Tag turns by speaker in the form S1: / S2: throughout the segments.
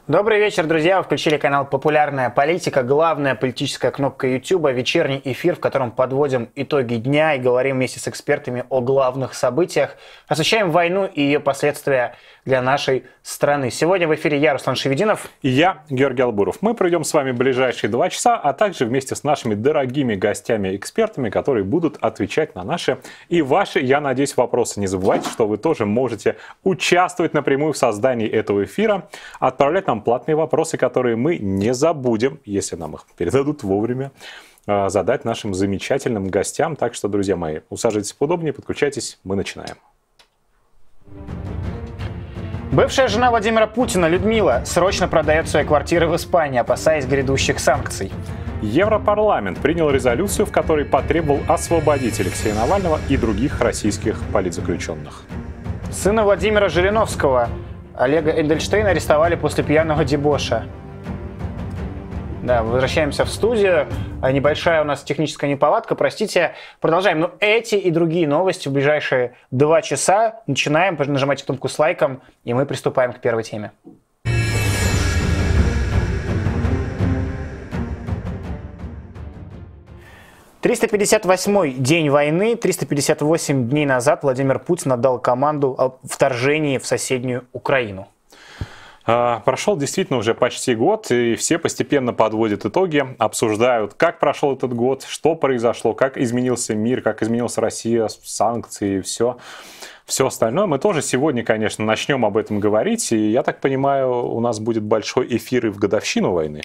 S1: Добрый вечер, друзья. Вы включили канал «Популярная политика», главная политическая кнопка YouTube, вечерний эфир, в котором подводим итоги дня и говорим вместе с экспертами о главных событиях, освещаем войну и ее последствия для нашей страны. Сегодня в эфире я, Руслан Шевединов.
S2: И я, Георгий Албуров. Мы проведем с вами ближайшие 2 часа, а также вместе с нашими дорогими гостями-экспертами, которые будут отвечать на наши и ваши, я надеюсь, вопросы. Не забывайте, что вы тоже можете участвовать напрямую в создании этого эфира, отправлять нам платные вопросы, которые мы не забудем, если нам их передадут вовремя, задать нашим замечательным гостям. Так что, друзья мои, усаживайтесь поудобнее, подключайтесь, мы начинаем.
S1: Бывшая жена Владимира Путина Людмила срочно продает свои квартиры в Испании, опасаясь грядущих санкций.
S2: Европарламент принял резолюцию, в которой потребовал освободить Алексея Навального и других российских политзаключенных.
S1: Сына Владимира Жириновского, Олега Эдельштейна, арестовали после пьяного дебоша. Да, возвращаемся в студию. Небольшая у нас техническая неполадка, простите. Продолжаем. Но эти и другие новости в ближайшие 2 часа. Начинаем. Нажимайте кнопку с лайком, и мы приступаем к первой теме. «358-й день войны, 358 дней назад Владимир Путин отдал команду о вторжении в соседнюю Украину».
S2: Прошел действительно уже почти год, и все постепенно подводят итоги, обсуждают, как прошел этот год, что произошло, как изменился мир, как изменилась Россия, санкции и все остальное. Мы тоже сегодня, конечно, начнем об этом говорить, и, я так понимаю, у нас будет большой эфир и в годовщину войны.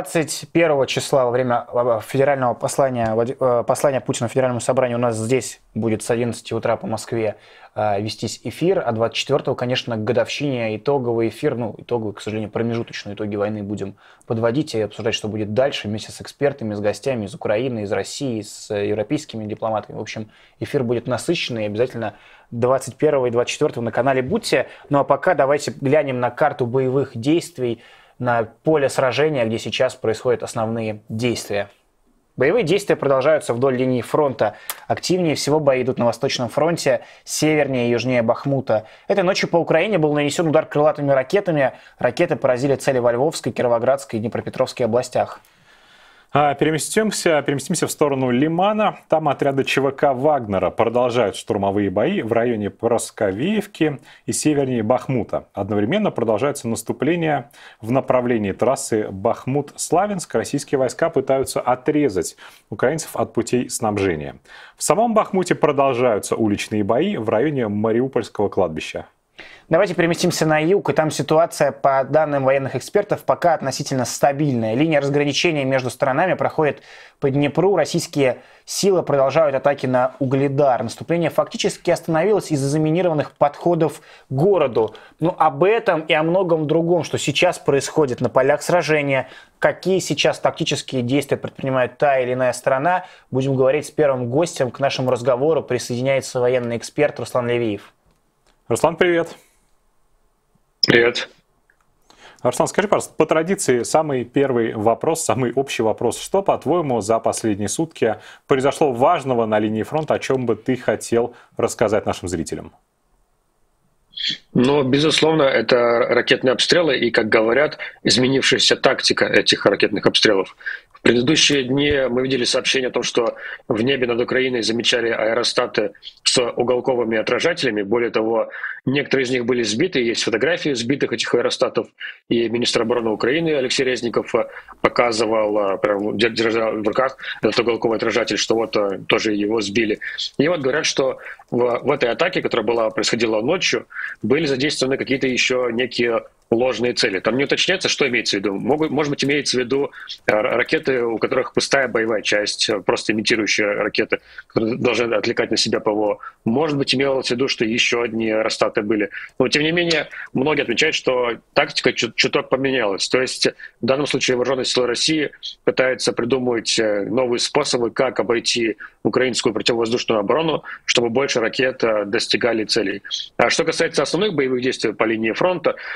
S1: 21 числа во время федерального послания Путина Федеральному собранию у нас здесь будет с 11 утра по Москве вестись эфир, а 24-го, конечно, к годовщине итоговый эфир, итоговый, к сожалению, промежуточные итоги войны будем подводить и обсуждать, что будет дальше, вместе с экспертами, с гостями из Украины, из России, с европейскими дипломатами. В общем, эфир будет насыщенный, обязательно 21 и 24 на канале будьте. Ну а пока давайте глянем на карту боевых действий, на поле сражения, где сейчас происходят основные действия. Боевые действия продолжаются вдоль линии фронта. Активнее всего бои идут на Восточном фронте, севернее и южнее Бахмута. Этой ночью по Украине был нанесен удар крылатыми ракетами. Ракеты поразили цели во Львовской, Кировоградской и Днепропетровской областях.
S2: Переместимся в сторону Лимана. Там отряды ЧВК Вагнера продолжают штурмовые бои в районе Просковеевки и севернее Бахмута. Одновременно продолжается наступление в направлении трассы Бахмут-Славянск. Российские войска пытаются отрезать украинцев от путей снабжения. В самом Бахмуте продолжаются уличные бои в районе Мариупольского кладбища.
S1: Давайте переместимся на юг, и там ситуация, по данным военных экспертов, пока относительно стабильная. Линия разграничения между сторонами проходит по Днепру. Российские силы продолжают атаки на Угледар. Наступление фактически остановилось из-за заминированных подходов к городу. Но об этом и о многом другом, что сейчас происходит на полях сражения, какие сейчас тактические действия предпринимает та или иная сторона, будем говорить с первым гостем. К нашему разговору присоединяется военный эксперт Руслан Левиев.
S2: Руслан, привет.
S3: Привет.
S2: Руслан, скажи, пожалуйста, по традиции самый первый вопрос, самый общий вопрос. Что, по-твоему, за последние сутки произошло важного на линии фронта, о чем бы ты хотел рассказать нашим зрителям?
S3: Ну, безусловно, это ракетные обстрелы и, как говорят, изменившаяся тактика этих ракетных обстрелов. В предыдущие дни мы видели сообщение о том, что в небе над Украиной замечали аэростаты с уголковыми отражателями. Более того, некоторые из них были сбиты. Есть фотографии сбитых этих аэростатов. И министр обороны Украины Алексей Резников показывал, держа в руках этот уголковый отражатель, что вот тоже его сбили. И вот говорят, что в этой атаке, которая происходила ночью, были задействованы какие-то еще некие ложные цели. Там не уточняется, что имеется в виду. Может быть, имеется в виду ракеты, у которых пустая боевая часть, просто имитирующие ракеты, которые должны отвлекать на себя ПВО. Может быть, имелось в виду, что еще одни аэростаты были. Но, тем не менее, многие отмечают, что тактика чуток поменялась. То есть, в данном случае вооруженные силы России пытаются придумывать новые способы, как обойти украинскую противовоздушную оборону, чтобы больше ракет достигали целей. А что касается основных боевых действий по линии фронта, то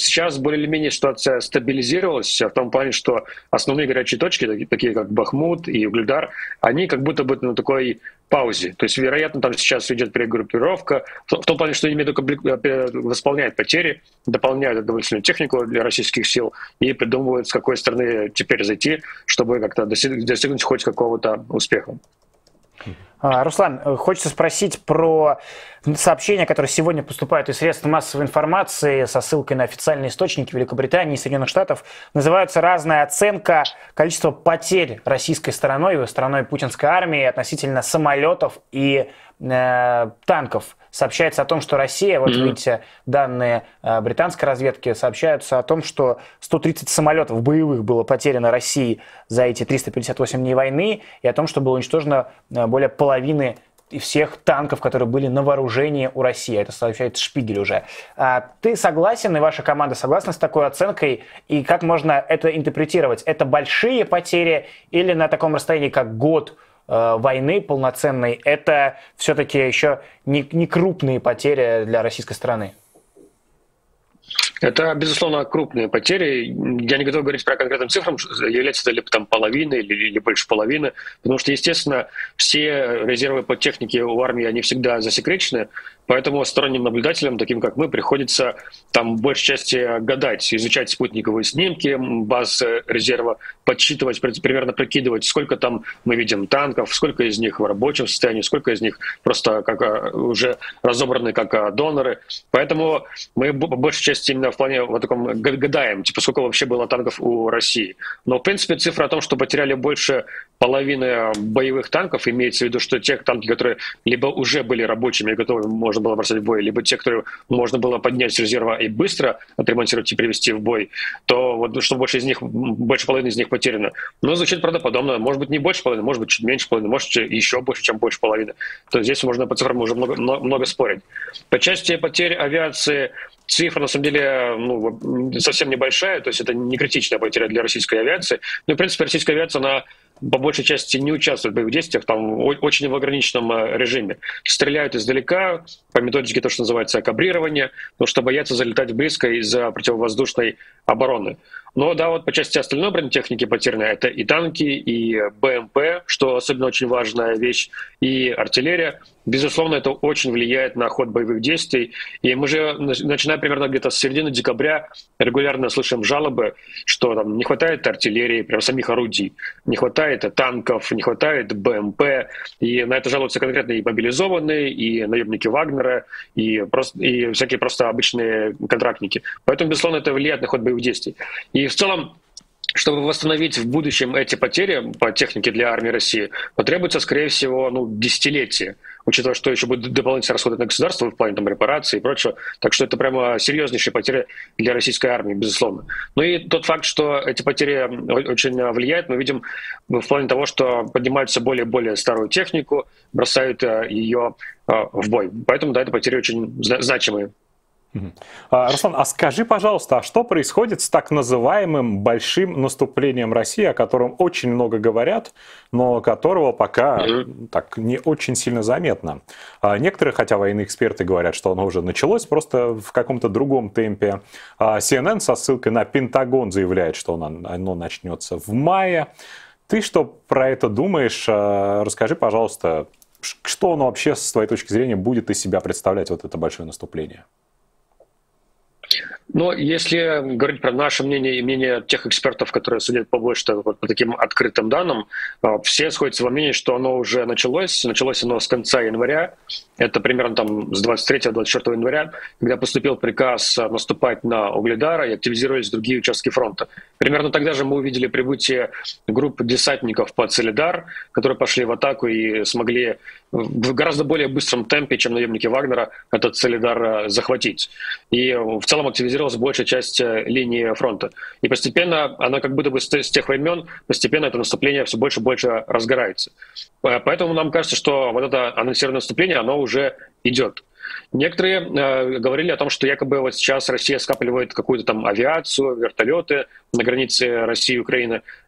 S3: сейчас более или менее ситуация стабилизировалась в том плане, что основные горячие точки, такие как Бахмут и Угледар, они как будто бы на такой паузе. То есть, вероятно, там сейчас идет перегруппировка, в том плане, что они восполняют потери, дополняют дополнительную технику для российских сил и придумывают, с какой стороны теперь зайти, чтобы как-то достигнуть хоть какого-то успеха.
S1: Руслан, хочется спросить про сообщения, которые сегодня поступают из средств массовой информации со ссылкой на официальные источники Великобритании и Соединенных Штатов. Называется разная оценка количества потерь российской стороной путинской армии относительно самолетов и танков. Сообщается о том, что Россия, вот видите, данные британской разведки сообщаются о том, что 130 самолетов боевых было потеряно России за эти 358 дней войны, и о том, что было уничтожено более половины всех танков, которые были на вооружении у России. Это сообщает Шпигель уже. Ты согласен, и ваша команда согласна с такой оценкой? И как можно это интерпретировать? Это большие потери или на таком расстоянии, как год войны полноценной, это все-таки еще не крупные потери для российской страны?
S3: Это, безусловно, крупные потери. Я не готов говорить про конкретным цифрам, является это ли там половина или больше половины, потому что, естественно, все резервы по технике у армии, они всегда засекречены, поэтому сторонним наблюдателям, таким как мы, приходится там в большей части гадать, изучать спутниковые снимки баз резерва, подсчитывать, примерно прикидывать, сколько там мы видим танков, сколько из них в рабочем состоянии, сколько из них просто как уже разобраны как доноры. Поэтому мы по большей части именно в плане вот таком гадаем, типа сколько вообще было танков у России. Но в принципе цифра о том, что потеряли больше половины боевых танков, имеется в виду, что те танки, которые либо уже были рабочими и готовы, можно было бросать в бой, либо те, которые можно было поднять с резерва и быстро отремонтировать и привести в бой, то вот что больше половины из них потеряно. Но звучит правдоподобно. Может быть, не больше половины, может быть, чуть меньше половины, может, еще больше, чем больше половины. То здесь можно по цифрам уже много спорить. По части потерь авиации цифра, на самом деле, совсем небольшая, то есть это не критичная потеря для российской авиации. Ну и, в принципе, российская авиация, она по большей части не участвуют в боевых действиях, там очень в ограниченном режиме. Стреляют издалека, по методике то, что называется кабрирование, потому что боятся залетать близко из-за противовоздушной обороны. Но да, вот по части остальной бронетехники потеряно это и танки, и БМП, что особенно очень важная вещь, и артиллерия. Безусловно, это очень влияет на ход боевых действий. И мы же, начиная примерно где-то с середины декабря, регулярно слышим жалобы, что там не хватает артиллерии, прям самих орудий, не хватает танков, не хватает БМП. И на это жалуются конкретно и мобилизованные, и наемники Вагнера, и всякие просто обычные контрактники. Поэтому, безусловно, это влияет на ход боевых действий. И в целом, чтобы восстановить в будущем эти потери по технике для армии России, потребуется, скорее всего, десятилетие, учитывая, что еще будут дополнительные расходы на государство в плане репараций и прочего. Так что это прямо серьезнейшие потери для российской армии, безусловно. Ну и тот факт, что эти потери очень влияют, мы видим в плане того, что поднимают все более и более старую технику, бросают ее в бой. Поэтому, да, эти потери очень значимые.
S2: Руслан, а скажи, пожалуйста, а что происходит с так называемым большим наступлением России, о котором очень много говорят, но которого пока так не очень сильно заметно? Некоторые, хотя военные эксперты говорят, что оно уже началось, просто в каком-то другом темпе. CNN со ссылкой на Пентагон заявляет, что оно начнется в мае. Ты что про это думаешь? Расскажи, пожалуйста, что оно вообще, с твоей точки зрения, будет из себя представлять, вот это большое наступление?
S3: Но если говорить про наше мнение и мнение тех экспертов, которые судят побольше по таким открытым данным, все сходятся во мнении, что оно уже началось. Началось оно с конца января. Это примерно там с 23-24 января, когда поступил приказ наступать на Угледар и активизировались другие участки фронта. Примерно тогда же мы увидели прибытие групп десантников под Солидар, которые пошли в атаку и смогли в гораздо более быстром темпе, чем наемники Вагнера, этот Солидар захватить. И в целом активизировалась большая часть линии фронта. И постепенно, она как будто бы с тех времен, постепенно это наступление все больше и больше разгорается. Поэтому нам кажется, что вот это анонсированное наступление, оно уже идет. Некоторые говорили о том, что якобы вот сейчас Россия скапливает какую-то там авиацию, вертолеты на границе России и Украины.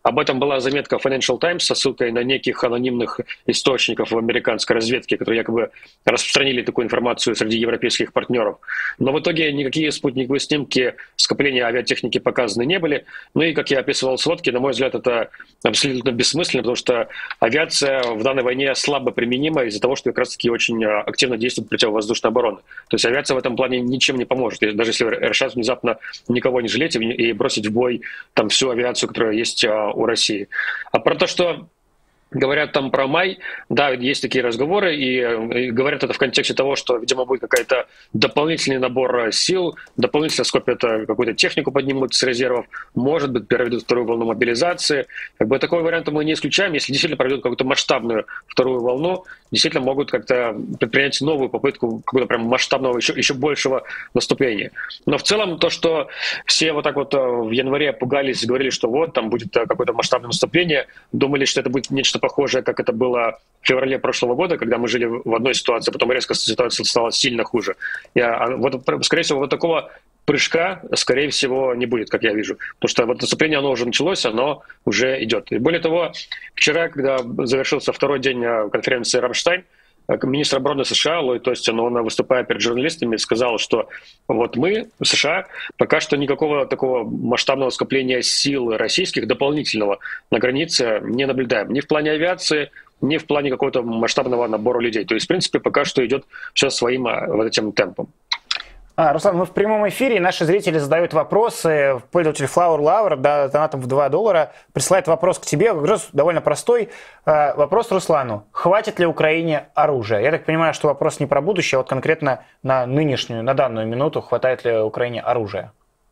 S3: Об этом была заметка Financial Times со ссылкой на неких анонимных источников в американской разведке, которые якобы распространили такую информацию среди европейских партнеров. Но в итоге никакие спутниковые снимки скопления авиатехники показаны не были. Ну и, как я описывал в сводке, на мой взгляд, это абсолютно бессмысленно, потому что авиация в данной войне слабо применима из-за того, что как раз-таки очень активно действует противовоздушная оборона. То есть авиация в этом плане ничем не поможет. И даже если решат внезапно никого не жалеть и бросить в бой там всю авиацию, которая есть у России. А про то, что говорят там про май, да, есть такие разговоры, и говорят это в контексте того, что, видимо, будет какой-то дополнительный набор сил, дополнительно скопят какую-то технику, поднимут с резервов, может быть, проведут вторую волну мобилизации. Как бы такой вариант мы не исключаем. Если действительно проведут какую-то масштабную вторую волну, действительно могут как-то предпринять новую попытку какого-то прям масштабного, еще большего наступления. Но в целом то, что все вот так вот в январе пугались, говорили, что вот там будет какое-то масштабное наступление, думали, что это будет нечто похожее, как это было в феврале прошлого года, когда мы жили в одной ситуации, потом резко ситуация стала сильно хуже. Вот, скорее всего, вот такого прыжка, скорее всего, не будет, как я вижу. Потому что вот наступление, оно уже началось, оно уже идет. И более того, вчера, когда завершился второй день конференции «Рамштайн», министр обороны США Ллойд Остин, он, выступая перед журналистами, сказал, что вот мы, США, пока что никакого такого масштабного скопления сил российских дополнительного на границе не наблюдаем. Ни в плане авиации, ни в плане какого-то масштабного набора людей. То есть, в принципе, пока что идет все своим вот этим темпом.
S1: Руслан, мы в прямом эфире, наши зрители задают вопросы. Пользователь Flower Lover, да, донатом в $2, присылает вопрос к тебе, довольно простой. Вопрос Руслану. Хватит ли Украине оружия? Я так понимаю, что вопрос не про будущее, а вот конкретно на нынешнюю, на данную минуту, хватает ли Украине оружия?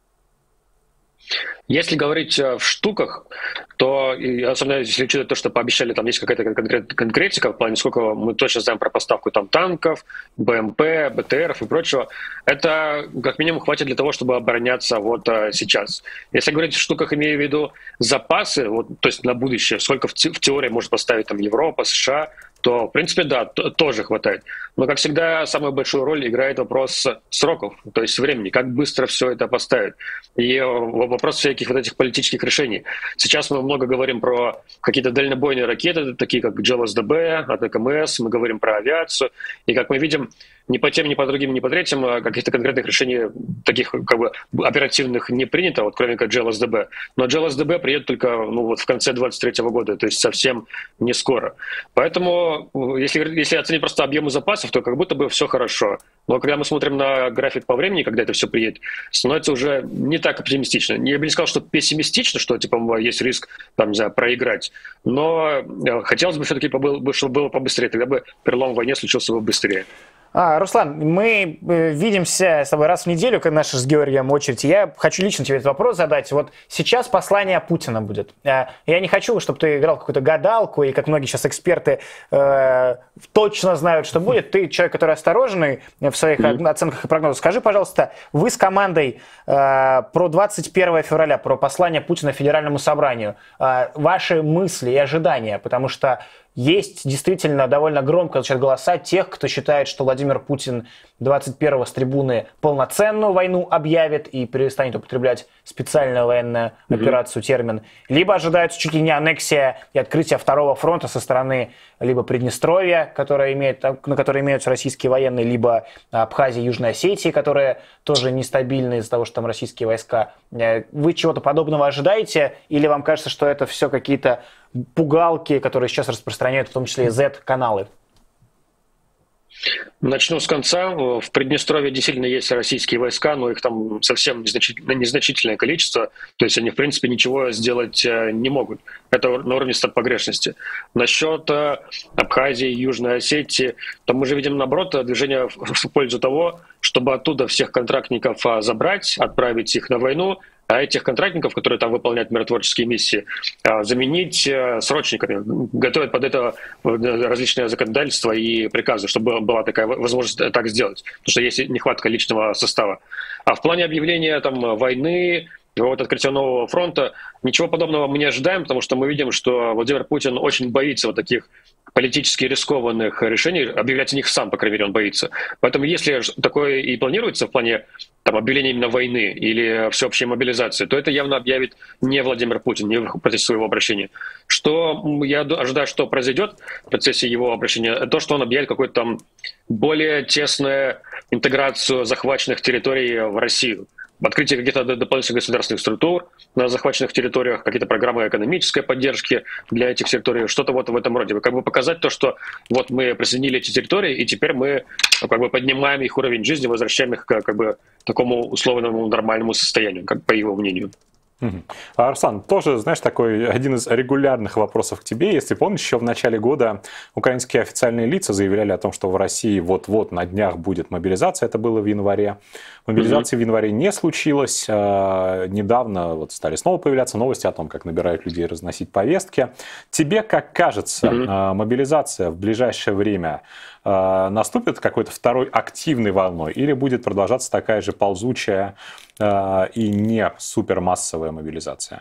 S3: Если говорить в штуках, то, особенно если учитывать то, что пообещали, там есть какая-то конкретика в плане, сколько мы точно знаем про поставку там танков, БМП, БТРов и прочего, это как минимум хватит для того, чтобы обороняться вот сейчас. Если говорить в штуках, имею в виду запасы, вот, то есть на будущее, сколько в теории может поставить там Европа, США, то, в принципе, да, тоже хватает. Но, как всегда, самую большую роль играет вопрос сроков, то есть времени, как быстро все это поставить. И вопрос всяких вот этих политических решений. Сейчас мы много говорим про какие-то дальнобойные ракеты, такие как GLSDB, АТКМС, мы говорим про авиацию. И, как мы видим, ни по тем, ни по другим, ни по третьим каких-то конкретных решений таких как бы оперативных не принято, вот кроме как GLSDB. Но GLSDB приедет только вот в конце 2023 года, то есть совсем не скоро. Поэтому, если оценить просто объемы запасов, то как будто бы все хорошо. Но когда мы смотрим на график по времени, когда это все приедет, становится уже не так оптимистично. Я бы не сказал, что пессимистично, что типа есть риск там, не знаю, проиграть. Но хотелось бы все-таки, чтобы было побыстрее. Тогда бы перелом в войне случился бы быстрее.
S1: Руслан, мы видимся с тобой раз в неделю, как наша с Георгием очередь. Я хочу лично тебе этот вопрос задать. Вот сейчас послание Путина будет. Я не хочу, чтобы ты играл в какую-то гадалку, и как многие сейчас эксперты точно знают, что будет. Ты человек, который осторожный в своих оценках и прогнозах. Скажи, пожалуйста, вы с командой про 21 февраля, про послание Путина Федеральному собранию, ваши мысли и ожидания, потому что есть действительно довольно громко звучат голоса тех, кто считает, что Владимир Путин 21-го с трибуны полноценную войну объявит и перестанет употреблять специальную военную операцию термин. Либо ожидается чуть ли не аннексия и открытие второго фронта со стороны либо Приднестровья, на которой имеются российские военные, либо Абхазии и Южной Осетии, которые тоже нестабильны из-за того, что там российские войска. Вы чего-то подобного ожидаете? Или вам кажется, что это все какие-то пугалки, которые сейчас распространяют в том числе и Z-каналы?
S3: Начну с конца. В Приднестровье действительно есть российские войска, но их там совсем незначительное количество. То есть они, в принципе, ничего сделать не могут. Это на уровне погрешности. Насчет Абхазии, Южной Осетии, там мы же видим, наоборот, движение в пользу того, чтобы оттуда всех контрактников забрать, отправить их на войну, а этих контрактников, которые там выполняют миротворческие миссии, заменить срочниками, готовят под это различные законодательства и приказы, чтобы была такая возможность так сделать, потому что есть нехватка личного состава. А в плане объявления там войны, вот открытия нового фронта. Ничего подобного мы не ожидаем, потому что мы видим, что Владимир Путин очень боится вот таких политически рискованных решений, объявлять о них сам, по крайней мере, он боится. Поэтому если такое и планируется в плане там, объявления именно войны или всеобщей мобилизации, то это явно объявит не Владимир Путин, не в процессе своего обращения. Что я ожидаю, что произойдет в процессе его обращения, то, что он объявит какую-то там более тесную интеграцию захваченных территорий в Россию. Открытие каких-то дополнительных государственных структур на захваченных территориях, какие-то программы экономической поддержки для этих территорий, что-то вот в этом роде. Как бы показать то, что вот мы присоединили эти территории, и теперь мы как бы поднимаем их уровень жизни, возвращаем их к как бы такому условному нормальному состоянию, как по его мнению.
S2: Руслан, тоже, знаешь, такой один из регулярных вопросов к тебе. Если помнишь, еще в начале года украинские официальные лица заявляли о том, что в России вот-вот на днях будет мобилизация. Это было в январе. Мобилизации в январе не случилось. Недавно вот стали снова появляться новости о том, как набирают людей разносить повестки. Тебе, как кажется, мобилизация в ближайшее время наступит какой-то второй активной волной или будет продолжаться такая же ползучая и не супермассовая мобилизация?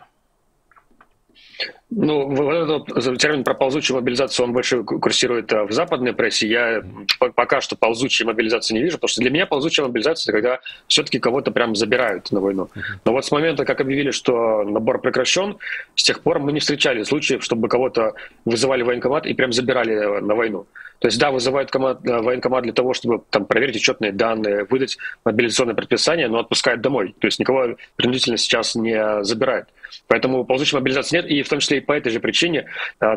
S3: Ну, вот этот термин про ползучую мобилизацию, он больше курсирует в западной прессе. Я пока что ползучей мобилизации не вижу, потому что для меня ползучая мобилизация — это когда все-таки кого-то прям забирают на войну. Но вот с момента, как объявили, что набор прекращен, с тех пор мы не встречали случаев, чтобы кого-то вызывали в военкомат и прям забирали на войну. То есть, да, вызывают военкомат для того, чтобы там проверить учетные данные, выдать мобилизационное предписание, но отпускают домой. То есть никого принудительно сейчас не забирают. Поэтому ползучей мобилизации нет, и в том числе и по этой же причине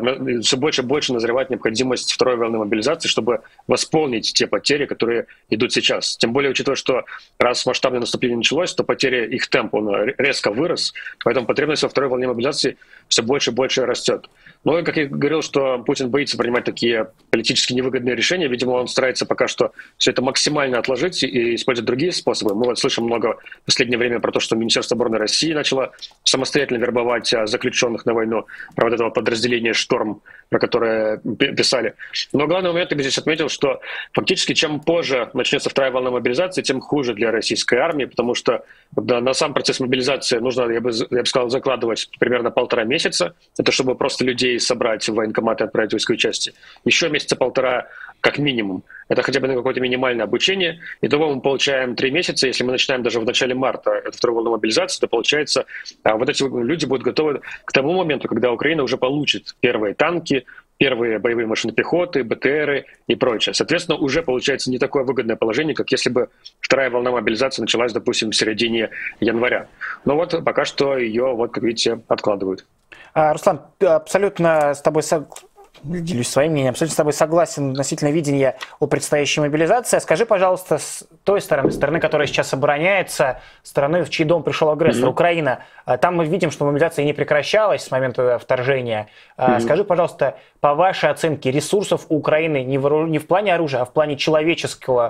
S3: все больше и больше назревает необходимость второй волны мобилизации, чтобы восполнить те потери, которые идут сейчас. Тем более, учитывая, что раз масштабное наступление началось, то потери, их темп, он резко вырос, поэтому потребность во второй волне мобилизации все больше и больше растет. Но, как я говорил, что Путин боится принимать такие политически невыгодные решения, видимо, он старается пока что все это максимально отложить и использовать другие способы. Мы вот слышим много в последнее время про то, что Министерство обороны России начало самостоятельно вербовать заключенных на войну, про вот этого подразделения «Шторм», про которое писали. Но главный момент, я бы здесь отметил, что фактически чем позже начнется вторая волна мобилизации, тем хуже для российской армии, потому что на сам процесс мобилизации нужно, я бы сказал, закладывать примерно 1,5 месяца. Это чтобы просто людей собрать в военкомат и отправить в войсковые части. Еще месяца 1,5 как минимум. Это хотя бы на какое-то минимальное обучение. Итого мы получаем 3 месяца. Если мы начинаем даже в начале марта эту вторую волну мобилизации, то получается, вот эти люди будут готовы к тому моменту, когда Украина уже получит первые танки, первые боевые машины пехоты, БТРы и прочее. Соответственно, уже получается не такое выгодное положение, как если бы вторая волна мобилизации началась, допустим, в середине января. Но вот пока что ее, вот как видите, откладывают.
S1: Руслан, абсолютно с тобой делюсь своим мнением, абсолютно с тобой согласен относительно видения о предстоящей мобилизации. Скажи, пожалуйста, с той стороны, которая сейчас обороняется, стороны, в чей дом пришел агрессор, Украина, там мы видим, что мобилизация не прекращалась с момента вторжения. Скажи, пожалуйста, по вашей оценке, ресурсов у Украины не в плане оружия, а в плане человеческого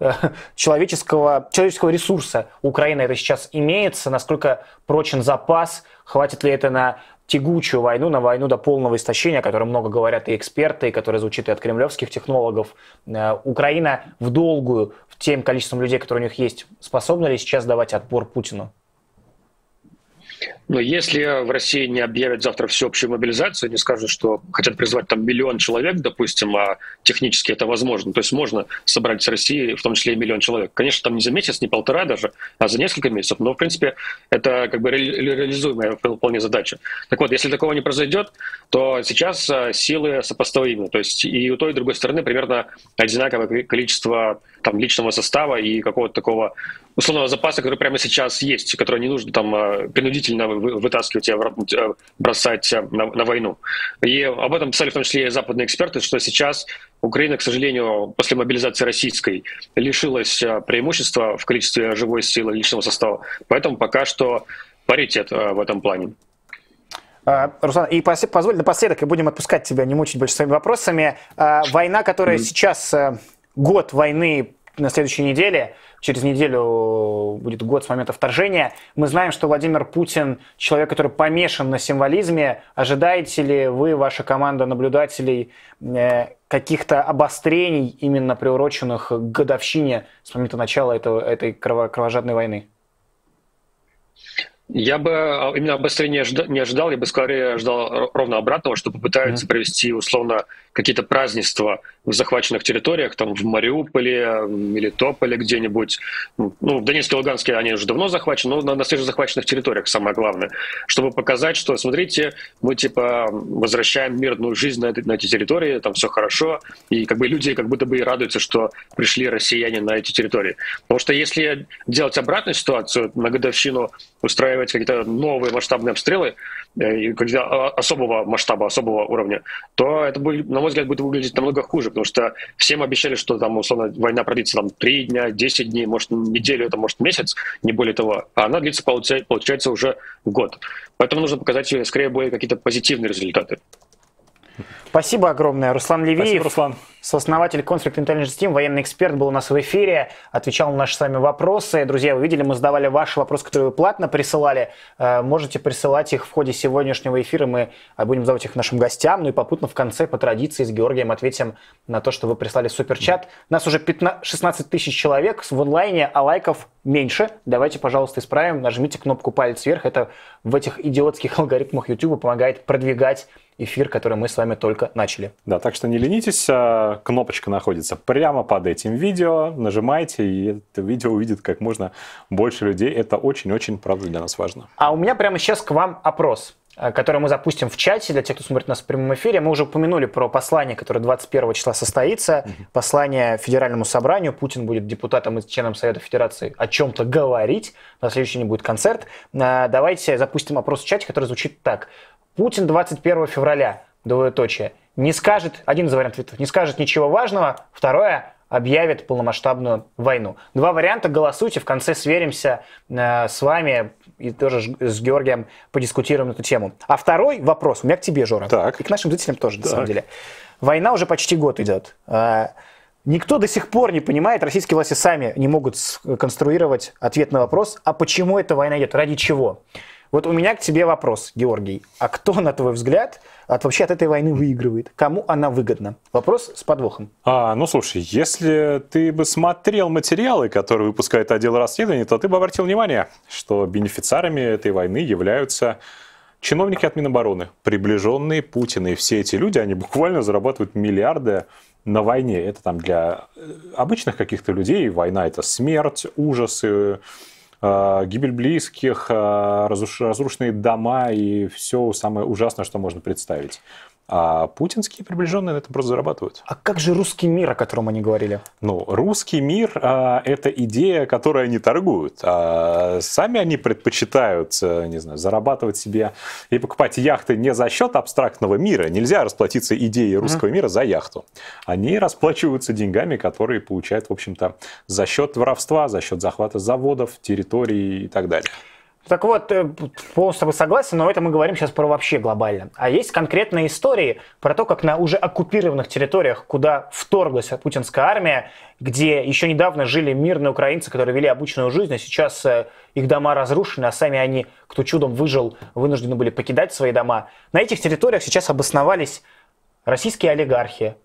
S1: ресурса Украины это сейчас имеется? Насколько прочен запас? Хватит ли это на тягучую войну, на войну до полного истощения, о которой много говорят и эксперты, и которая звучит и от кремлевских технологов? Украина в долгую, тем количеством людей, которые у них есть, способна ли сейчас давать отпор Путину?
S3: Но если в России не объявят завтра всеобщую мобилизацию, не скажут, что хотят призвать там 1 миллион человек, допустим, а технически это возможно, то есть можно собрать с России, в том числе и 1 миллион человек. Конечно, там не за месяц, не 1,5 даже, а за несколько месяцев, но, в принципе, это как бы реализуемая вполне задача. Так вот, если такого не произойдет, то сейчас силы сопоставимы, то есть и у той, и у другой стороны примерно одинаковое количество там личного состава и какого-то такого условного запаса, который прямо сейчас есть, который не нужно там принудительно вытаскивать и бросать на войну. И об этом писали в том числе и западные эксперты, что сейчас Украина, к сожалению, после мобилизации российской лишилась преимущества в количестве живой силы личного состава. Поэтому пока что паритет в этом плане.
S1: Руслан, и позволь напоследок, и будем отпускать тебя, не мучить больше своими вопросами. Война, которая сейчас, год войны на следующей неделе, через неделю будет год с момента вторжения. Мы знаем, что Владимир Путин человек, который помешан на символизме. Ожидаете ли вы, ваша команда наблюдателей, каких-то обострений, именно приуроченных к годовщине с момента начала этой кровожадной войны?
S3: Я бы именно обострения не ожидал, я бы скорее ждал ровно обратного, что попытаются провести условно какие-то празднества в захваченных территориях, там в Мариуполе, в Мелитополе где-нибудь. Ну, в Донецке и Луганске они уже давно захвачены, но на свежезахваченных территориях самое главное, чтобы показать, что, смотрите, мы типа возвращаем мирную жизнь на эти территории, там все хорошо, и как бы люди как будто бы и радуются, что пришли россияне на эти территории. Потому что если делать обратную ситуацию, на годовщину устраивать какие-то новые масштабные обстрелы особого масштаба, особого уровня, то это будет, на мой взгляд, будет выглядеть намного хуже, потому что всем обещали, что там, условно, война продлится там 3 дня, 10 дней, может, неделю, это может месяц, не более того, а она длится, получается, уже год. Поэтому нужно показать, скорее, более какие-то позитивные результаты.
S1: Спасибо огромное. Руслан Левиев,
S2: Спасибо, Руслан.
S1: сооснователь Conflict Intelligence Team, военный эксперт, был у нас в эфире, отвечал на наши с вами вопросы. Друзья, вы видели, мы задавали ваши вопросы, которые вы платно присылали. Можете присылать их в ходе сегодняшнего эфира, мы будем задавать их нашим гостям. Ну и попутно в конце, по традиции, с Георгием ответим на то, что вы прислали в суперчат. Нас уже 16 тысяч человек в онлайне, а лайков меньше. Давайте, пожалуйста, исправим. Нажмите кнопку «Палец вверх». Это в этих идиотских алгоритмах YouTube помогает продвигать эфир, который мы с вами только начали.
S2: Да, так что не ленитесь, кнопочка находится прямо под этим видео, нажимайте, и это видео увидит как можно больше людей. Это очень-очень, правда, для нас важно.
S1: А у меня прямо сейчас к вам опрос, который мы запустим в чате для тех, кто смотрит нас в прямом эфире. Мы уже упомянули про послание, которое 21 числа состоится. Послание Федеральному собранию. Путин будет депутатом и членом Совета Федерации о чем-то говорить. На следующий день будет концерт. Давайте запустим опрос в чате, который звучит так. Путин 21 февраля, двоеточие, не скажет, один из вариантов ответов, не скажет ничего важного, второе, объявит полномасштабную войну. Два варианта, голосуйте, в конце сверимся с вами и тоже с Георгием подискутируем на эту тему. А второй вопрос у меня к тебе, Жора,
S2: так.
S1: и к нашим зрителям тоже, на самом деле. Война уже почти год идет. Никто до сих пор не понимает, российские власти сами не могут сконструировать ответ на вопрос, а почему эта война идет, ради чего? Вот у меня к тебе вопрос, Георгий. А кто, на твой взгляд, вообще от этой войны выигрывает? Кому она выгодна? Вопрос с подвохом.
S2: Ну, слушай, если ты бы смотрел материалы, которые выпускает отдел расследований, то ты бы обратил внимание, что бенефициарами этой войны являются чиновники от Минобороны, приближенные Путина. И все эти люди, они буквально зарабатывают миллиарды на войне. Это там для обычных каких-то людей война – это смерть, ужасы, гибель близких, разрушенные дома и все самое ужасное, что можно представить. А путинские приближенные на этом просто зарабатывают.
S1: А как же русский мир, о котором они говорили?
S2: Ну, русский мир – это идея, которой они торгуют. Сами они предпочитают, не знаю, зарабатывать себе и покупать яхты не за счет абстрактного мира. Нельзя расплатиться идеей русского мира за яхту. Они расплачиваются деньгами, которые получают, в общем-то, за счет воровства, за счет захвата заводов, территорий и так далее.
S1: Так вот, полностью с тобой согласен, но это мы говорим сейчас про вообще глобально. А есть конкретные истории про то, как на уже оккупированных территориях, куда вторглась путинская армия, где еще недавно жили мирные украинцы, которые вели обычную жизнь, а сейчас их дома разрушены, а сами они, кто чудом выжил, вынуждены были покидать свои дома. На этих территориях сейчас обосновались российские олигархи,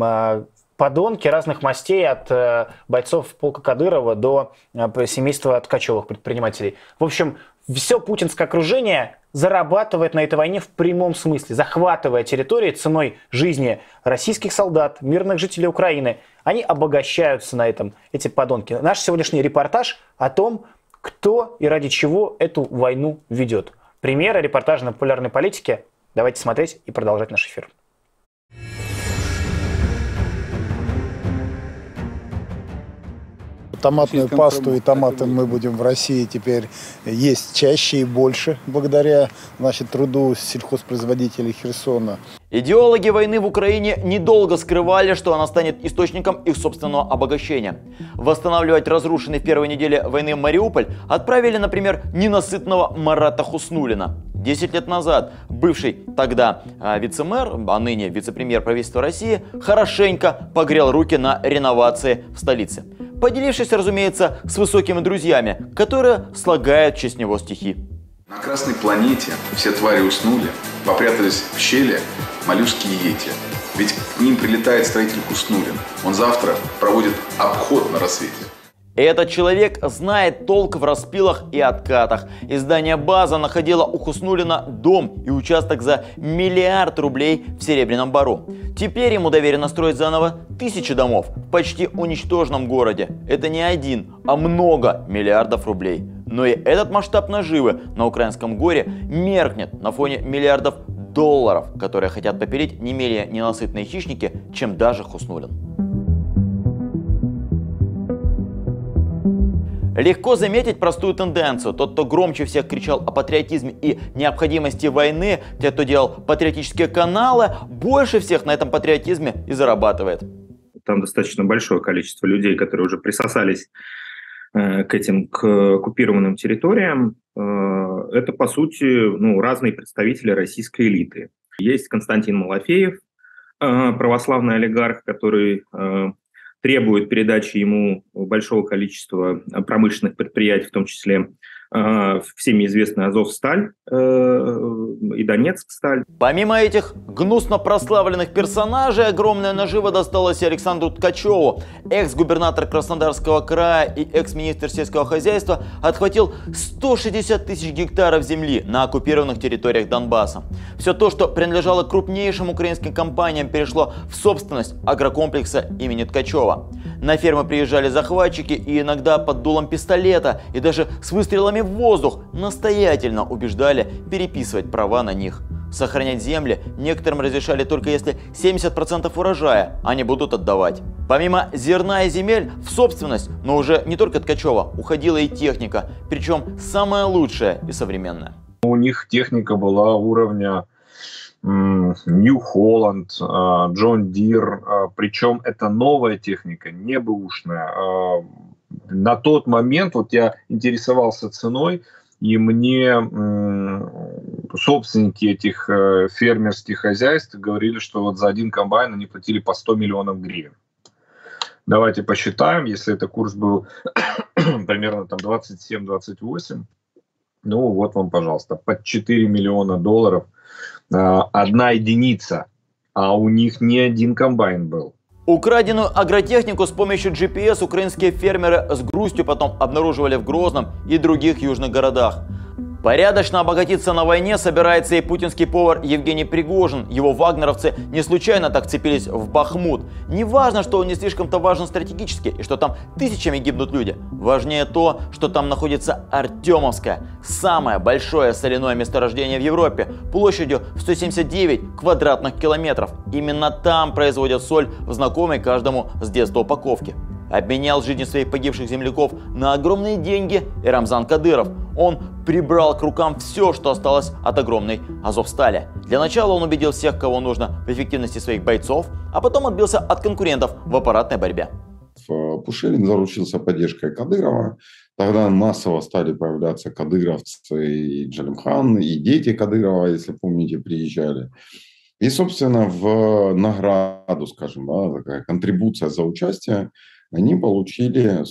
S1: подонки разных мастей, от бойцов полка Кадырова до семейства ткачевых предпринимателей. В общем, все путинское окружение зарабатывает на этой войне в прямом смысле, захватывая территории ценой жизни российских солдат, мирных жителей Украины. Они обогащаются на этом, эти подонки. Наш сегодняшний репортаж о том, кто и ради чего эту войну ведет. Примеры репортажа на популярной политике. Давайте смотреть и продолжать наш эфир.
S4: Томатную пасту и томаты мы будем в России теперь есть чаще и больше, благодаря, труду сельхозпроизводителей Херсона.
S5: Идеологи войны в Украине недолго скрывали, что она станет источником их собственного обогащения. Восстанавливать разрушенный в первой неделе войны Мариуполь отправили, например, ненасытного Марата Хуснуллина. 10 лет назад бывший тогда вице-мэр, а ныне вице-премьер правительства России, хорошенько погрел руки на реновации в столице. Поделившись, разумеется, с высокими друзьями, которые слагают в честь него стихи.
S6: На Красной планете все твари уснули, попрятались в щели моллюски и йети. Ведь к ним прилетает строитель Хуснуллин. Он завтра проводит обход на рассвете.
S5: Этот человек знает толк в распилах и откатах. Издание «База» находило у Хуснуллина дом и участок за $1 миллиард в Серебряном Бору. Теперь ему доверено строить заново 1000 домов в почти уничтоженном городе. Это не 1, а много миллиардов рублей. Но и этот масштаб наживы на украинском горе меркнет на фоне миллиардов долларов, которые хотят попилить не менее ненасытные хищники, чем даже Хуснуллин. Легко заметить простую тенденцию. Тот, кто громче всех кричал о патриотизме и необходимости войны, те, кто делал патриотические каналы, больше всех на этом патриотизме и зарабатывает.
S7: Там достаточно большое количество людей, которые уже присосались к оккупированным территориям. Это, по сути, разные представители российской элиты. Есть Константин Малафеев, православный олигарх, который требует передачи ему большого количества промышленных предприятий, в том числе всеми известная Азовсталь и Донецксталь.
S5: Помимо этих гнусно прославленных персонажей, огромная нажива досталась и Александру Ткачеву. Экс-губернатор Краснодарского края и экс-министр сельского хозяйства отхватил 160 тысяч гектаров земли на оккупированных территориях Донбасса. Все то, что принадлежало крупнейшим украинским компаниям, перешло в собственность агрокомплекса имени Ткачева. На фермы приезжали захватчики и иногда под дулом пистолета и даже с выстрелами в воздух настоятельно убеждали переписывать права на них. Сохранять земли некоторым разрешали только если 70% урожая они будут отдавать. Помимо зерна и земель в собственность, но уже не только Ткачева, уходила и техника, причем самая лучшая и современная.
S8: У них техника была уровня New Holland, John Deere, причем это новая техника, не бэушная. На тот момент вот я интересовался ценой, и мне собственники этих фермерских хозяйств говорили, что вот за один комбайн они платили по 100 миллионов гривен. Давайте посчитаем, если это курс был примерно там 27-28, ну вот вам, пожалуйста, под 4 миллиона долларов одна единица, а у них не один комбайн был.
S5: Украденную агротехнику с помощью GPS украинские фермеры с грустью потом обнаруживали в Грозном и других южных городах. Порядочно обогатиться на войне собирается и путинский повар Евгений Пригожин. Его вагнеровцы не случайно так вцепились в Бахмут. Не важно, что он не слишком-то важен стратегически и что там тысячами гибнут люди. Важнее то, что там находится Артемовское, самое большое соляное месторождение в Европе, площадью в 179 квадратных километров. Именно там производят соль в знакомой каждому с детства упаковке. Обменял жизни своих погибших земляков на огромные деньги и Рамзан Кадыров. Он прибрал к рукам все, что осталось от огромной Азовстали. Для начала он убедил всех, кого нужно, в эффективности своих бойцов, а потом отбился от конкурентов в аппаратной борьбе.
S9: Пушилин заручился поддержкой Кадырова. Тогда массово стали появляться кадыровцы и Джалимхан, и дети Кадырова, если помните, приезжали. И, собственно, в награду, скажем, такая контрибуция за участие, они получили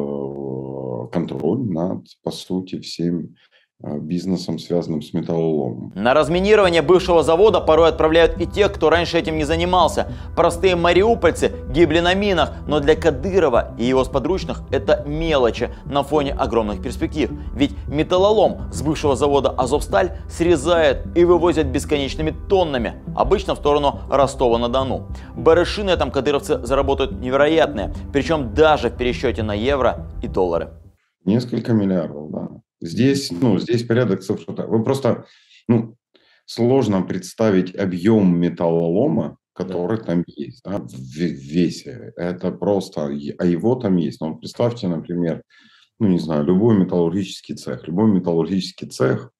S9: контроль над, по сути, всем бизнесом, связанным с металлоломом.
S5: На разминирование бывшего завода порой отправляют и тех, кто раньше этим не занимался. Простые мариупольцы гибли на минах, но для Кадырова и его сподручных это мелочи на фоне огромных перспектив. Ведь металлолом с бывшего завода Азовсталь срезает и вывозят бесконечными тоннами, обычно в сторону Ростова-на-Дону. Барыши на этом кадыровцы заработают невероятные, причем даже в пересчете на евро и доллары.
S9: Несколько миллиардов, да. Здесь порядок цифр. Вы просто, сложно представить объем металлолома, который там есть, да, в весе. Это просто, а его там есть. Но представьте, например, любой металлургический цех. Любой металлургический цех,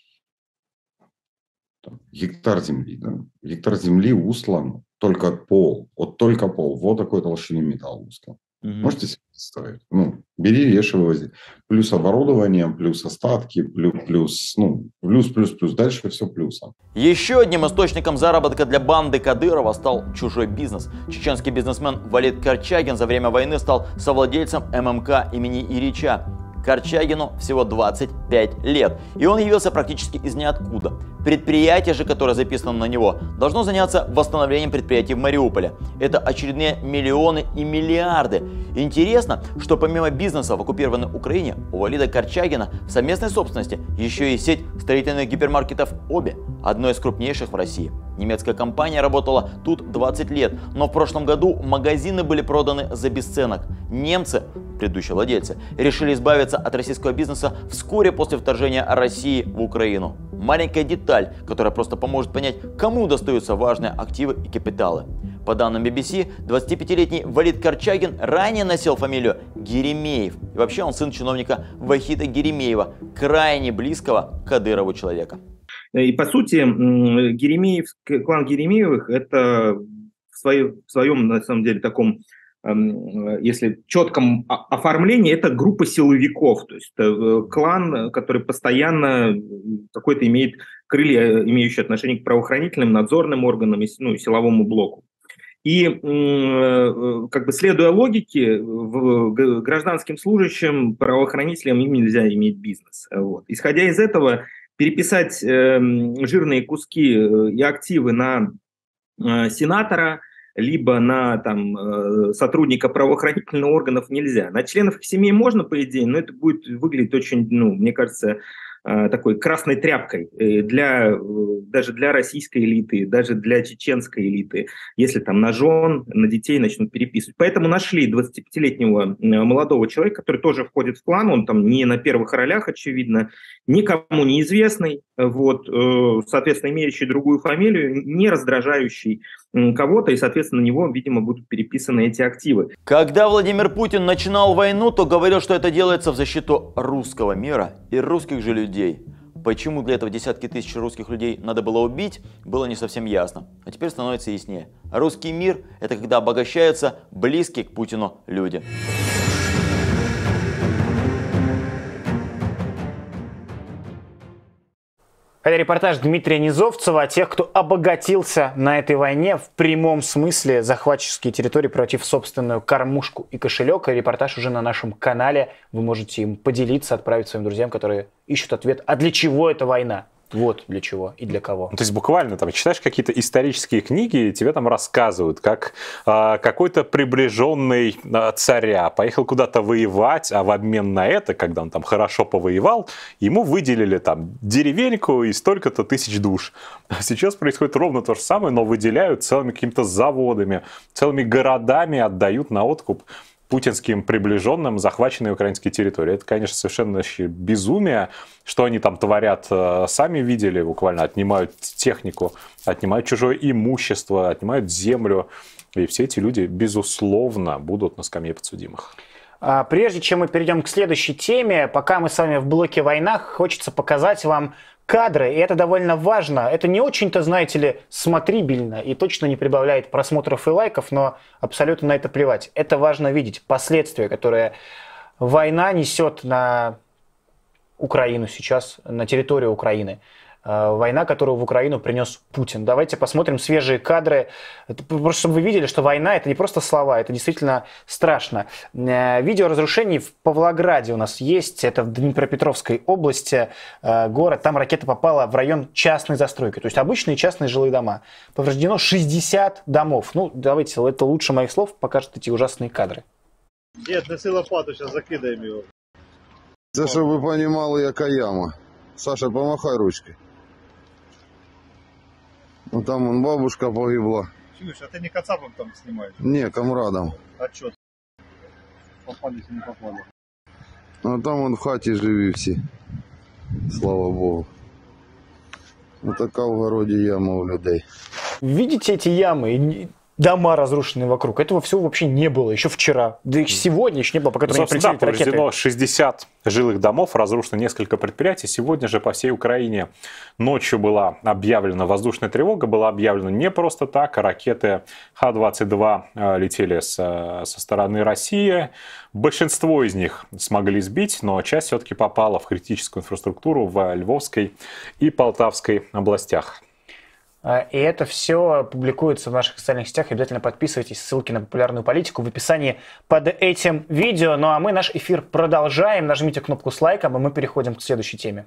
S9: гектар земли, да? Гектар земли услан только пол. Только пол. Вот такой толщины металла услан. Можете себе представить? Бери, режь, вывози. Плюс оборудование, плюс остатки, плюс. Дальше все плюсом.
S5: Еще одним источником заработка для банды Кадырова стал чужой бизнес. Чеченский бизнесмен Валид Корчагин за время войны стал совладельцем ММК имени Ильича. Корчагину всего 25 лет, и он явился практически из ниоткуда. Предприятие же, которое записано на него, должно заняться восстановлением предприятий в Мариуполе. Это очередные миллионы и миллиарды. Интересно, что помимо бизнеса в оккупированной Украине, у Валида Корчагина в совместной собственности еще и сеть строительных гипермаркетов «Обе», одной из крупнейших в России. Немецкая компания работала тут 20 лет, но в прошлом году магазины были проданы за бесценок. Немцы, предыдущие владельцы, решили избавиться от российского бизнеса вскоре после вторжения России в Украину. Маленькая деталь, которая просто поможет понять, кому достаются важные активы и капиталы. По данным BBC, 25-летний Валид Корчагин ранее носил фамилию Геремеев. И вообще он сын чиновника Вахида Геремеева, крайне близкого к Кадырову человека.
S7: И по сути, клан Геремеевых — это в своем, на самом деле, таком, если четком оформлении, это группа силовиков. То есть это клан, который постоянно какой-то имеет крылья, имеющие отношение к правоохранительным, надзорным органам и силовому блоку. И как бы следуя логике, гражданским служащим, правоохранителям им нельзя иметь бизнес. Вот. Исходя из этого, переписать жирные куски и активы на сенатора, либо на сотрудника правоохранительных органов нельзя. На членов их семьи можно, по идее, но это будет выглядеть очень, мне кажется, такой красной тряпкой даже для российской элиты, даже для чеченской элиты, если там на жен, на детей начнут переписывать. Поэтому нашли 25-летнего молодого человека, который тоже входит в клан, он там не на первых ролях, очевидно, никому неизвестный, соответственно, имеющий другую фамилию, не раздражающий кого-то, и, соответственно, на него, видимо, будут переписаны эти активы.
S5: Когда Владимир Путин начинал войну, то говорил, что это делается в защиту русского мира и русских же людей. Почему для этого десятки тысяч русских людей надо было убить, было не совсем ясно. А теперь становится яснее. Русский мир – это когда обогащаются близкие к Путину люди.
S1: Это репортаж Дмитрия Низовцева о тех, кто обогатился на этой войне в прямом смысле, захватческие территории превратив в собственную кормушку и кошелек. И репортаж уже на нашем канале. Вы можете им поделиться, отправить своим друзьям, которые ищут ответ, а для чего эта война? Вот для чего и для кого.
S2: То есть буквально там читаешь какие-то исторические книги, и тебе там рассказывают, как какой-то приближенный царя поехал куда-то воевать, а в обмен на это, когда он там хорошо повоевал, ему выделили там деревеньку и столько-то тысяч душ. А сейчас происходит ровно то же самое, но выделяют целыми какими-то заводами, целыми городами отдают на откуп путинским приближенным захваченные украинские территории. Это, конечно, совершенно безумие. Что они там творят, сами видели, буквально отнимают технику, отнимают чужое имущество, отнимают землю. И все эти люди, безусловно, будут на скамье подсудимых.
S1: Прежде чем мы перейдем к следующей теме, пока мы с вами в блоке «Война», хочется показать вам кадры, и это довольно важно. Это не очень-то, знаете ли, смотрибельно и точно не прибавляет просмотров и лайков, но абсолютно на это плевать. Это важно видеть, последствия, которые война несет на Украину сейчас, на территорию Украины. Война, которую в Украину принес Путин. Давайте посмотрим свежие кадры, просто чтобы вы видели, что война — это не просто слова, это действительно страшно. Видео разрушений в Павлограде у нас есть, это в Днепропетровской области, город, там ракета попала в район частной застройки, то есть обычные частные жилые дома. Повреждено 60 домов. Ну, давайте, это лучше моих слов покажет эти ужасные кадры.
S10: Дед, неси лопату, сейчас закидаем его.
S11: Це, щоб ви розуміли, яка яма. Саша, помахай ручкой. Ну там вон бабушка погибла.
S10: Чуешь, а ты не кацапом там снимаешь?
S11: Не, комрадом.
S10: А что? Попались и не попали.
S11: Ну там вон в хаті живі всі. Слава Богу. Вот така в городі яма у людей.
S1: Видите эти ямы? Дома разрушенные вокруг. Этого всего вообще не было еще вчера. Да и сегодня еще не было, пока не прилетели ракеты.
S2: Повреждено 60 жилых домов, разрушено несколько предприятий. Сегодня же по всей Украине ночью была объявлена воздушная тревога. Была объявлена не просто так. Ракеты Х-22 летели со стороны России. Большинство из них смогли сбить, но часть все-таки попала в критическую инфраструктуру в Львовской и Полтавской областях.
S1: И это все публикуется в наших социальных сетях. Обязательно подписывайтесь. Ссылки на популярную политику в описании под этим видео. Ну а мы наш эфир продолжаем. Нажмите кнопку с лайком, и мы переходим к следующей теме.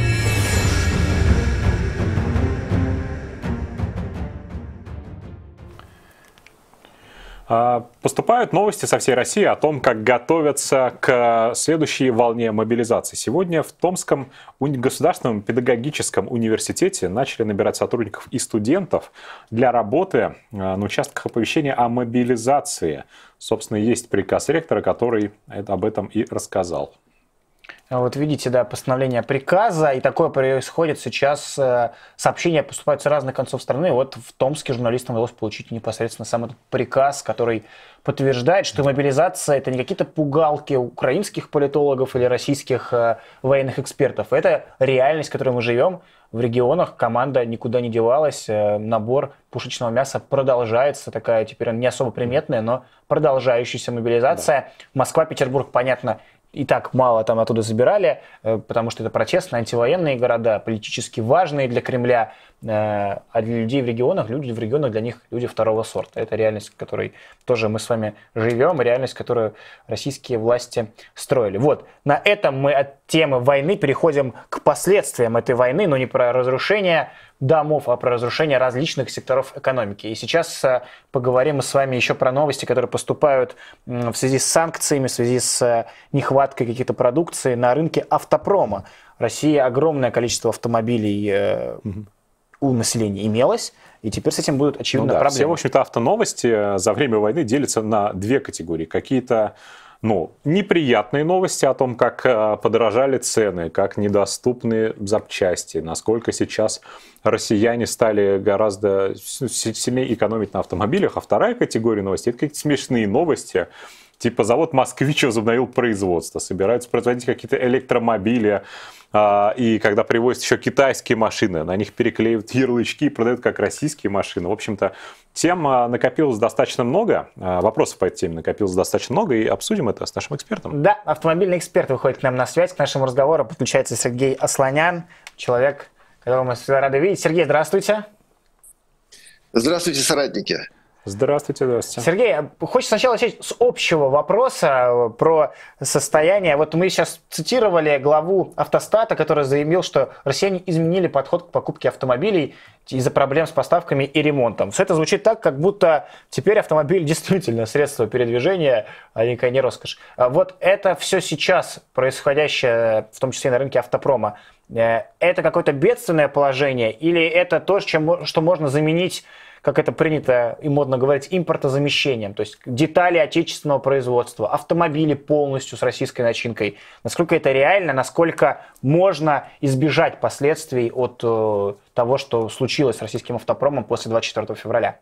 S2: Поступают новости со всей России о том, как готовятся к следующей волне мобилизации. Сегодня в Томском государственном педагогическом университете начали набирать сотрудников и студентов для работы на участках оповещения о мобилизации. Собственно, есть приказ ректора, который об этом и рассказал.
S1: Вот видите, да, постановление приказа, и такое происходит сейчас. Сообщения поступают с разных концов страны. Вот в Томске журналистам удалось получить непосредственно сам этот приказ, который подтверждает, что мобилизация – это не какие-то пугалки украинских политологов или российских военных экспертов. Это реальность, в которой мы живем. В регионах команда никуда не девалась. Набор пушечного мяса продолжается. Такая теперь не особо приметная, но продолжающаяся мобилизация. Да. Москва, Петербург, понятно, и так мало там оттуда забирали, потому что это протестные, антивоенные города, политически важные для Кремля, а для людей в регионах, люди в регионах для них люди второго сорта. Это реальность, в которой тоже мы с вами живем, реальность, которую российские власти строили. Вот, на этом мы от темы войны переходим к последствиям этой войны, но не про разрушение домов, а про разрушение различных секторов экономики. И сейчас поговорим мы с вами еще про новости, которые поступают в связи с санкциями, в связи с нехваткой каких-то продукции на рынке автопрома. В России огромное количество автомобилей у населения имелось, и теперь с этим будут, очевидно, проблемы.
S2: Все, в общем-то, автоновости за время войны делятся на две категории. Какие-то неприятные новости о том, как подорожали цены, как недоступны запчасти, насколько сейчас россияне стали гораздо сильнее экономить на автомобилях. А вторая категория новостей – это какие-то смешные новости. Типа завод «Москвич» возобновил производство, собираются производить какие-то электромобили, и когда привозят еще китайские машины, на них переклеивают ярлычки и продают как российские машины. В общем-то, тем накопилось достаточно много, вопросов по этой теме накопилось достаточно много, и обсудим это с нашим экспертом.
S1: Да, автомобильный эксперт выходит к нам на связь, к нашему разговору подключается Сергей Асланян, человек, которого мы всегда рады видеть. Сергей, здравствуйте.
S12: Здравствуйте, соратники.
S2: Здравствуйте, здравствуйте.
S1: Сергей, хочется сначала начать с общего вопроса про состояние. Вот мы сейчас цитировали главу Автостата, который заявил, что россияне изменили подход к покупке автомобилей из-за проблем с поставками и ремонтом. Все это звучит так, как будто теперь автомобиль действительно средство передвижения, а не роскошь. Вот это все сейчас происходящее, в том числе на рынке автопрома, это какое-то бедственное положение или это то, что можно заменить, как это принято и модно говорить, импортозамещением, то есть детали отечественного производства, автомобили полностью с российской начинкой. Насколько это реально, насколько можно избежать последствий от того, что случилось с российским автопромом после 24 февраля?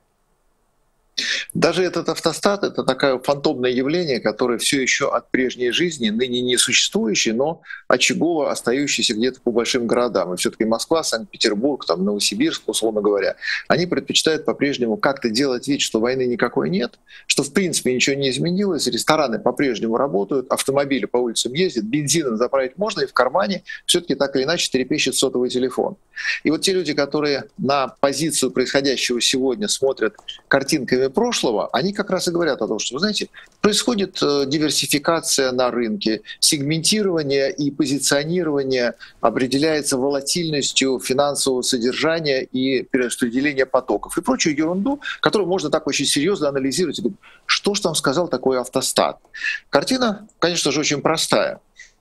S12: Даже этот автостат — это такое фантомное явление, которое все еще от прежней жизни, ныне не существующее, но очагово остающееся где-то по большим городам. И все-таки Москва, Санкт-Петербург, там, Новосибирск, условно говоря, они предпочитают по-прежнему как-то делать вид, что войны никакой нет, что в принципе ничего не изменилось, рестораны по-прежнему работают, автомобили по улицам ездят, бензином заправить можно, и в кармане все-таки так или иначе трепещет сотовый телефон. И вот те люди, которые на позицию происходящего сегодня смотрят картинками прошлого, они как раз и говорят о том, что, вы знаете, происходит диверсификация на рынке, сегментирование и позиционирование определяется волатильностью финансового содержания и перераспределения потоков и прочую ерунду, которую можно так очень серьезно анализировать. Что же там сказал такой автостат? Картина, конечно же, очень простая.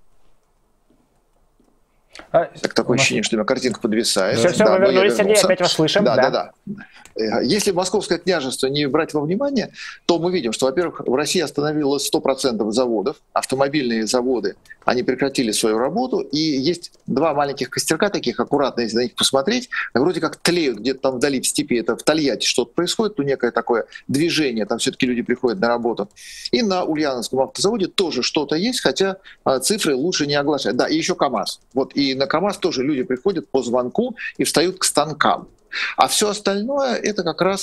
S12: Так, такое ощущение, что у меня картинка подвисает.
S1: Все, мы вернулись, Сергей, опять вас слышим.
S12: Да. Если Московское княжество не брать во внимание, то мы видим, что, во-первых, в России остановилось 100% заводов, автомобильные заводы, они прекратили свою работу, и есть два маленьких костерка таких, аккуратно, если на них посмотреть, вроде как тлеют где-то там вдали в степи, это в Тольятти что-то происходит, то некое такое движение, там все-таки люди приходят на работу. И на Ульяновском автозаводе тоже что-то есть, хотя цифры лучше не оглашать. Да, и еще КАМАЗ. Вот, и на КАМАЗ тоже люди приходят по звонку и встают к станкам. А все остальное — это как раз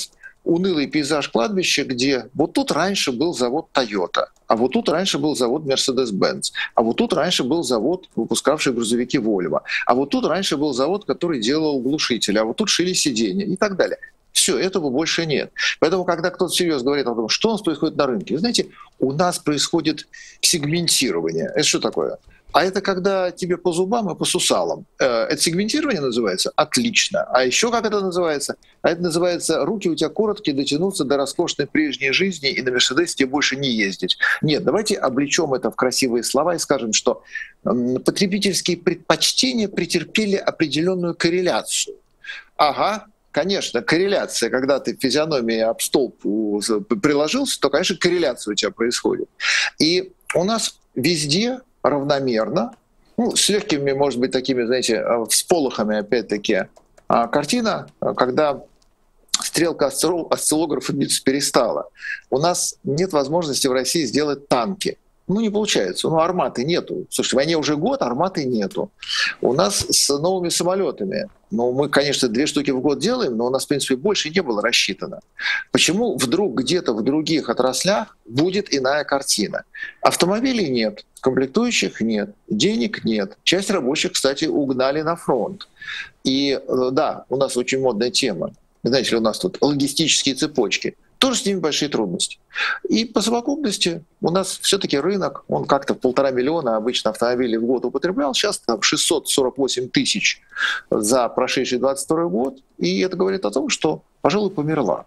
S12: унылый пейзаж кладбища, где вот тут раньше был завод Toyota, а вот тут раньше был завод Mercedes-Benz, а вот тут раньше был завод, выпускавший грузовики Volvo, а вот тут раньше был завод, который делал глушители, а вот тут шили сиденья и так далее. Все, этого больше нет. Поэтому, когда кто-то серьезно говорит о том, что у нас происходит на рынке, вы знаете, у нас происходит сегментирование. Это что такое? А это когда тебе по зубам и по сусалам. Это сегментирование называется? Отлично. А еще как это называется? А это называется «руки у тебя короткие, дотянуться до роскошной прежней жизни и на Мерседесе тебе больше не ездить». Нет, давайте облечем это в красивые слова и скажем, что потребительские предпочтения претерпели определенную корреляцию. Ага, конечно, корреляция, когда ты в физиономии об столб приложился, то, конечно, корреляция у тебя происходит. И у нас везде равномерно, с легкими, может быть, такими, знаете, всполохами, опять-таки, картина, когда стрелка осциллографа биться перестала. У нас нет возможности в России сделать танки. Не получается. Арматы нету. Слушайте, в войне уже год, арматы нету. У нас с новыми самолетами. Мы, конечно, 2 штуки в год делаем, но у нас, в принципе, больше не было рассчитано. Почему вдруг где-то в других отраслях будет иная картина? Автомобилей нет, комплектующих нет, денег нет. Часть рабочих, кстати, угнали на фронт. И да, у нас очень модная тема. Знаете ли, у нас тут логистические цепочки. Тоже с ними большие трудности. И по совокупности у нас все-таки рынок, он как-то в 1,5 миллиона обычно автомобилей в год употреблял, сейчас там 648 тысяч за прошедший 22 год. И это говорит о том, что, пожалуй, померла.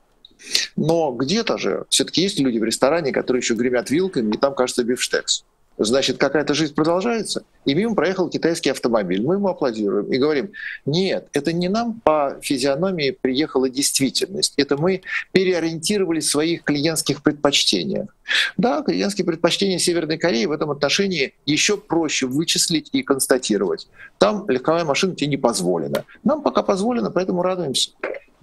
S12: Но где-то же все-таки есть люди в ресторане, которые еще гремят вилками, и там, кажется, бифштекс. Значит, какая-то жизнь продолжается, и мимо проехал китайский автомобиль. Мы ему аплодируем и говорим, нет, это не нам по физиономии приехала действительность, это мы переориентировались в своих клиентских предпочтениях. Да, клиентские предпочтения Северной Кореи в этом отношении еще проще вычислить и констатировать. Там легковая машина тебе не позволена. Нам пока позволено, поэтому радуемся.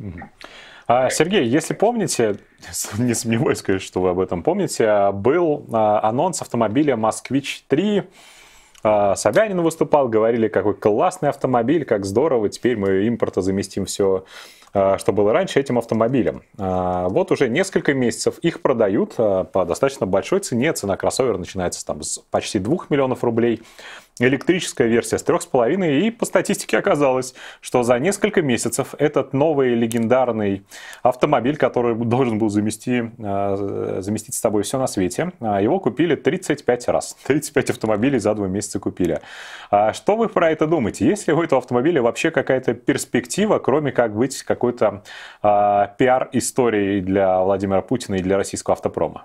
S2: Сергей, если помните, не сомневаюсь, конечно, что вы об этом помните, был анонс автомобиля «Москвич-3». Собянин выступал, говорили, какой классный автомобиль, как здорово, теперь мы импортозаместим все, что было раньше, этим автомобилем. Вот уже несколько месяцев их продают по достаточно большой цене. Цена кроссовера начинается там с почти 2 миллионов рублей. Электрическая версия с 3,5. И по статистике оказалось, что за несколько месяцев этот новый легендарный автомобиль, который должен был заместить с собой все на свете, его купили 35 раз. 35 автомобилей за 2 месяца купили. Что вы про это думаете? Есть ли у этого автомобиля вообще какая-то перспектива, кроме как быть какой-то пиар-историей для Владимира Путина и для российского автопрома?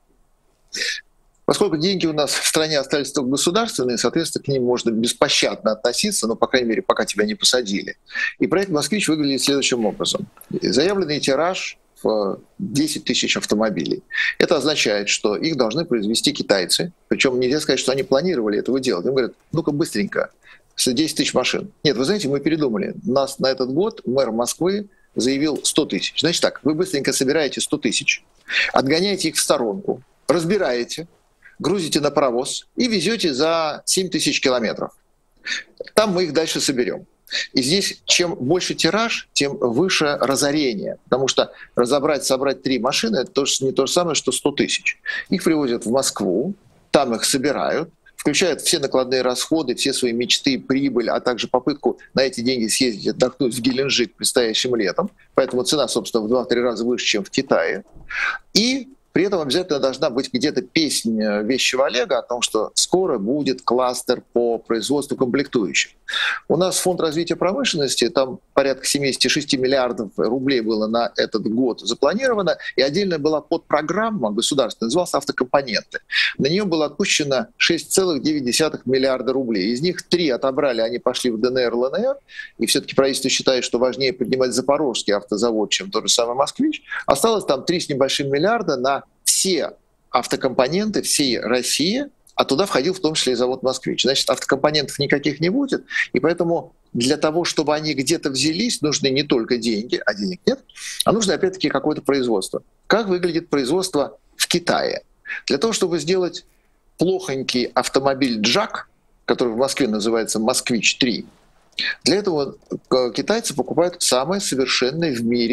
S12: Поскольку деньги у нас в стране остались только государственные, соответственно, к ним можно беспощадно относиться, по крайней мере, пока тебя не посадили. И проект «Москвич» выглядит следующим образом. Заявленный тираж в 10 тысяч автомобилей. Это означает, что их должны произвести китайцы. Причем нельзя сказать, что они планировали этого делать. Им говорят, ну-ка быстренько, 10 тысяч машин. Нет, вы знаете, мы передумали. Нас на этот год мэр Москвы заявил 100 тысяч. Значит так, вы быстренько собираете 100 тысяч, отгоняете их в сторонку, разбираете, грузите на паровоз и везете за 7 тысяч километров. Там мы их дальше соберем. И здесь чем больше тираж, тем выше разорение. Потому что собрать 3 машины – это не то же самое, что 100 тысяч. Их привозят в Москву, там их собирают, включают все накладные расходы, все свои мечты, прибыль, а также попытку на эти деньги съездить, отдохнуть в Геленджик предстоящим летом. Поэтому цена, собственно, в 2-3 раза выше, чем в Китае. И при этом обязательно должна быть где-то песнь вещего Олега о том, что скоро будет кластер по производству комплектующих. У нас фонд развития промышленности, там порядка 76 миллиардов рублей было на этот год запланировано, и отдельно была подпрограмма государственная, называлась «Автокомпоненты». На нее было отпущено 6,9 миллиарда рублей. Из них 3 отобрали, они пошли в ДНР, ЛНР, и все-таки правительство считает, что важнее поднимать Запорожский автозавод, чем тот же самый «Москвич». Осталось там 3 с небольшим миллиарда на все автокомпоненты всей России, а туда входил в том числе и завод «Москвич». Значит, автокомпонентов никаких не будет, и поэтому для того, чтобы они где-то взялись, нужны не только деньги, а денег нет, а нужно опять-таки какое-то производство. Как выглядит производство в Китае? Для того, чтобы сделать плохонький автомобиль «Джак», который в Москве называется «Москвич-3», для этого китайцы покупают самое совершенное в мире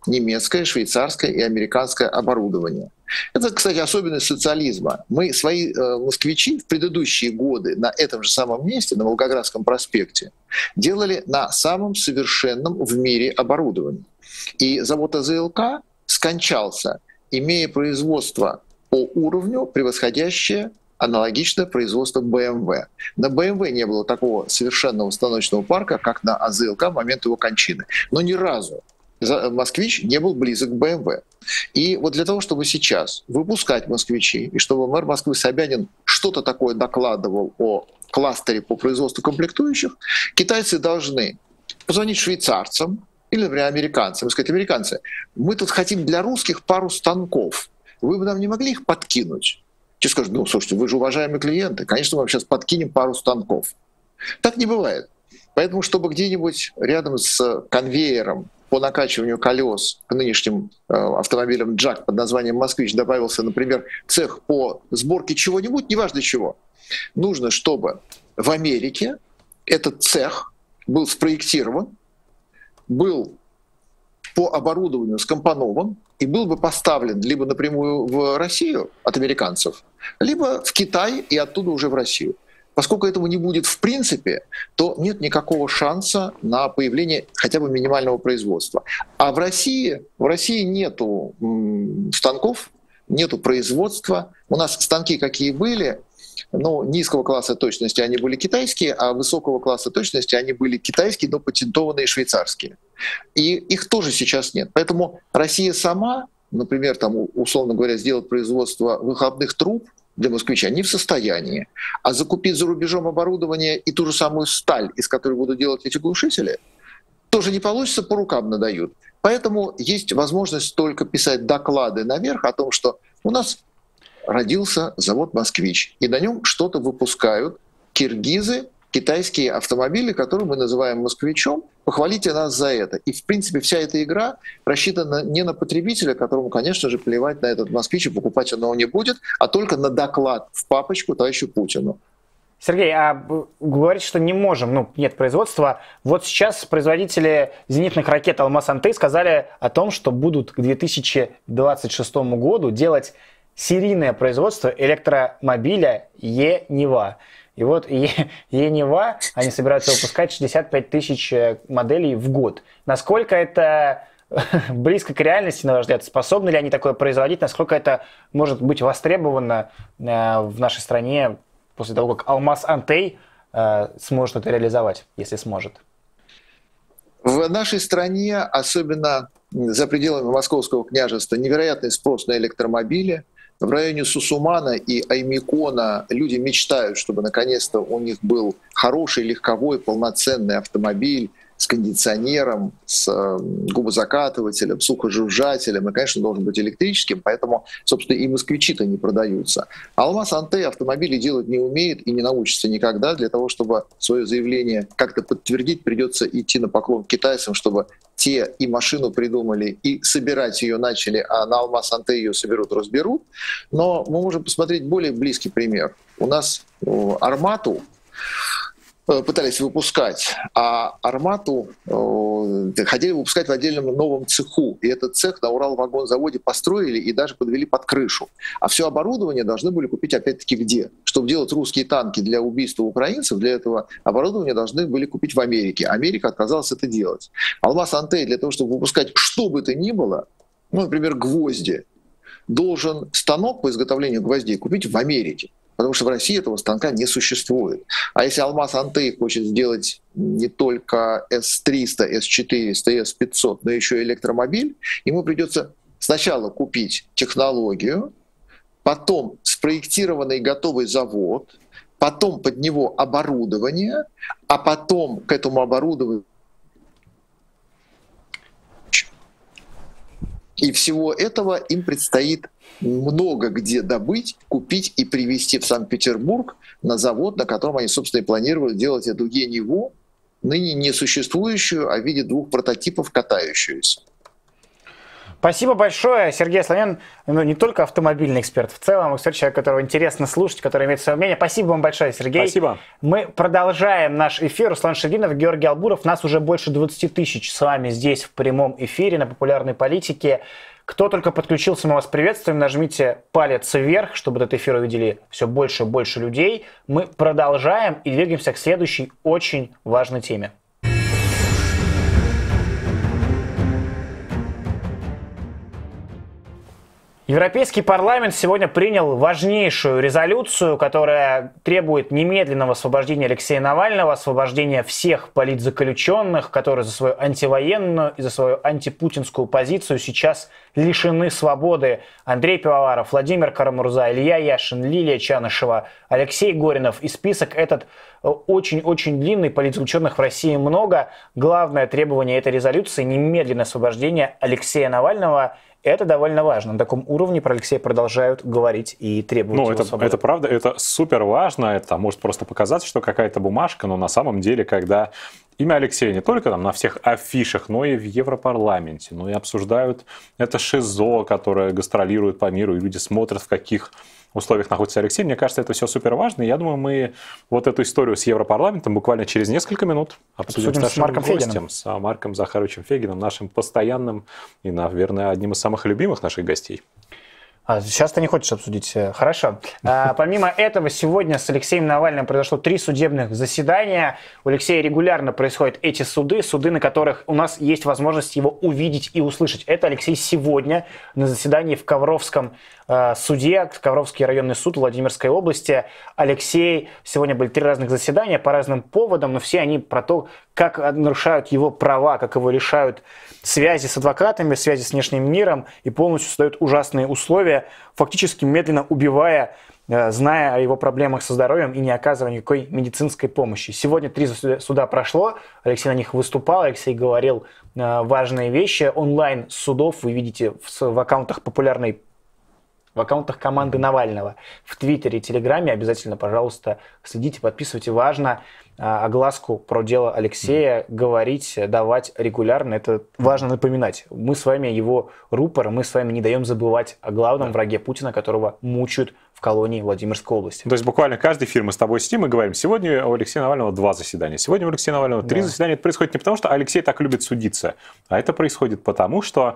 S12: немецкое, швейцарское и американское оборудование. Это, кстати, особенность социализма. Мы свои москвичи в предыдущие годы на этом же самом месте, на Волгоградском проспекте, делали на самом совершенном в мире оборудовании. И завод АЗЛК скончался, имея производство по уровню, превосходящее аналогичное производство BMW. На BMW не было такого совершенного станочного парка, как на АЗЛК в момент его кончины. Но ни разу «Москвич» не был близок к BMW. И вот для того, чтобы сейчас выпускать «Москвичи», и чтобы мэр Москвы Собянин что-то такое докладывал о кластере по производству комплектующих, китайцы должны позвонить швейцарцам или, например, американцам и сказать: американцы, мы тут хотим для русских пару станков, вы бы нам не могли их подкинуть? Те скажут: ну, слушайте, вы же уважаемые клиенты, конечно, мы вам сейчас подкинем пару станков. Так не бывает. Поэтому, чтобы где-нибудь рядом с конвейером по накачиванию колес к нынешним автомобилям «Джак» под названием «Москвич» добавился, например, цех по сборке чего-нибудь, неважно чего, нужно, чтобы в Америке этот цех был спроектирован, был по оборудованию скомпонован и был бы поставлен либо напрямую в Россию от американцев, либо в Китай и оттуда уже в Россию. Поскольку этого не будет в принципе, то нет никакого шанса на появление хотя бы минимального производства. А в России нету станков, нету производства. У нас станки какие были, но низкого класса точности они были китайские, а высокого класса точности они были китайские, но патентованные швейцарские. И их тоже сейчас нет. Поэтому Россия сама, например, там, условно говоря, сделать производство выхлопных труб для «Москвича» не в состоянии. А закупить за рубежом оборудование и ту же самую сталь, из которой будут делать эти глушители, тоже не получится, по рукам надают. Поэтому есть возможность только писать доклады наверх о том, что у нас родился завод «Москвич», и на нем что-то выпускают киргизы, китайские автомобили, которые мы называем «Москвичом». Похвалите нас за это. И, в принципе, вся эта игра рассчитана не на потребителя, которому, конечно же, плевать на этот «Москвич», и покупать он его не будет, а только на доклад в папочку товарищу Путину.
S1: Сергей, а говорите, что не можем, нет производства. Вот сейчас производители зенитных ракет «Алмаз-Антей» сказали о том, что будут к 2026 году делать серийное производство электромобиля Е-Нева. И вот Е-Нева, они собираются выпускать 65 тысяч моделей в год. Насколько это близко к реальности, на ваш взгляд? Способны ли они такое производить? Насколько это может быть востребовано в нашей стране после того, как «Алмаз-Антей» сможет это реализовать, если сможет?
S12: В нашей стране, особенно за пределами Московского княжества, невероятный спрос на электромобили. В районе Сусумана и Аймикона люди мечтают, чтобы наконец-то у них был хороший, легковой, полноценный автомобиль с кондиционером, с губозакатывателем, сухожужжателем, и, конечно, должен быть электрическим, поэтому, собственно, и москвичи-то не продаются. «Алмаз-Антей» автомобили делать не умеет и не научится никогда. Для того, чтобы свое заявление как-то подтвердить, придется идти на поклон к китайцам, чтобы те и машину придумали, и собирать ее начали, а на «Алмаз-Антей» ее соберут, разберут. Но мы можем посмотреть более близкий пример. У нас «Армату» пытались выпускать, а «Армату» хотели выпускать в отдельном новом цеху. И этот цех на Уралвагонзаводе построили и даже подвели под крышу. А все оборудование должны были купить опять-таки где? Чтобы делать русские танки для убийства украинцев, для этого оборудование должны были купить в Америке. Америка отказалась это делать. «Алмаз-Антей» для того, чтобы выпускать что бы то ни было, например, гвозди, должен станок по изготовлению гвоздей купить в Америке. Потому что в России этого станка не существует. А если «Алмаз-Антей» хочет сделать не только С-300, С-400 и С-500, но еще и электромобиль, ему придется сначала купить технологию, потом спроектированный готовый завод, потом под него оборудование, а потом к этому оборудованию. И всего этого им предстоит много где добыть, купить и привезти в Санкт-Петербург на завод, на котором они, собственно, и планировали делать эту Е-Неву, ныне не существующую, а в виде двух прототипов катающуюся.
S1: Спасибо большое, Сергей Слонян, не только автомобильный эксперт, в целом эксперт, человек, которого интересно слушать, который имеет свое мнение. Спасибо вам большое, Сергей.
S2: Спасибо.
S1: Мы продолжаем наш эфир. Руслан Шагинов, Георгий Албуров. Нас уже больше 20 тысяч с вами здесь в прямом эфире на Популярной политике. Кто только подключился, мы вас приветствуем. Нажмите палец вверх, чтобы этот эфир увидели все больше и больше людей. Мы продолжаем и двигаемся к следующей очень важной теме. Европейский парламент сегодня принял важнейшую резолюцию, которая требует немедленного освобождения Алексея Навального, освобождения всех политзаключенных, которые за свою антивоенную и за свою антипутинскую позицию сейчас лишены свободы. Андрей Пивоваров, Владимир Карамурза, Илья Яшин, Лилия Чанышева, Алексей Горинов. И список этот очень-очень длинный, политзаключенных в России много. Главное требование этой резолюции – немедленное освобождение Алексея Навального. Это довольно важно. На таком уровне про Алексея продолжают говорить и требовать его свободы.
S2: Это правда, это супер важно. Это может просто показаться, что какая-то бумажка, но на самом деле, когда имя Алексея не только там на всех афишах, но и в Европарламенте, но и обсуждают это ШИЗО, которое гастролирует по миру, и люди смотрят, в каких условиях находится Алексей. Мне кажется, это все супер важно. И я думаю, мы вот эту историю с Европарламентом буквально через несколько минут обсудим с Марком Фегиным. С Марком Захаровичем Фегиным, нашим постоянным и, наверное, одним из самых любимых наших гостей.
S1: Сейчас ты не хочешь обсудить. Хорошо. Помимо этого, сегодня с Алексеем Навальным произошло 3 судебных заседания. У Алексея регулярно происходят эти суды, на которых у нас есть возможность его увидеть и услышать. Это Алексей сегодня на заседании в Ковровском суде, Ковровский районный суд Владимирской области. Алексей, сегодня были 3 разных заседания по разным поводам, но все они про то, как нарушают его права, как его лишают связи с адвокатами, связи с внешним миром и полностью создают ужасные условия, фактически медленно убивая, зная о его проблемах со здоровьем и не оказывая никакой медицинской помощи. Сегодня 3 суда прошло, Алексей на них выступал, Алексей говорил важные вещи. Онлайн судов вы видите в аккаунтах популярной, в аккаунтах команды Навального в Твиттере и Телеграме. Обязательно, пожалуйста, следите, подписывайте. Важно огласку про дело Алексея говорить, давать регулярно. Это важно напоминать. Мы с вами его рупор, мы с вами не даем забывать о главном враге Путина, которого мучают в колонии Владимирской области.
S2: То есть буквально каждый эфир мы с тобой сидим и говорим, сегодня у Алексея Навального 2 заседания, сегодня у Алексея Навального 3 заседания. Это происходит не потому, что Алексей так любит судиться, а это происходит потому, что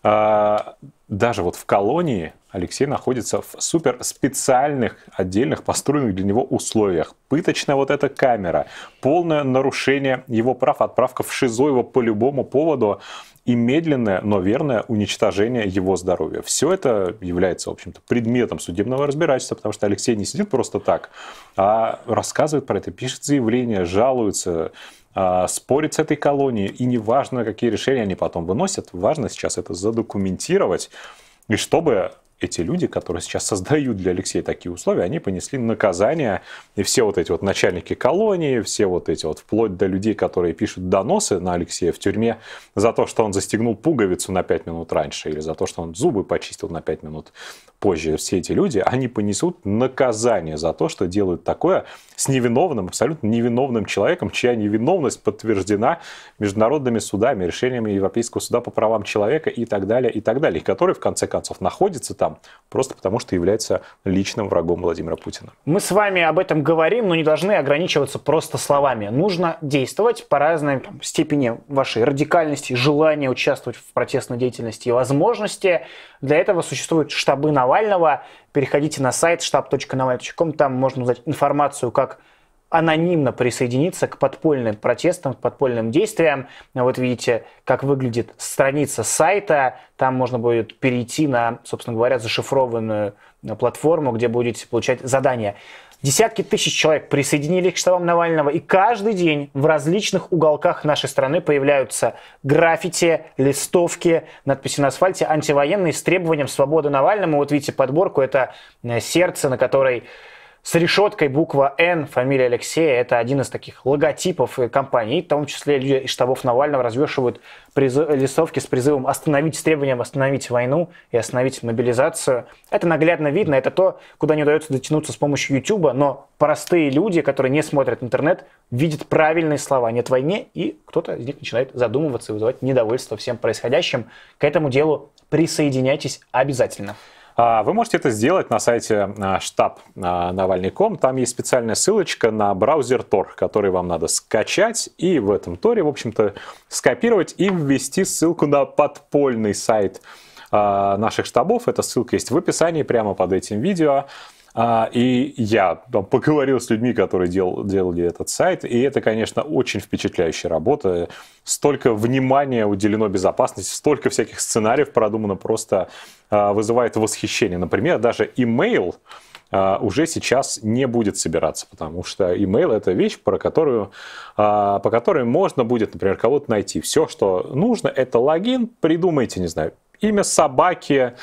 S2: даже вот в колонии Алексей находится в супер специальных, отдельных, построенных для него условиях. Пыточная вот эта камера, полное нарушение его прав, отправка в ШИЗО его по любому поводу и медленное, но верное уничтожение его здоровья. Все это является, в общем-то, предметом судебного разбирательства, потому что Алексей не сидит просто так, а рассказывает про это, пишет заявления, жалуется, спорит с этой колонией, и неважно, какие решения они потом выносят, важно сейчас это задокументировать, и чтобы эти люди, которые сейчас создают для Алексея такие условия, они понесли наказание, и все вот эти вот начальники колонии, все вот эти вот, вплоть до людей, которые пишут доносы на Алексея в тюрьме за то, что он застегнул пуговицу на 5 минут раньше, или за то, что он зубы почистил на 5 минут позже, все эти люди, они понесут наказание за то, что делают такое с невиновным, абсолютно невиновным человеком, чья невиновность подтверждена международными судами, решениями Европейского суда по правам человека и так далее, и который, в конце концов, находится там просто потому, что является личным врагом Владимира Путина.
S1: Мы с вами об этом говорим, но не должны ограничиваться просто словами. Нужно действовать по разной степени вашей радикальности, желания участвовать в протестной деятельности и возможности. Для этого существуют штабы Навального. Переходите на сайт штаб.навальный.ком, там можно узнать информацию, как анонимно присоединиться к подпольным протестам, к подпольным действиям. Вот видите, как выглядит страница сайта. Там можно будет перейти на, собственно говоря, зашифрованную платформу, где будете получать задания. Десятки тысяч человек присоединились к штабам Навального, и каждый день в различных уголках нашей страны появляются граффити, листовки, надписи на асфальте, антивоенные с требованием свободы Навальному. Вот видите подборку, это сердце, на которой с решеткой буква «Н», фамилия Алексея. Это один из таких логотипов компании. В том числе люди из штабов Навального развешивают листовки с призывом остановить, с требованием остановить войну и остановить мобилизацию. Это наглядно видно. Это то, куда не удается дотянуться с помощью YouTube. Но простые люди, которые не смотрят интернет, видят правильные слова «нет войне», и кто-то из них начинает задумываться и вызывать недовольство всем происходящим. К этому делу присоединяйтесь обязательно.
S2: Вы можете это сделать на сайте штаб Навальный.ком. Там есть специальная ссылочка на браузер Tor, который вам надо скачать и в этом Торе, в общем-то, скопировать и ввести ссылку на подпольный сайт наших штабов. Эта ссылка есть в описании прямо под этим видео. И я поговорил с людьми, которые делали этот сайт, и это, конечно, очень впечатляющая работа. Столько внимания уделено безопасности, столько всяких сценариев продумано, просто вызывает восхищение. Например, даже имейл уже сейчас не будет собираться, потому что имейл — это вещь, по которой можно будет, например, кого-то найти. Все, что нужно, это логин, придумайте, не знаю, имя собаки,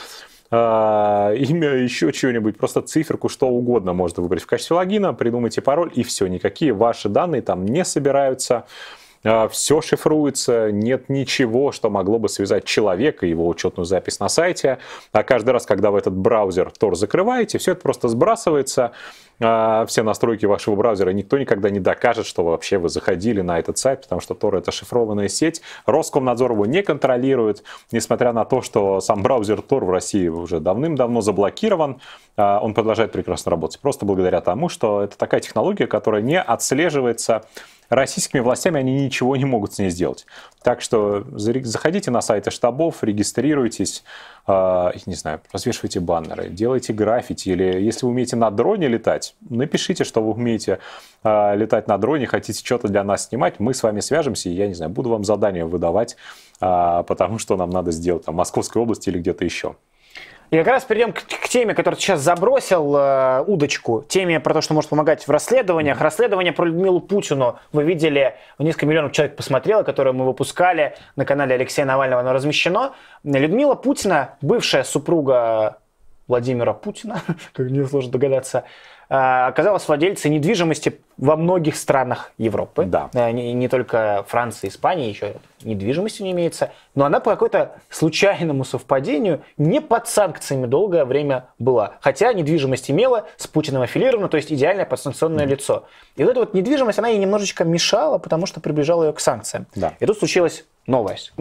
S2: имя еще чего-нибудь, просто циферку, что угодно можно выбрать в качестве логина, придумайте пароль, и все, никакие ваши данные там не собираются, все шифруется, нет ничего, что могло бы связать человека и его учетную запись на сайте, а каждый раз, когда вы этот браузер Tor закрываете, все это просто сбрасывается, все настройки вашего браузера, никто никогда не докажет, что вообще вы заходили на этот сайт, потому что Tor — это шифрованная сеть, Роскомнадзор его не контролирует, несмотря на то, что сам браузер Tor в России уже давным-давно заблокирован, он продолжает прекрасно работать, просто благодаря тому, что это такая технология, которая не отслеживается российскими властями, они ничего не могут с ней сделать. Так что заходите на сайты штабов, регистрируйтесь, не знаю, развешивайте баннеры, делайте граффити, или если вы умеете на дроне летать, напишите, что вы умеете летать на дроне, хотите что-то для нас снимать, мы с вами свяжемся, и я, не знаю, буду вам задания выдавать, потому что нам надо сделать там, в Московской области или где-то еще.
S1: И как раз перейдем к теме, которую ты сейчас забросил, удочку, теме про то, что может помогать в расследованиях. Расследование про Людмилу Путину вы видели, несколько миллионов человек посмотрело, которое мы выпускали на канале Алексея Навального, оно размещено. Людмила Путина, бывшая супруга Владимира Путина, как несложно догадаться, оказалась владельцей недвижимости во многих странах Европы.
S2: Да.
S1: Не только Франции, Испании, еще недвижимости не имеется. Но она по какой-то случайному совпадению не под санкциями долгое время была. Хотя недвижимость имела, с Путиным аффилирована, то есть идеальное подсанкционное лицо. И вот эта вот недвижимость, она ей немножечко мешала, потому что приближала ее к санкциям.
S2: Да.
S1: И тут случилась новость.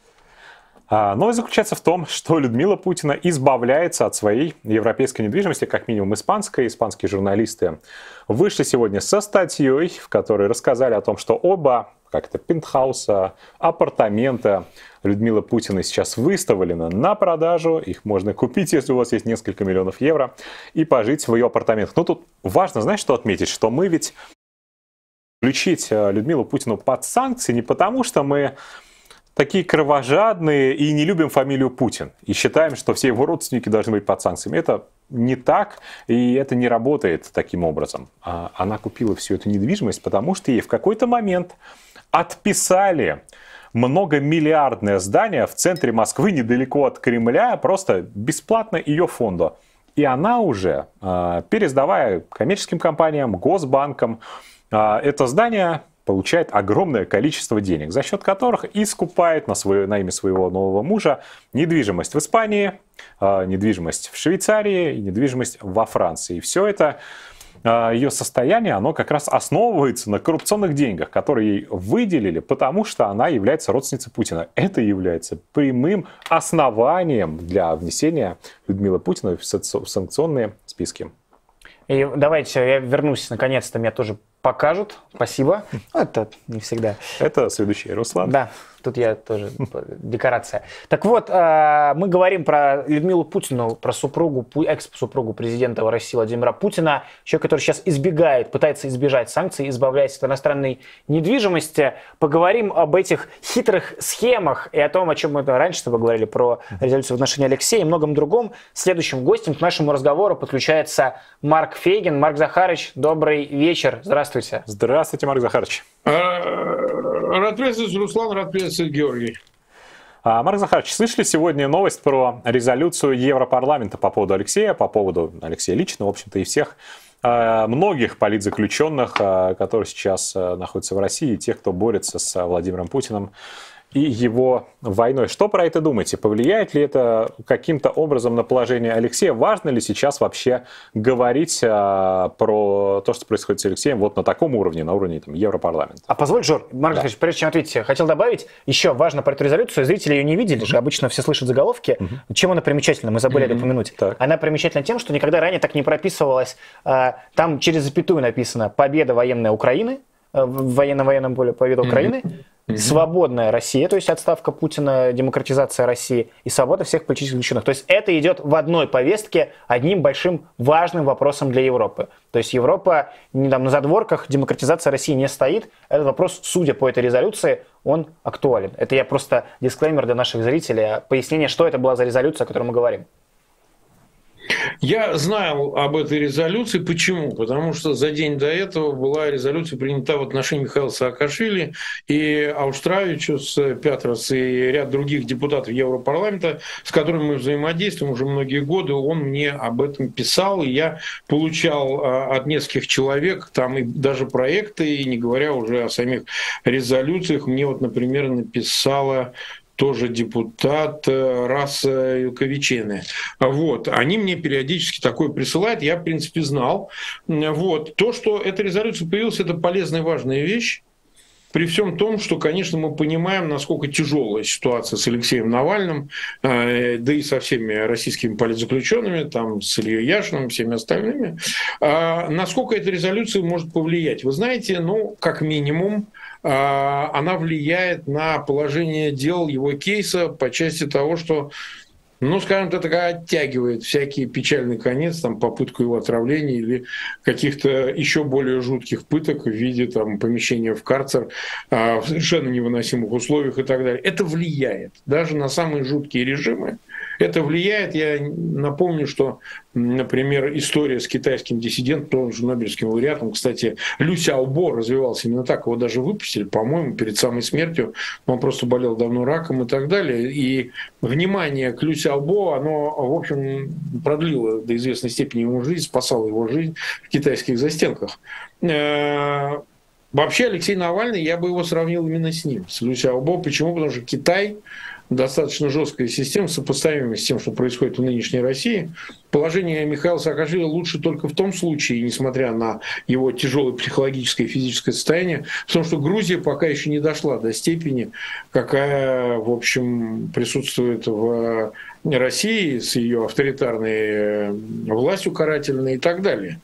S2: Новость заключается в том, что Людмила Путина избавляется от своей европейской недвижимости, как минимум испанской. Испанские журналисты вышли сегодня со статьей, в которой рассказали о том, что оба как-то пентхауса, апартамента Людмилы Путиной сейчас выставлены на продажу. Их можно купить, если у вас есть несколько миллионов евро, и пожить в ее апартаментах. Но тут важно, знаешь, что отметить, что мы ведь включить Людмилу Путину под санкции не потому, что мы такие кровожадные и не любим фамилию Путин. И считаем, что все его родственники должны быть под санкциями. Это не так, и это не работает таким образом. Она купила всю эту недвижимость, потому что ей в какой-то момент отписали многомиллиардное здание в центре Москвы, недалеко от Кремля, просто бесплатно ее фонду. И она уже, пересдавая коммерческим компаниям, госбанкам, это здание получает огромное количество денег, за счет которых и скупает на имя своего нового мужа недвижимость в Испании, недвижимость в Швейцарии и недвижимость во Франции. И все это, ее состояние, оно как раз основывается на коррупционных деньгах, которые ей выделили, потому что она является родственницей Путина. Это является прямым основанием для внесения Людмилы Путиной в санкционные списки.
S1: И давайте я вернусь, наконец-то меня тоже покажут. Спасибо. Это не всегда.
S2: Это следующий Руслан.
S1: Да, тут я тоже декорация. Так вот, мы говорим про Людмилу Путину, про супругу, экс-супругу президента России Владимира Путина, человек, который сейчас пытается избежать санкций, избавляется от иностранной недвижимости. Поговорим об этих хитрых схемах и о том, о чем мы раньше с тобой говорили, про резолюцию в отношении Алексея и многом другом. Следующим гостем к нашему разговору подключается Марк Фейгин. Марк Захарович, добрый вечер. Здравствуйте.
S2: Здравствуйте, Марк Захарович.
S13: Рад приветствовать, Руслан, рад приветствовать, Георгий.
S2: Марк Захарович, слышали сегодня новость про резолюцию Европарламента по поводу Алексея лично, в общем-то, и всех многих политзаключенных, которые сейчас находятся в России, и тех, кто борется с Владимиром Путиным и его войной. Что про это думаете? Повлияет ли это каким-то образом на положение Алексея? Важно ли сейчас вообще говорить про то, что происходит с Алексеем вот на таком уровне, на уровне там, Европарламента?
S1: А позволь, Жор, Марк Алексеевич, прежде чем ответить, хотел добавить, еще важно про эту резолюцию, зрители ее не видели же, обычно все слышат заголовки. Чем она примечательна? Мы забыли это упомянуть. Она примечательна тем, что никогда ранее так не прописывалась, там через запятую написано «Победа военная Украины», в военном поле победа Украины, свободная Россия, то есть отставка Путина, демократизация России и свобода всех политических заключенных. То есть это идет в одной повестке одним большим важным вопросом для Европы. То есть Европа там, на задворках, демократизация России не стоит. Этот вопрос, судя по этой резолюции, он актуален. Это я просто дисклеймер для наших зрителей, пояснение, что это была за резолюция, о которой мы говорим.
S13: Я знал об этой резолюции. Почему? Потому что за день до этого была резолюция принята в отношении Михаила Саакашвили и Аустравичус, Пятрос и ряд других депутатов Европарламента, с которыми мы взаимодействуем уже многие годы. Он мне об этом писал, и я получал от нескольких человек там и даже проекты, и не говоря уже о самих резолюциях. Мне вот, например, написала тоже депутат Раса Юковичены. Вот. Они мне периодически такое присылают, я, в принципе, знал. Вот. То, что эта резолюция появилась, это полезная и важная вещь. При всем том, что, конечно, мы понимаем, насколько тяжелая ситуация с Алексеем Навальным, да и со всеми российскими политзаключенными, там, с Ильей Яшиным, всеми остальными, насколько эта резолюция может повлиять. Вы знаете, ну, как минимум, она влияет на положение дел его кейса по части того, что, ну, скажем, это такая оттягивает всякий печальный конец, там, попытку его отравления или каких-то еще более жутких пыток в виде там, помещения в карцер в совершенно невыносимых условиях и так далее. Это влияет даже на самые жуткие режимы. Это влияет. Я напомню, что, например, история с китайским диссидентом, он же Нобелевским лауреатом, кстати, Лю Сяобо развивался именно так. Его даже выпустили, по-моему, перед самой смертью. Он просто болел давно раком и так далее. И внимание к Лю Сяобо, оно, в общем, продлило до известной степени его жизнь, спасало его жизнь в китайских застенках. Вообще Алексей Навальный, я бы его сравнил именно с ним, с Лю Сяобо. Почему? Потому что Китай достаточно жесткая система, сопоставимая с тем, что происходит в нынешней России. Положение Михаила Саакашвили лучше только в том случае, несмотря на его тяжелое психологическое и физическое состояние, в том, что Грузия пока еще не дошла до степени, какая, в общем, присутствует в России с ее авторитарной властью карательной и так далее.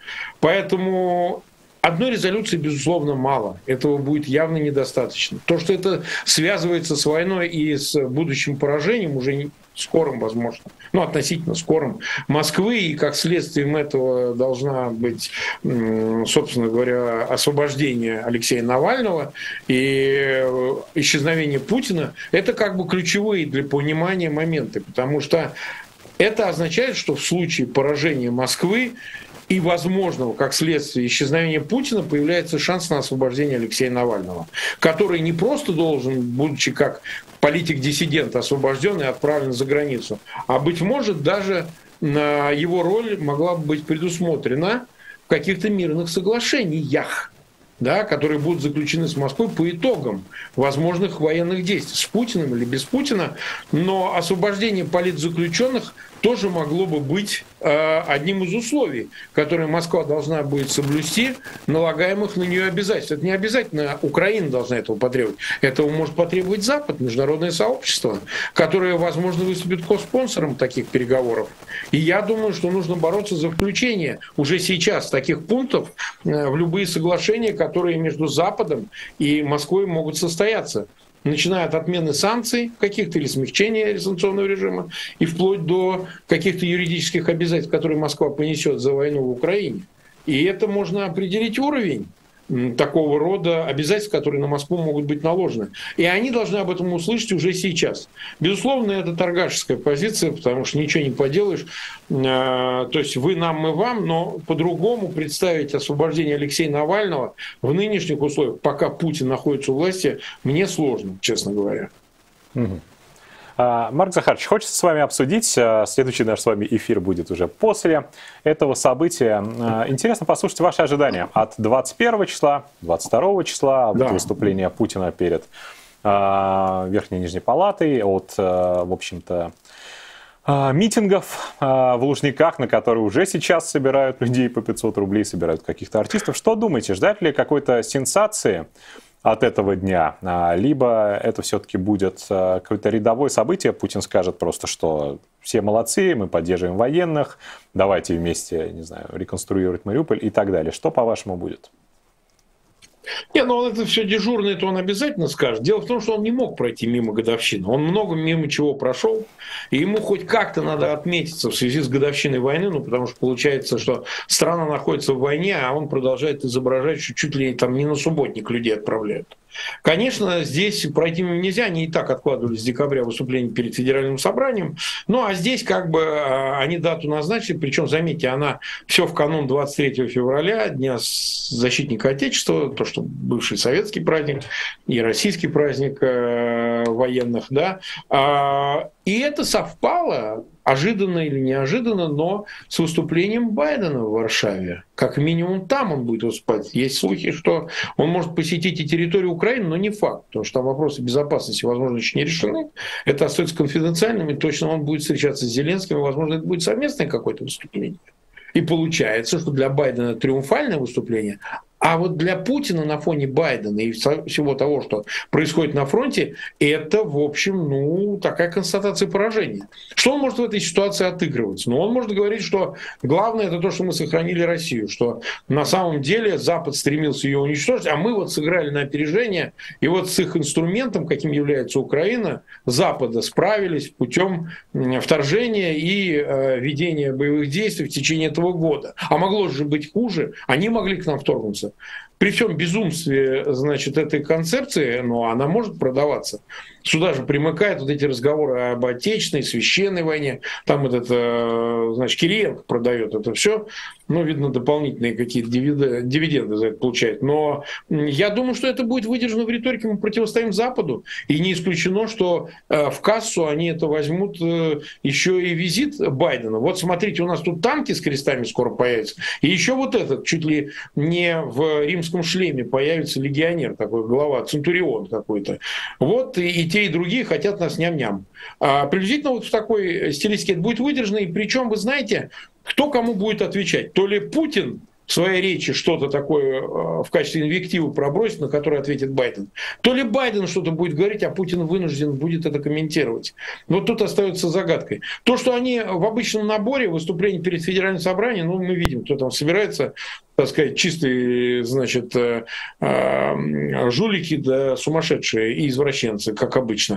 S13: Поэтому одной резолюции, безусловно, мало. Этого будет явно недостаточно. То, что это связывается с войной и с будущим поражением, уже скорым, возможно, ну, относительно скорым, Москвы, и как следствием этого должна быть, собственно говоря, освобождение Алексея Навального и исчезновение Путина, это как бы ключевые для понимания моменты, потому что это означает, что в случае поражения Москвы и возможного, как следствие исчезновения Путина, появляется шанс на освобождение Алексея Навального, который не просто должен, будучи как политик-диссидент, освобожден и отправлен за границу, а, быть может, даже на его роль могла бы быть предусмотрена в каких-то мирных соглашениях, да, которые будут заключены с Москвой по итогам возможных военных действий с Путиным или без Путина, но освобождение политзаключенных тоже могло бы быть одним из условий, которые Москва должна будет соблюсти, налагаемых на нее обязательств. Это не обязательно Украина должна этого потребовать. Этого может потребовать Запад, международное сообщество, которое, возможно, выступит коспонсором таких переговоров. И я думаю, что нужно бороться за включение уже сейчас таких пунктов в любые соглашения, которые между Западом и Москвой могут состояться, начиная от отмены санкций каких-то или смягчения санкционного режима и вплоть до каких-то юридических обязательств, которые Москва понесет за войну в Украине. И это можно определить уровень такого рода обязательств, которые на Москву могут быть наложены. И они должны об этом услышать уже сейчас. Безусловно, это торгашеская позиция, потому что ничего не поделаешь. То есть вы нам, мы вам, но по-другому представить освобождение Алексея Навального в нынешних условиях, пока Путин находится у власти, мне сложно, честно говоря.
S2: Марк Захарович, хочется с вами обсудить, следующий наш с вами эфир будет уже после этого события. Интересно послушать ваши ожидания от 21 числа, 22 числа, от выступления Путина перед Верхней и Нижней палатой, от, в общем-то, митингов в Лужниках, на которые уже сейчас собирают людей по 500 рублей, собирают каких-то артистов. Что думаете, ждать ли какой-то сенсации от этого дня? Либо это все-таки будет какое-то рядовое событие, Путин скажет просто, что все молодцы, мы поддерживаем военных, давайте вместе, не знаю, реконструировать Мариуполь и так далее. Что, по-вашему, будет?
S13: Не, ну он это все дежурное, это он обязательно скажет. Дело в том, что он не мог пройти мимо годовщины. Он много мимо чего прошел, и ему хоть как-то надо отметиться в связи с годовщиной войны, ну потому что получается, что страна находится в войне, а он продолжает изображать, что чуть ли там не на субботник людей отправляют. Конечно, здесь пройти мимо нельзя, они и так откладывали с декабря выступление перед Федеральным собранием, ну а здесь как бы они дату назначили, причем, заметьте, она все в канун 23 февраля, Дня защитника Отечества, то, что бывший советский праздник и российский праздник военных, да, и это совпало, ожиданно или неожиданно, но с выступлением Байдена в Варшаве. Как минимум там он будет выступать. Есть слухи, что он может посетить и территорию Украины, но не факт, потому что там вопросы безопасности, возможно, еще не решены. Это остается конфиденциальным, и точно он будет встречаться с Зеленским, и, возможно, это будет совместное какое-то выступление. И получается, что для Байдена триумфальное выступление, а вот для Путина на фоне Байдена и всего того, что происходит на фронте, это, в общем, ну, такая констатация поражения. Что он может в этой ситуации отыгрывать? Ну, он может говорить, что главное это то, что мы сохранили Россию, что на самом деле Запад стремился ее уничтожить, а мы вот сыграли на опережение, и вот с их инструментом, каким является Украина, Запада справились путем вторжения и ведения боевых действий в течение этого года. А могло же быть хуже, они могли к нам вторгнуться. При всем безумстве, значит, этой концепции, но она может продаваться. Сюда же примыкают вот эти разговоры об отечественной, священной войне. Там этот, значит, Кириенко продает это все. Ну, видно, дополнительные какие-то дивиденды за это получает. Но я думаю, что это будет выдержано в риторике. Мы противостоим Западу. И не исключено, что в кассу они это возьмут еще и визит Байдена. Вот смотрите, у нас тут танки с крестами скоро появятся. И еще вот этот, чуть ли не в римском шлеме появится легионер такой, глава, центурион какой-то. Вот и те, и другие хотят нас ням-ням. Приблизительно вот в такой стилистике это будет выдержано. И причем, вы знаете, кто кому будет отвечать? То ли Путин в своей речи что-то такое в качестве инвективы пробросит, на которое ответит Байден, то ли Байден что-то будет говорить, а Путин вынужден будет это комментировать. Вот тут остается загадкой. То, что они в обычном наборе выступлений перед Федеральным собранием, ну, мы видим, кто там собирается, так сказать, чистые, значит, жулики, да, сумасшедшие и извращенцы, как обычно.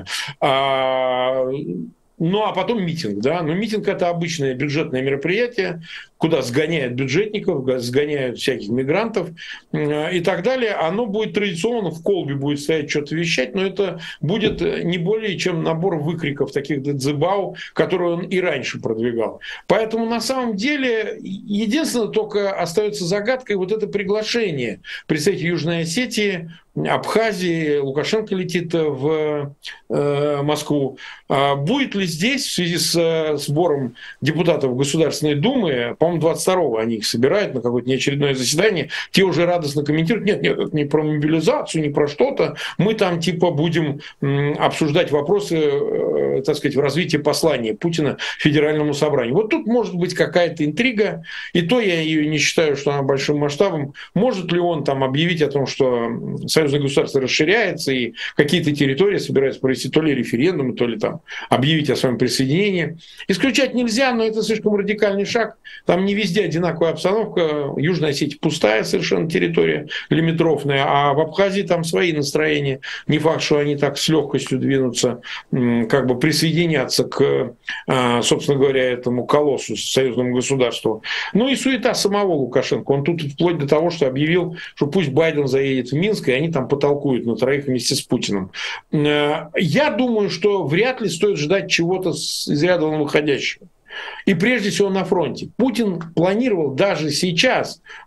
S13: Ну, а потом митинг, да. Но митинг – это обычное бюджетное мероприятие, куда сгоняют бюджетников, сгоняют всяких мигрантов и так далее. Оно будет традиционно, в колбе будет стоять, что-то вещать, но это будет не более чем набор выкриков, таких дзыбау, которые он и раньше продвигал. Поэтому на самом деле единственное только остается загадкой вот это приглашение представителей Южной Осетии, Абхазии. Лукашенко летит в Москву. Будет ли здесь в связи с сбором депутатов Государственной Думы, по-моему, 22-го они их собирают на какое-то неочередное заседание, те уже радостно комментируют, нет, это не про мобилизацию, не про что-то, мы там типа будем обсуждать вопросы, так сказать, в развитии послания Путина Федеральному собранию. Вот тут может быть какая-то интрига, и то я ее не считаю, что она большим масштабом. Может ли он там объявить о том, что союзное государство расширяется и какие-то территории собираются провести то ли референдумы, то ли там объявить о своем присоединении. Исключать нельзя, но это слишком радикальный шаг. Там не везде одинаковая обстановка. Южная Осетия пустая совершенно территория, лимитрофная, а в Абхазии там свои настроения. Не факт, что они так с легкостью двинутся, как бы присоединяться к, собственно говоря, этому колоссу, союзному государству. Ну и суета самого Лукашенко. Он тут вплоть до того, что объявил, что пусть Байден заедет в Минск, и они там потолкуют на троих вместе с Путиным. Я думаю, что вряд ли стоит ждать чего-то из ряда выходящего. И прежде всего на фронте. Путин планировал даже сейчас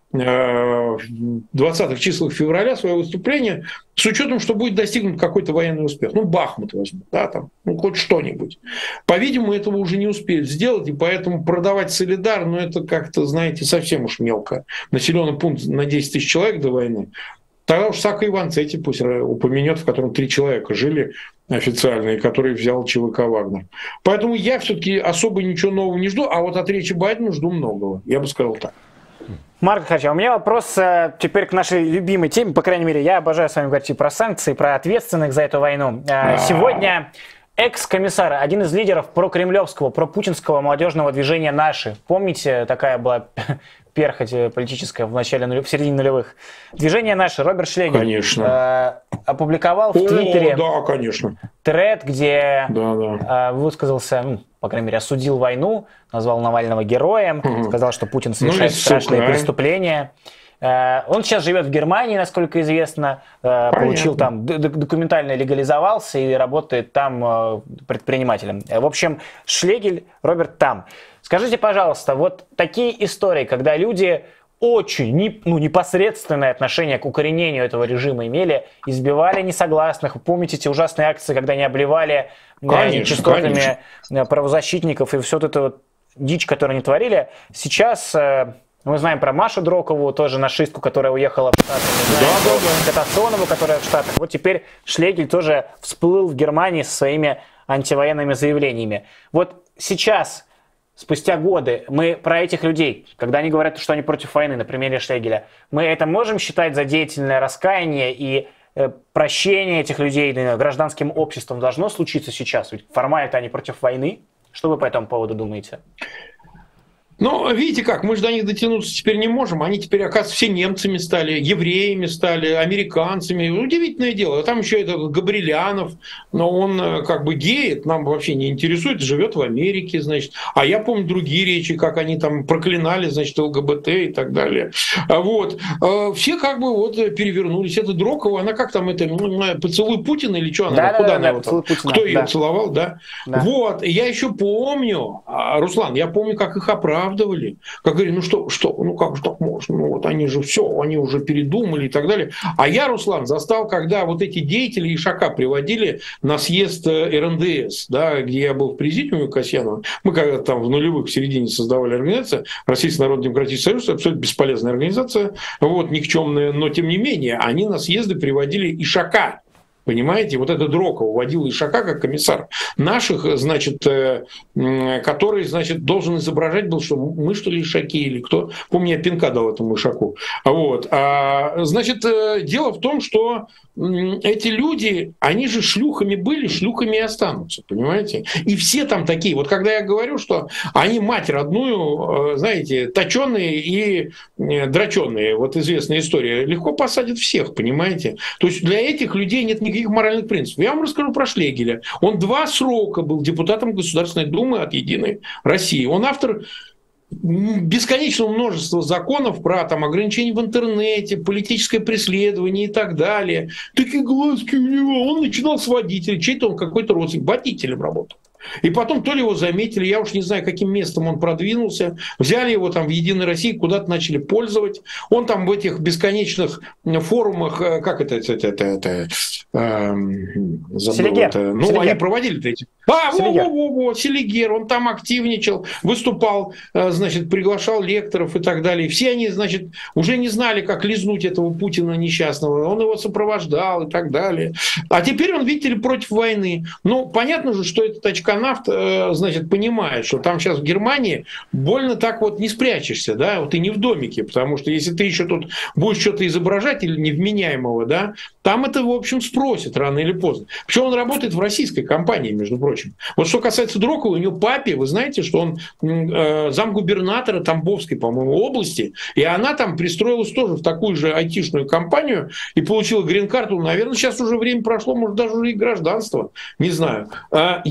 S13: в 20-х числах февраля свое выступление с учетом, что будет достигнут какой-то военный успех. Ну, Бахмут возьмут, да, там, ну, хоть что-нибудь. По-видимому, этого уже не успеют сделать, и поэтому продавать Солидар, ну, это как-то, знаете, совсем уж мелко. Населенный пункт на 10 тысяч человек до войны. Тогда уж Сака Иванцетти пусть упомянет, в котором 3 человека жили официально, и который взял ЧВК «Вагнер». Поэтому я все-таки особо ничего нового не жду, а вот от речи Байдена жду многого. Я бы сказал так.
S1: Марк Михайлович, у меня вопрос теперь к нашей любимой теме, по крайней мере, я обожаю с вами говорить про санкции, про ответственных за эту войну. Сегодня экс-комиссар, один из лидеров прокремлевского, пропутинского молодежного движения «Наши». Помните, такая была перхоть политическая в середине нулевых. Движение «Наши», Роберт Шлегель,
S13: конечно,
S1: опубликовал в Твиттере тред, где высказался, по крайней мере, осудил войну, назвал Навального героем, сказал, что Путин совершает страшные преступления. Он сейчас живет в Германии, насколько известно, получил там, документально легализовался и работает там предпринимателем. В общем, Шлегель, Роберт там. Скажите, пожалуйста, вот такие истории, когда люди очень непосредственное отношение к укоренению этого режима имели, избивали несогласных. Вы помните эти ужасные акции, когда они обливали нечистотами правозащитников и все вот это вот дичь, которую они творили. Сейчас мы знаем про Машу Дрокову, тоже нашистку, которая уехала в Штаты. Мы знаем про Катасонову, которая в Штатах. Вот теперь Шлегель тоже всплыл в Германии со своими антивоенными заявлениями. Вот сейчас, спустя годы, мы про этих людей, когда они говорят, что они против войны, на примере Шлегеля, мы это можем считать за деятельное раскаяние и прощение этих людей гражданским обществом должно случиться сейчас? Ведь формально-то они против войны. Что вы по этому поводу думаете?
S13: Ну, видите как, мы же до них дотянуться теперь не можем. Они теперь, оказывается, все немцами стали, евреями стали, американцами. Удивительное дело. Там еще этот Габрилянов, но он как бы гей, нам вообще не интересует, живет в Америке, значит. А я помню другие речи, как они там проклинали, значит, ЛГБТ и так далее. Вот. Все как бы вот перевернулись. Это Дрокова, она как там это, поцелуй Путина или что она? Куда она его там? Кто ее целовал, да? Вот. И я еще помню, Руслан, я помню, как их оправдывали. Как говорили, ну что, ну как же так можно? Ну вот они же все, они уже передумали и так далее. А я, Руслан, застал, когда вот эти деятели Ишака приводили на съезд РНДС, да, где я был в президиуме Касьянова. Мы когда-то там в нулевых, в середине создавали организацию, Российский Народно-Демократический Союз, абсолютно бесполезная организация, вот, никчемная, но тем не менее, они на съезды приводили Ишака. Понимаете, вот это Дрокова водил Ишака как комиссар наших, значит, который, значит, должен изображать был, что мы, что ли, Ишаки или кто. Помню, я пинка дал этому Ишаку. Вот. Значит, дело в том, что эти люди, они же шлюхами были, шлюхами и останутся, понимаете? И все там такие. Вот когда я говорю, что они мать родную, знаете, точеные и дроченые, вот известная история, легко посадят всех, понимаете? То есть для этих людей нет никаких моральных принципов. Я вам расскажу про Шлегеля. Он 2 срока был депутатом Государственной Думы от «Единой России». Он автор бесконечного множества законов про там, ограничения в интернете, политическое преследование и так далее. Такие глазки у него. Он начинал с водителя, чей-то он какой-то родственник, водителем работал. И потом то ли его заметили, я уж не знаю, каким местом он продвинулся, взяли его там в «Единой России», куда-то начали пользовать. Он там в этих бесконечных форумах, как это забыл это. Ну, Селигер. Они проводили эти. Селигер, он там активничал, выступал, значит, приглашал лекторов и так далее. Все они, значит, уже не знали, как лизнуть этого Путина несчастного. Он его сопровождал и так далее. А теперь он, видите ли, против войны. Ну, понятно же, что этот очканавт, значит, понимает, что там сейчас в Германии больно так вот не спрячешься, да, вот и не в домике, потому что если ты еще тут будешь что-то изображать или невменяемого, да, там это, в общем, спросят рано или поздно. Причем он работает в российской компании, между прочим. Вот что касается Дрокова, у него папе, вы знаете, что он замгубернатора Тамбовской, по-моему, области, и она там пристроилась тоже в такую же айтишную компанию и получила грин-карту. Наверное, сейчас уже время прошло, может, даже уже и гражданство. Не знаю. Я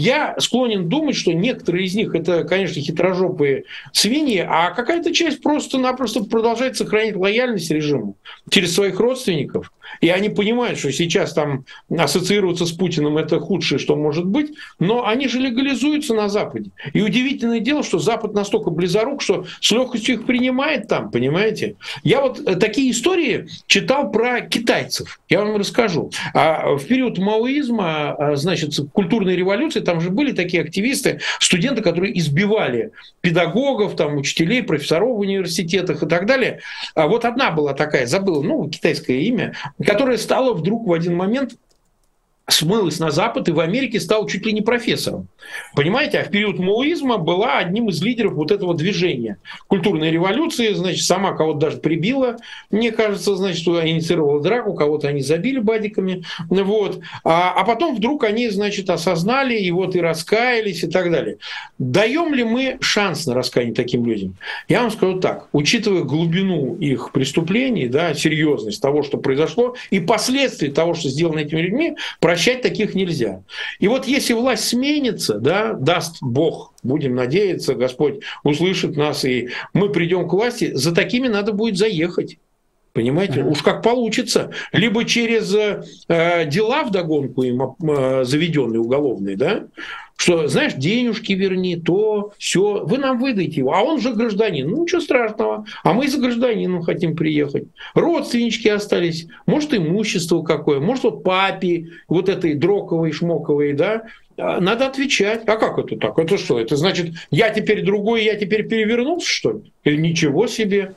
S13: склонен думать, что некоторые из них это, конечно, хитрожопые свиньи, а какая-то часть просто-напросто продолжает сохранять лояльность режиму через своих родственников. И они понимают, что сейчас там ассоциироваться с Путиным это худшее, что может быть, но они же легализуются на Западе. И удивительное дело, что Запад настолько близорук, что с легкостью их принимает там, понимаете? Я вот такие истории читал про китайцев. Я вам расскажу. В период маоизма, значит, культурной революции, там же были такие активисты, студенты, которые избивали педагогов, там, учителей, профессоров в университетах и так далее. Вот одна была такая, забыла, китайское имя, которая стала вдруг в один момент смылась на Запад и в Америке стала чуть ли не профессором. Понимаете? А в период маоизма была одним из лидеров вот этого движения. Культурной революции, значит, сама кого-то даже прибила, мне кажется, значит, инициировала драку, кого-то они забили бадиками. Вот. А потом вдруг они, значит, осознали и вот и раскаялись и так далее. Даем ли мы шанс на раскаяние таким людям? Я вам скажу так. Учитывая глубину их преступлений, да, серьезность того, что произошло, и последствия того, что сделано этими людьми, прощать таких нельзя. И вот если власть сменится, да, даст Бог, будем надеяться, Господь услышит нас, и мы придем к власти, за такими надо будет заехать. Понимаете? Уж как получится. Либо через дела вдогонку им заведенные уголовные, да, что, знаешь, денежки верни, то, все, вы нам выдайте его, а он же гражданин. Ну, ничего страшного, а мы за гражданином хотим приехать. Родственнички остались, может, имущество какое, может, вот папе, вот этой дроковой, шмоковой, да, надо отвечать. А как это так? Это что? Это значит, я теперь другой, я теперь перевернулся, что ли? Или ничего себе?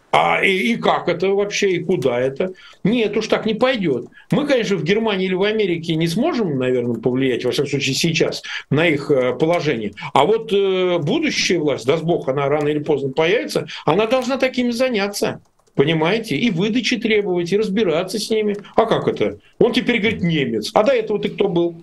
S13: И как это вообще, и куда это? Нет, уж так не пойдет. Мы, конечно, в Германии или в Америке не сможем, наверное, повлиять, во всяком случае, сейчас на их положение. А вот будущая власть, даст Бог, она рано или поздно появится, она должна такими заняться. Понимаете? И выдачи требовать, и разбираться с ними. А как это? Он теперь говорит немец. А до этого ты кто был?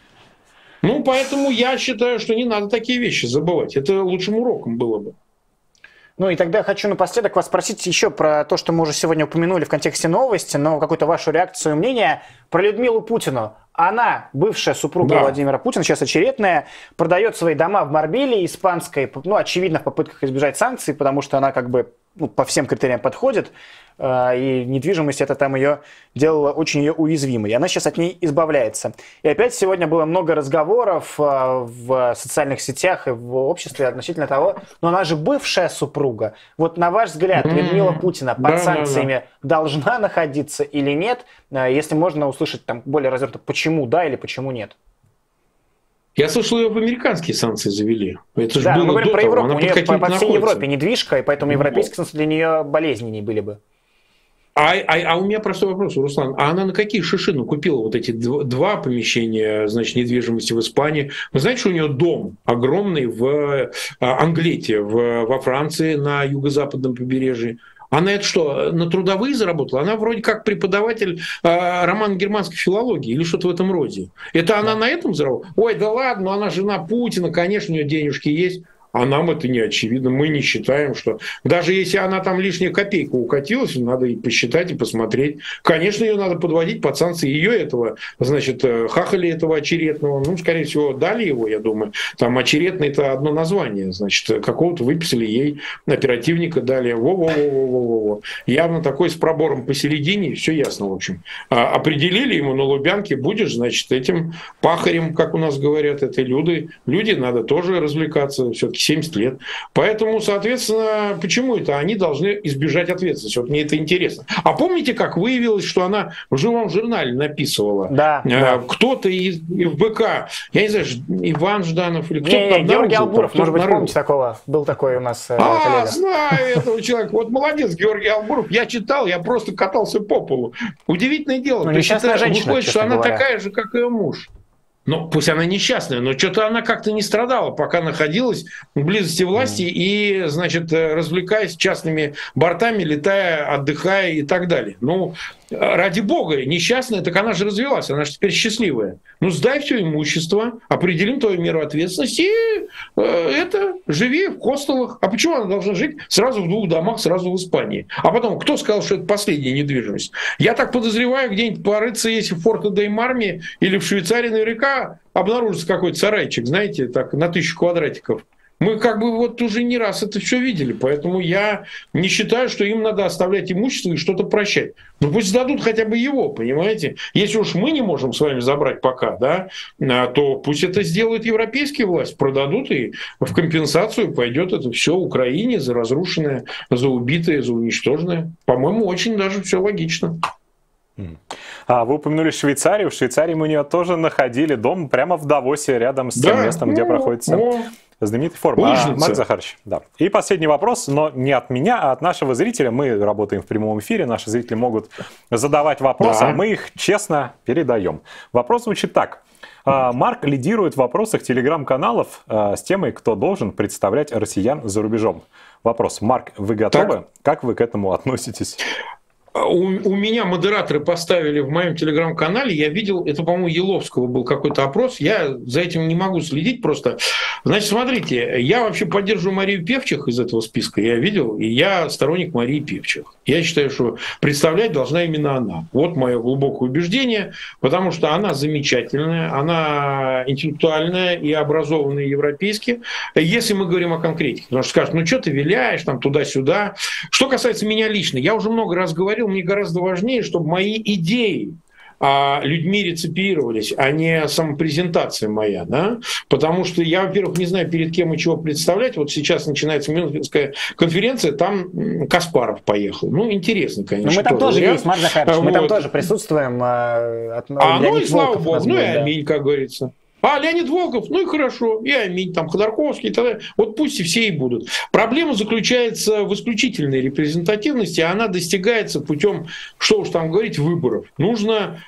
S13: Ну, поэтому я считаю, что не надо такие вещи забывать. Это лучшим уроком было бы.
S1: Ну и тогда хочу напоследок вас спросить еще про то, что мы уже сегодня упомянули в контексте новости, но какую-то вашу реакцию, мнение про Людмилу Путину. Она, бывшая супруга Владимира Путина, сейчас очередная, продает свои дома в Марбелии испанской, очевидно, в попытках избежать санкций, потому что она как бы по всем критериям подходит, и недвижимость это там ее делала очень ее уязвимой. И она сейчас от ней избавляется. И опять сегодня было много разговоров в социальных сетях и в обществе относительно того, но она же бывшая супруга. Вот на ваш взгляд, Людмила Путина под санкциями должна находиться или нет? Если можно услышать там более развернуто, почему да или почему нет?
S13: Я слышал, ее в американские санкции завели. Это же
S1: да,
S13: было
S1: мы говорим
S13: до
S1: про
S13: того.
S1: Европу.
S13: Она
S1: у нее по всей Европе недвижка, и поэтому европейские санкции для нее болезненнее были бы.
S13: А у меня простой вопрос, Руслан. А она на какие шишины купила вот эти два помещения, значит, недвижимости в Испании? Вы знаете, что у нее дом огромный в Англете, во Франции, на юго-западном побережье? Она это что, на трудовые заработала? Она вроде как преподаватель романо-германской филологии или что-то в этом роде. Это она на этом заработала? Ой, да ладно, она жена Путина, конечно, у нее денежки есть. А нам это не очевидно. Мы не считаем, что... Даже если она там лишняя копейка укатилась, надо и посчитать, и посмотреть. Конечно, ее надо подводить под санкции. Ее этого, значит, хахали этого очередного, скорее всего, дали его, я думаю. Там очередный — это одно название. Значит, какого-то выписали ей, оперативника дали. Во-во-во-во-во-во. Явно такой с пробором посередине, все ясно, в общем. Определили ему на Лубянке, будешь, значит, этим пахарем, как у нас говорят, это люди. Люди, надо тоже развлекаться, все-таки 70 лет. Поэтому, соответственно, почему это они должны избежать ответственности? Вот мне это интересно. А помните, как выявилось, что она в живом журнале написывала?
S1: Да.
S13: Кто-то из ФБК, я не знаю, Иван Жданов или кто-то там.
S1: Георгий Албуров, может быть, помните такого? Был такой у нас коллега.
S13: Знаю этого человека. Вот молодец, Георгий Албуров. Я читал, я просто катался по полу. Удивительное дело.
S1: Несчастная женщина,
S13: выходит, что она такая же, как ее муж. Ну, пусть она несчастная, но что-то она как-то не страдала, пока находилась в близости власти и, значит, развлекаясь частными бортами, летая, отдыхая и так далее. Ну, ради бога, несчастная, так она же развелась, она же теперь счастливая. Ну, сдай все имущество, определим твою меру ответственности и живи в хостелах. А почему она должна жить сразу в 2 домах, сразу в Испании? А потом, кто сказал, что это последняя недвижимость? Я так подозреваю, где-нибудь порыться, если в Форто-де-Марме или в Швейцарии наверняка обнаружится какой-то сарайчик, знаете, так на 1000 квадратиков. Мы как бы вот уже не раз это все видели, поэтому я не считаю, что им надо оставлять имущество и что-то прощать. Ну пусть сдадут хотя бы его, понимаете? Если уж мы не можем с вами забрать пока, да, то пусть это сделают европейские власти, продадут, и в компенсацию пойдет это все Украине за разрушенное, за убитое, за уничтоженное. По-моему, очень даже все логично.
S2: Вы упомянули Швейцарию. В Швейцарии мы у нее тоже находили дом прямо в Давосе, рядом с тем местом, где проходится знаменитый форум. Марк Захарович, да. И последний вопрос, но не от меня, а от нашего зрителя. Мы работаем в прямом эфире, наши зрители могут задавать вопросы, а мы их честно передаем. Вопрос звучит так. Марк лидирует в вопросах телеграм-каналов с темой, кто должен представлять россиян за рубежом. Вопрос. Марк, вы готовы? Так. Как вы к этому относитесь?
S13: У меня модераторы поставили в моем телеграм-канале, я видел, это, по-моему, Еловского был какой-то опрос, я за этим не могу следить просто. Значит, смотрите, я вообще поддерживаю Марию Певчих из этого списка, я видел, и я сторонник Марии Певчих. Я считаю, что представлять должна именно она. Вот мое глубокое убеждение, потому что она замечательная, она интеллектуальная и образованная европейски, если мы говорим о конкретике. Потому что скажут, ну что ты виляешь там туда-сюда. Что касается меня лично, я уже много раз говорил, мне гораздо важнее, чтобы мои идеи людьми реципировались, а не самопрезентация моя, да? Потому что я, во-первых, не знаю, перед кем и чего представлять. Вот сейчас начинается Мюнхенская конференция, там Каспаров поехал. Ну, интересно, конечно.
S1: Но мы там тоже есть, Марк Захарович, мы там тоже присутствуем.
S13: Ну и слава богу, ну и аминь, как говорится. Леонид Волков, ну и хорошо, и аминь, там Ходорковский и так далее. Вот пусть и все и будут. Проблема заключается в исключительной репрезентативности, она достигается путем, что уж там говорить, выборов. Нужно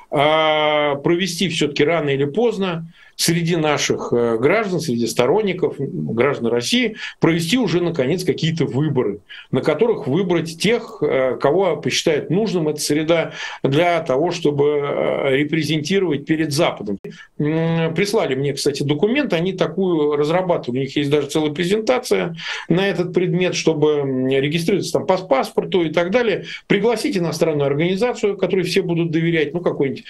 S13: провести все-таки рано или поздно среди наших граждан, среди сторонников, граждан России, провести уже, наконец, какие-то выборы, на которых выбрать тех, кого посчитают нужным эта среда для того, чтобы репрезентировать перед Западом. Прислали мне, кстати, документ, они такую разрабатывали, у них есть даже целая презентация на этот предмет, чтобы регистрироваться там по паспорту и так далее, пригласить иностранную организацию, которой все будут доверять, ну, какое-нибудь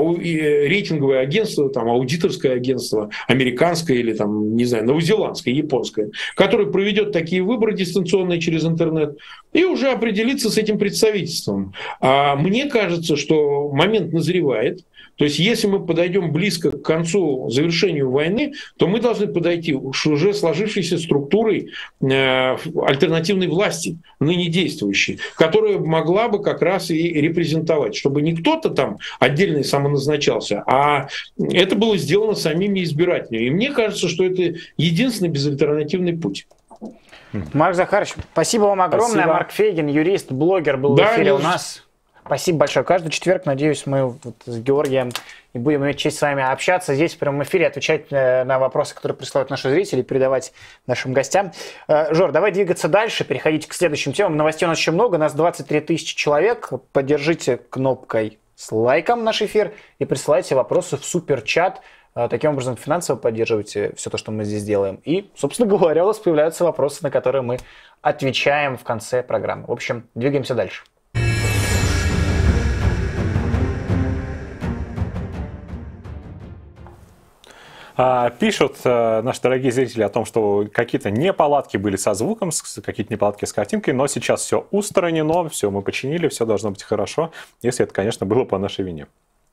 S13: рейтинговое агентство, там, аудиторское агентство, американское или там, не знаю, новозеландское, японское, которое проведет такие выборы дистанционные через интернет и уже определится с этим представительством. Мне кажется, что момент назревает. То есть если мы подойдем близко к концу, завершению войны, то мы должны подойти уже сложившейся структурой альтернативной власти, ныне действующей, которая могла бы как раз и репрезентовать, чтобы не кто-то там отдельно самоназначался, а это было сделано самими избирателями. И мне кажется, что это единственный безальтернативный путь.
S1: Марк Захарович, спасибо вам огромное. Спасибо. Марк Фейгин, юрист, блогер, был в эфире у нас. Спасибо большое. Каждый четверг, надеюсь, мы вот с Георгием и будем иметь честь с вами общаться здесь в прямом эфире, отвечать на вопросы, которые присылают наши зрители, передавать нашим гостям. Жор, давай двигаться дальше, переходить к следующим темам. Новостей у нас еще много, нас 23 тысячи человек. Поддержите кнопкой с лайком наш эфир и присылайте вопросы в суперчат. Таким образом, финансово поддерживайте все то, что мы здесь делаем. И, собственно говоря, у нас появляются вопросы, на которые мы отвечаем в конце программы. В общем, двигаемся дальше.
S2: Пишут наши дорогие зрители о том, что какие-то неполадки были со звуком, какие-то неполадки с картинкой, но сейчас все устранено, все мы починили, все должно быть хорошо, если это, конечно, было по нашей вине.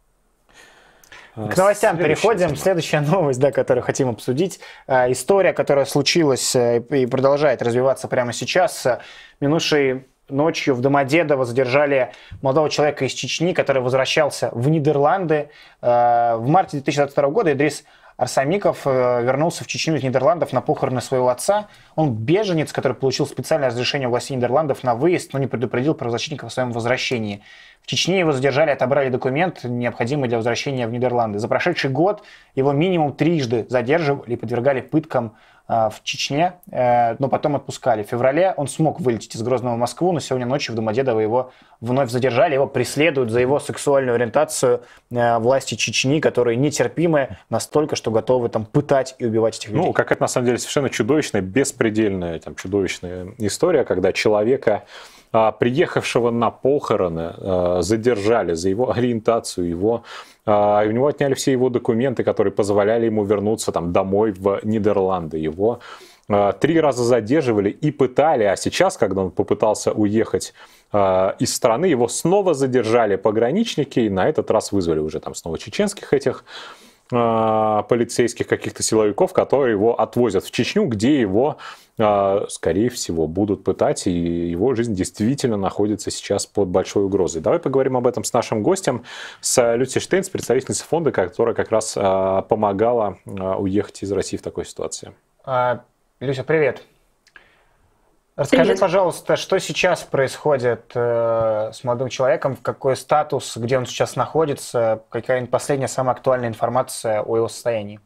S1: К новостям переходим. Следующая новость, да, которую хотим обсудить. История, которая случилась и продолжает развиваться прямо сейчас. Минувшей ночью в Домодедово задержали молодого человека из Чечни, который возвращался в Нидерланды. В марте 2022 года Идрис Арсамиков вернулся в Чечню из Нидерландов на похороны своего отца. Он беженец, который получил специальное разрешение у властей Нидерландов на выезд, но не предупредил правозащитников о своем возвращении. В Чечне его задержали и отобрали документ, необходимый для возвращения в Нидерланды. За прошедший год его минимум трижды задерживали и подвергали пыткам в Чечне, но потом отпускали. В феврале он смог вылететь из Грозного в Москву, но сегодня ночью в Домодедово его вновь задержали. Его преследуют за его сексуальную ориентацию власти Чечни, которые нетерпимы настолько, что готовы там пытать и убивать этих людей.
S2: Ну, какая-то на самом деле совершенно чудовищная, беспредельная, там, чудовищная история, когда человека приехавшего на похороны, задержали за его ориентацию, у него отняли все его документы, которые позволяли ему вернуться там, домой в Нидерланды. Его 3 раза задерживали и пытали, а сейчас, когда он попытался уехать из страны, его снова задержали пограничники, и на этот раз вызвали уже там снова чеченских этих полицейских каких-то силовиков, которые его отвозят в Чечню, где его, скорее всего, будут пытать, и его жизнь действительно находится сейчас под большой угрозой. Давай поговорим об этом с нашим гостем, с Люси Штейнс, представительницей фонда, которая как раз помогала уехать из России в такой ситуации.
S1: Люся, привет. Расскажи,
S14: Привет.
S1: пожалуйста, что сейчас происходит с молодым человеком, какой статус, где он сейчас находится, какая последняя самая актуальная информация о его состоянии?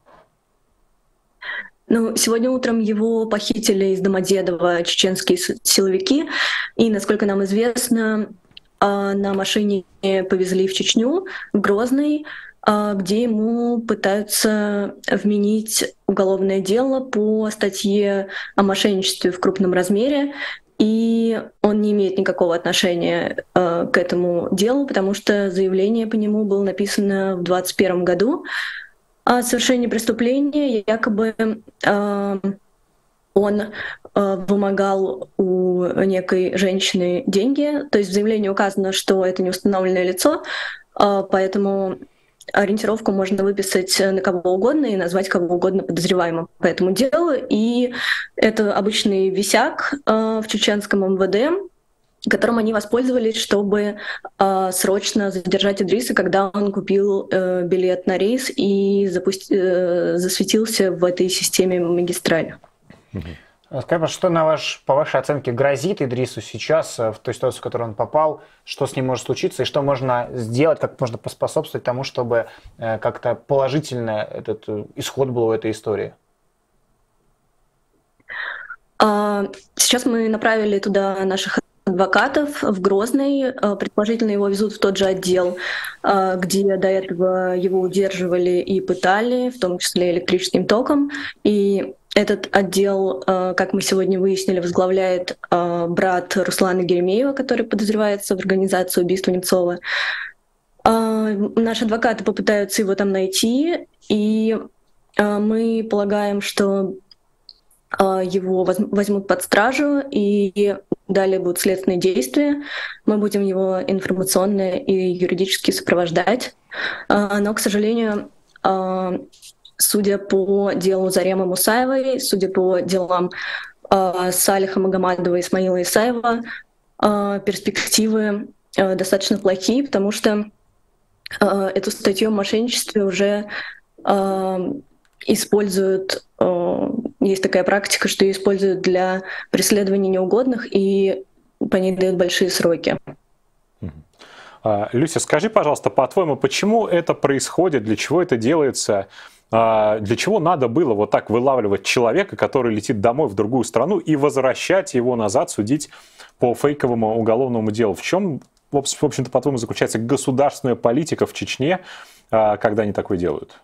S14: Ну, сегодня утром его похитили из Домодедово чеченские силовики, и, насколько нам известно, на машине повезли в Чечню, в Грозный, где ему пытаются вменить уголовное дело по статье о мошенничестве в крупном размере, и он не имеет никакого отношения к этому делу, потому что заявление по нему было написано в 2021 году о совершении преступления. Якобы он вымогал у некой женщины деньги, то есть в заявлении указано, что это неустановленное лицо, поэтому ориентировку можно выписать на кого угодно и назвать кого угодно подозреваемым по этому делу. И это обычный висяк в чеченском МВД, которым они воспользовались, чтобы срочно задержать Идриса, когда он купил билет на рейс и засветился в этой системе магистраль.
S1: Скажи, что по вашей оценке грозит Идрису сейчас в той ситуации, в которую он попал, что с ним может случиться и что можно сделать, как можно поспособствовать тому, чтобы как-то положительно этот исход был у этой истории?
S14: Сейчас мы направили туда наших адвокатов в Грозный. Предположительно, его везут в тот же отдел, где до этого его удерживали и пытали, в том числе электрическим током. И этот отдел, как мы сегодня выяснили, возглавляет брат Руслана Геремеева, который подозревается в организации убийства Немцова. Наши адвокаты попытаются его там найти, и мы полагаем, что его возьмут под стражу, и далее будут следственные действия. Мы будем его информационно и юридически сопровождать. Но, к сожалению, судя по делу Заремы Мусаевой, судя по делам Салиха Магомадова и Исмаила Исаева, перспективы достаточно плохие, потому что эту статью о мошенничестве уже используют, есть такая практика, что ее используют для преследования неугодных, и по ней дают большие сроки.
S2: Люся, скажи, пожалуйста, по-твоему, почему это происходит, для чего это делается? Для чего надо было вот так вылавливать человека, который летит домой в другую страну, и возвращать его назад, судить по фейковому уголовному делу? В чем, в общем-то, по-твоему, заключается государственная политика в Чечне, когда они такое делают?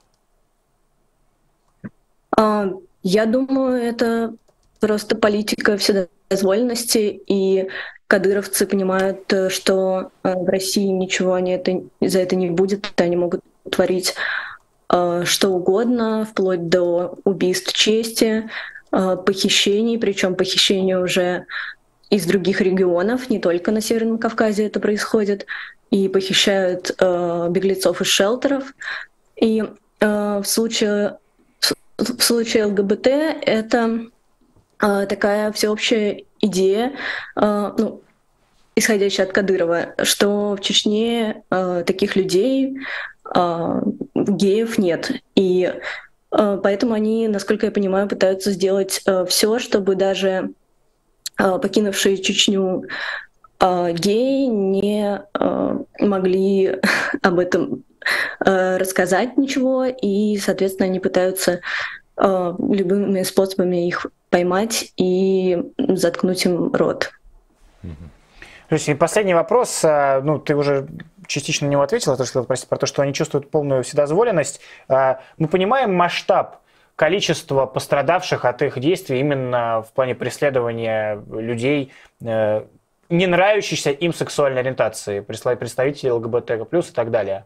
S14: Я думаю, это просто политика вседозволенности, и кадыровцы понимают, что в России ничего за это не будет, они могут творить что угодно, вплоть до убийств чести, похищений, причем похищения уже из других регионов, не только на Северном Кавказе это происходит, и похищают беглецов из шелтеров. И в случае ЛГБТ это такая всеобщая идея, исходящая от Кадырова, что в Чечне таких людей, геев нет. И поэтому они, насколько я понимаю, пытаются сделать все, чтобы даже покинувшие Чечню геи не могли об этом рассказать ничего, и, соответственно, они пытаются любыми способами их поймать и заткнуть им рот.
S1: И последний вопрос. Ты уже частично на него ответила, про то, что они чувствуют полную вседозволенность. Мы понимаем масштаб количества пострадавших от их действий именно в плане преследования людей, не нравящейся им сексуальной ориентации, представители ЛГБТ+, и так далее?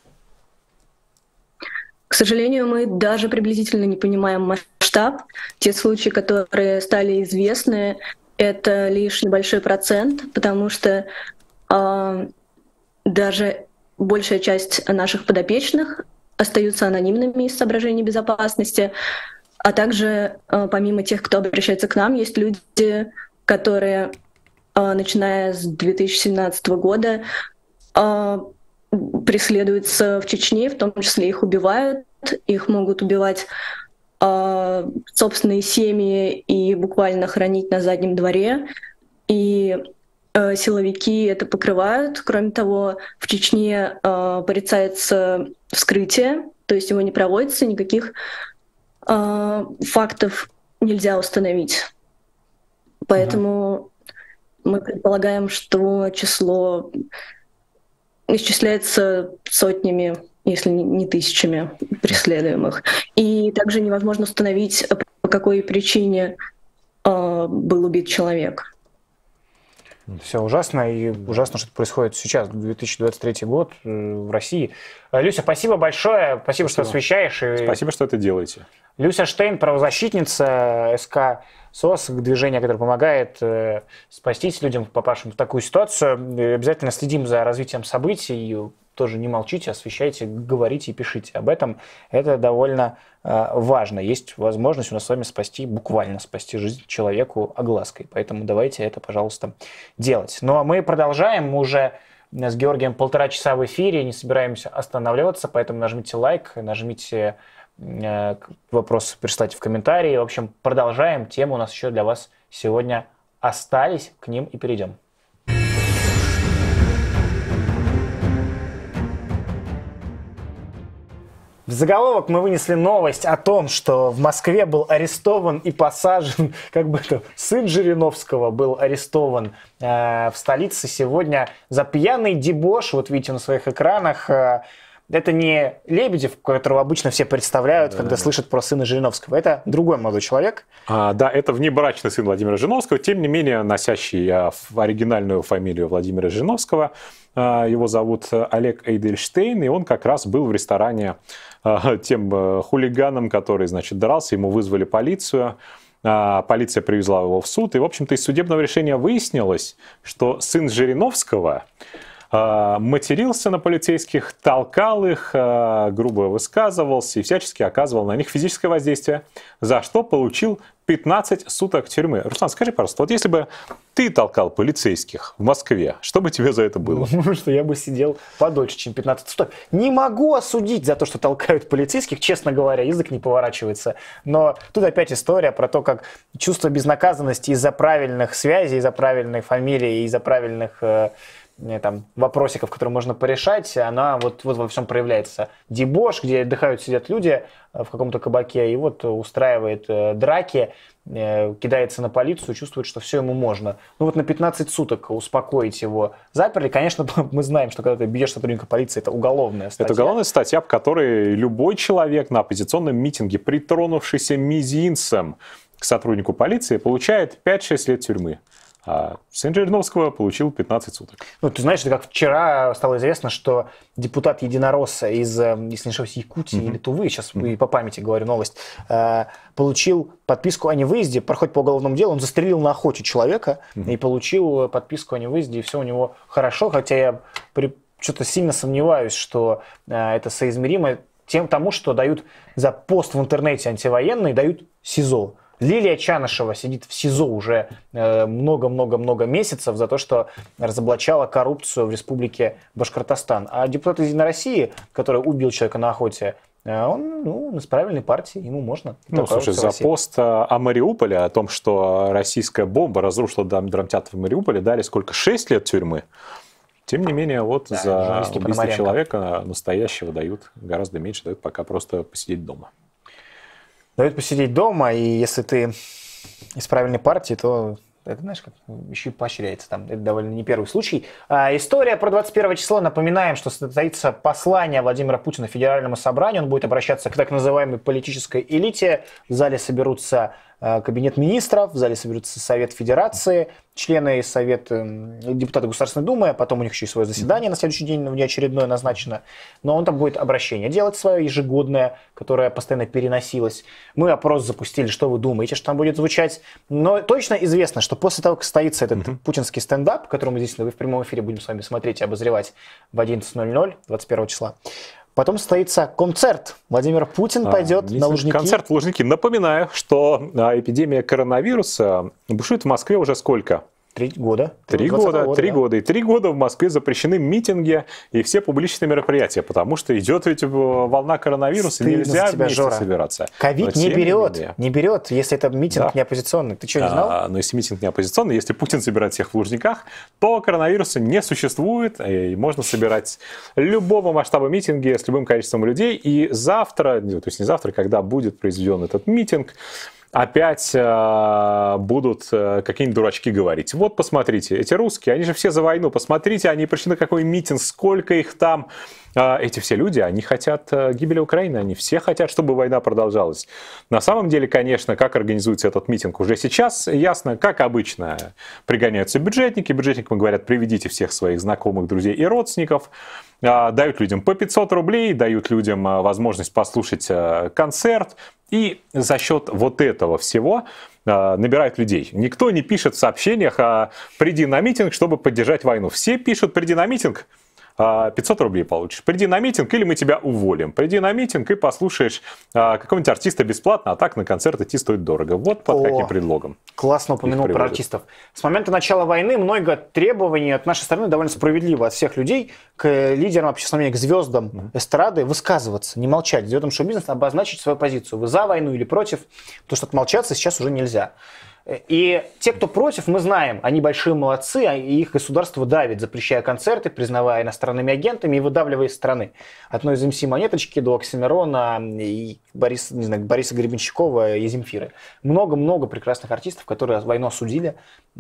S14: К сожалению, мы даже приблизительно не понимаем масштаб. Те случаи, которые стали известны, это лишь небольшой процент, потому что даже большая часть наших подопечных остаются анонимными из соображений безопасности, а также помимо тех, кто обращается к нам, есть люди, которые, начиная с 2017 года, преследуются в Чечне, в том числе их убивают, их могут убивать собственные семьи и буквально хранить на заднем дворе. И силовики это покрывают. Кроме того, в Чечне порицается вскрытие, то есть его не проводится, никаких фактов нельзя установить. Поэтому мы предполагаем, что число исчисляется сотнями, если не тысячами преследуемых. И также невозможно установить, по какой причине был убит человек.
S1: Все ужасно, и ужасно, что это происходит сейчас, 2023 год в России. Люся, спасибо большое, спасибо, что освещаешь.
S2: Спасибо, что это делаете.
S1: Люся Штейн, правозащитница СК СОС, движение, которое помогает спастись людям, попавшим в такую ситуацию. Обязательно следим за развитием событий, тоже не молчите, освещайте, говорите и пишите об этом. Это довольно важно. Есть возможность у нас с вами буквально спасти жизнь человеку оглаской. Поэтому давайте это, пожалуйста, делать. Ну а мы продолжаем. Мы уже с Георгием 1,5 часа в эфире, не собираемся останавливаться, поэтому нажмите лайк, нажмите вопрос, прислать в комментарии. В общем, продолжаем. Темы у нас еще для вас сегодня остались. К ним и перейдем. В заголовок мы вынесли новость о том, что в Москве был арестован и посажен, сын Жириновского был арестован в столице сегодня за пьяный дебош. Вот видите на своих экранах. Это не Лебедев, которого обычно все представляют, когда слышат про сына Жириновского. Это другой молодой человек.
S2: Да, это внебрачный сын Владимира Жириновского, тем не менее носящий оригинальную фамилию Владимира Жириновского. Его зовут Олег Эйдельштейн, и он как раз был в ресторане тем хулиганом, который, дрался. Ему вызвали полицию. Полиция привезла его в суд. И, в общем-то, из судебного решения выяснилось, что сын Жириновского матерился на полицейских, толкал их, грубо высказывался и всячески оказывал на них физическое воздействие, за что получил 15 суток тюрьмы. Руслан, скажи, пожалуйста, вот если бы ты толкал полицейских в Москве, что бы тебе за это было?
S1: Что я бы сидел подольше, чем 15 суток. Не могу осудить за то, что толкают полицейских, честно говоря, язык не поворачивается. Но тут опять история про то, как чувство безнаказанности из-за правильных связей, из-за правильной фамилии, из-за правильных вопросиков, которые можно порешать, она вот во всем проявляется. Дебош, где отдыхают, сидят люди в каком-то кабаке, и вот устраивает драки, кидается на полицию, чувствует, что все ему можно. Ну вот на 15 суток успокоить его заперли. Конечно, мы знаем, что когда ты бьешь сотрудника полиции, это уголовная статья.
S2: Это уголовная статья, по которой любой человек на оппозиционном митинге, притронувшийся мизинцем к сотруднику полиции, получает 5-6 лет тюрьмы. А сын Жириновского получил 15 суток.
S1: Ну, ты знаешь, это как вчера стало известно, что депутат Единоросса из, если не ошибаюсь, Якутии или Тувы, сейчас и по памяти говорю новость, получил подписку о невыезде, проходит по уголовному делу, он застрелил на охоте человека и получил подписку о невыезде, и все у него хорошо, хотя я что-то сильно сомневаюсь, что это соизмеримо тому, что дают за пост в интернете антивоенный, дают СИЗО. Лилия Чанышева сидит в СИЗО уже много-много-много месяцев за то, что разоблачала коррупцию в республике Башкортостан. А депутат из «Единой России», который убил человека на охоте, он из правильной партии, ему можно.
S2: Слушай, за пост о Мариуполе, о том, что российская бомба разрушила драмтеатр в Мариуполе, дали сколько? 6 лет тюрьмы. Тем не менее, вот за убийство человека настоящего дают гораздо меньше, дают пока просто посидеть дома.
S1: Дают посидеть дома, и если ты из правильной партии, то это, знаешь, как еще и поощряется. Это довольно не первый случай. История про 21 число. Напоминаем, что состоится послание Владимира Путина Федеральному собранию. Он будет обращаться к так называемой политической элите. В зале соберутся кабинет министров, в зале соберется Совет Федерации, члены Совета, депутаты Государственной Думы, а потом у них еще и свое заседание на следующий день, внеочередное назначено. Но он там будет обращение делать свое ежегодное, которое постоянно переносилось. Мы опрос запустили, что вы думаете, что там будет звучать. Но точно известно, что после того, как состоится этот путинский стендап, который мы здесь в прямом эфире будем с вами смотреть и обозревать в 11:00 21 числа, потом состоится концерт. Владимир Путин пойдет на Лужники.
S2: Концерт в Лужники. Напоминаю, что эпидемия коронавируса бушует в Москве уже сколько?
S1: 3 года.
S2: 3 года. И 3 года в Москве запрещены митинги и все публичные мероприятия, потому что идет ведь волна коронавируса,
S1: Стыдно
S2: нельзя
S1: за тебя,
S2: вместе
S1: Жора.
S2: собираться.
S1: Ковид не берет, если это митинг не оппозиционный. Ты что, не знал?
S2: Но если митинг не оппозиционный, если Путин собирает всех в Лужниках, то коронавируса не существует, и можно собирать любого масштаба митинги с любым количеством людей. И завтра, то есть не завтра, когда будет произведен этот митинг, опять будут какие-нибудь дурачки говорить. Вот посмотрите, эти русские, они же все за войну. Посмотрите, они пришли на какой митинг, сколько их там. Эти все люди, они хотят гибели Украины, они все хотят, чтобы война продолжалась. На самом деле, конечно, как организуется этот митинг уже сейчас, ясно, как обычно. Пригоняются бюджетники, бюджетникам говорят, приведите всех своих знакомых, друзей и родственников. Дают людям по 500 рублей, дают людям возможность послушать концерт. И за счет вот этого всего набирают людей. Никто не пишет в сообщениях «приди на митинг, чтобы поддержать войну». Все пишут «приди на митинг». 500 рублей получишь. Приди на митинг, или мы тебя уволим. Приди на митинг и послушаешь какого-нибудь артиста бесплатно, а так на концерт идти стоит дорого. Вот под каким предлогом.
S1: Классно упомянул про артистов. С момента начала войны много требований от нашей страны, довольно справедливо, от всех людей к лидерам общественного мнения, к звездам эстрады высказываться, не молчать, звездам шоу-бизнеса обозначить свою позицию. Вы за войну или против? Потому что отмолчаться сейчас уже нельзя. И те, кто против, мы знаем, они большие молодцы, и их государство давит, запрещая концерты, признавая иностранными агентами и выдавливая из страны. От из МС Монеточки до Оксимирона и Бориса Гребенщикова и Земфиры. Много-много прекрасных артистов, которые войну осудили,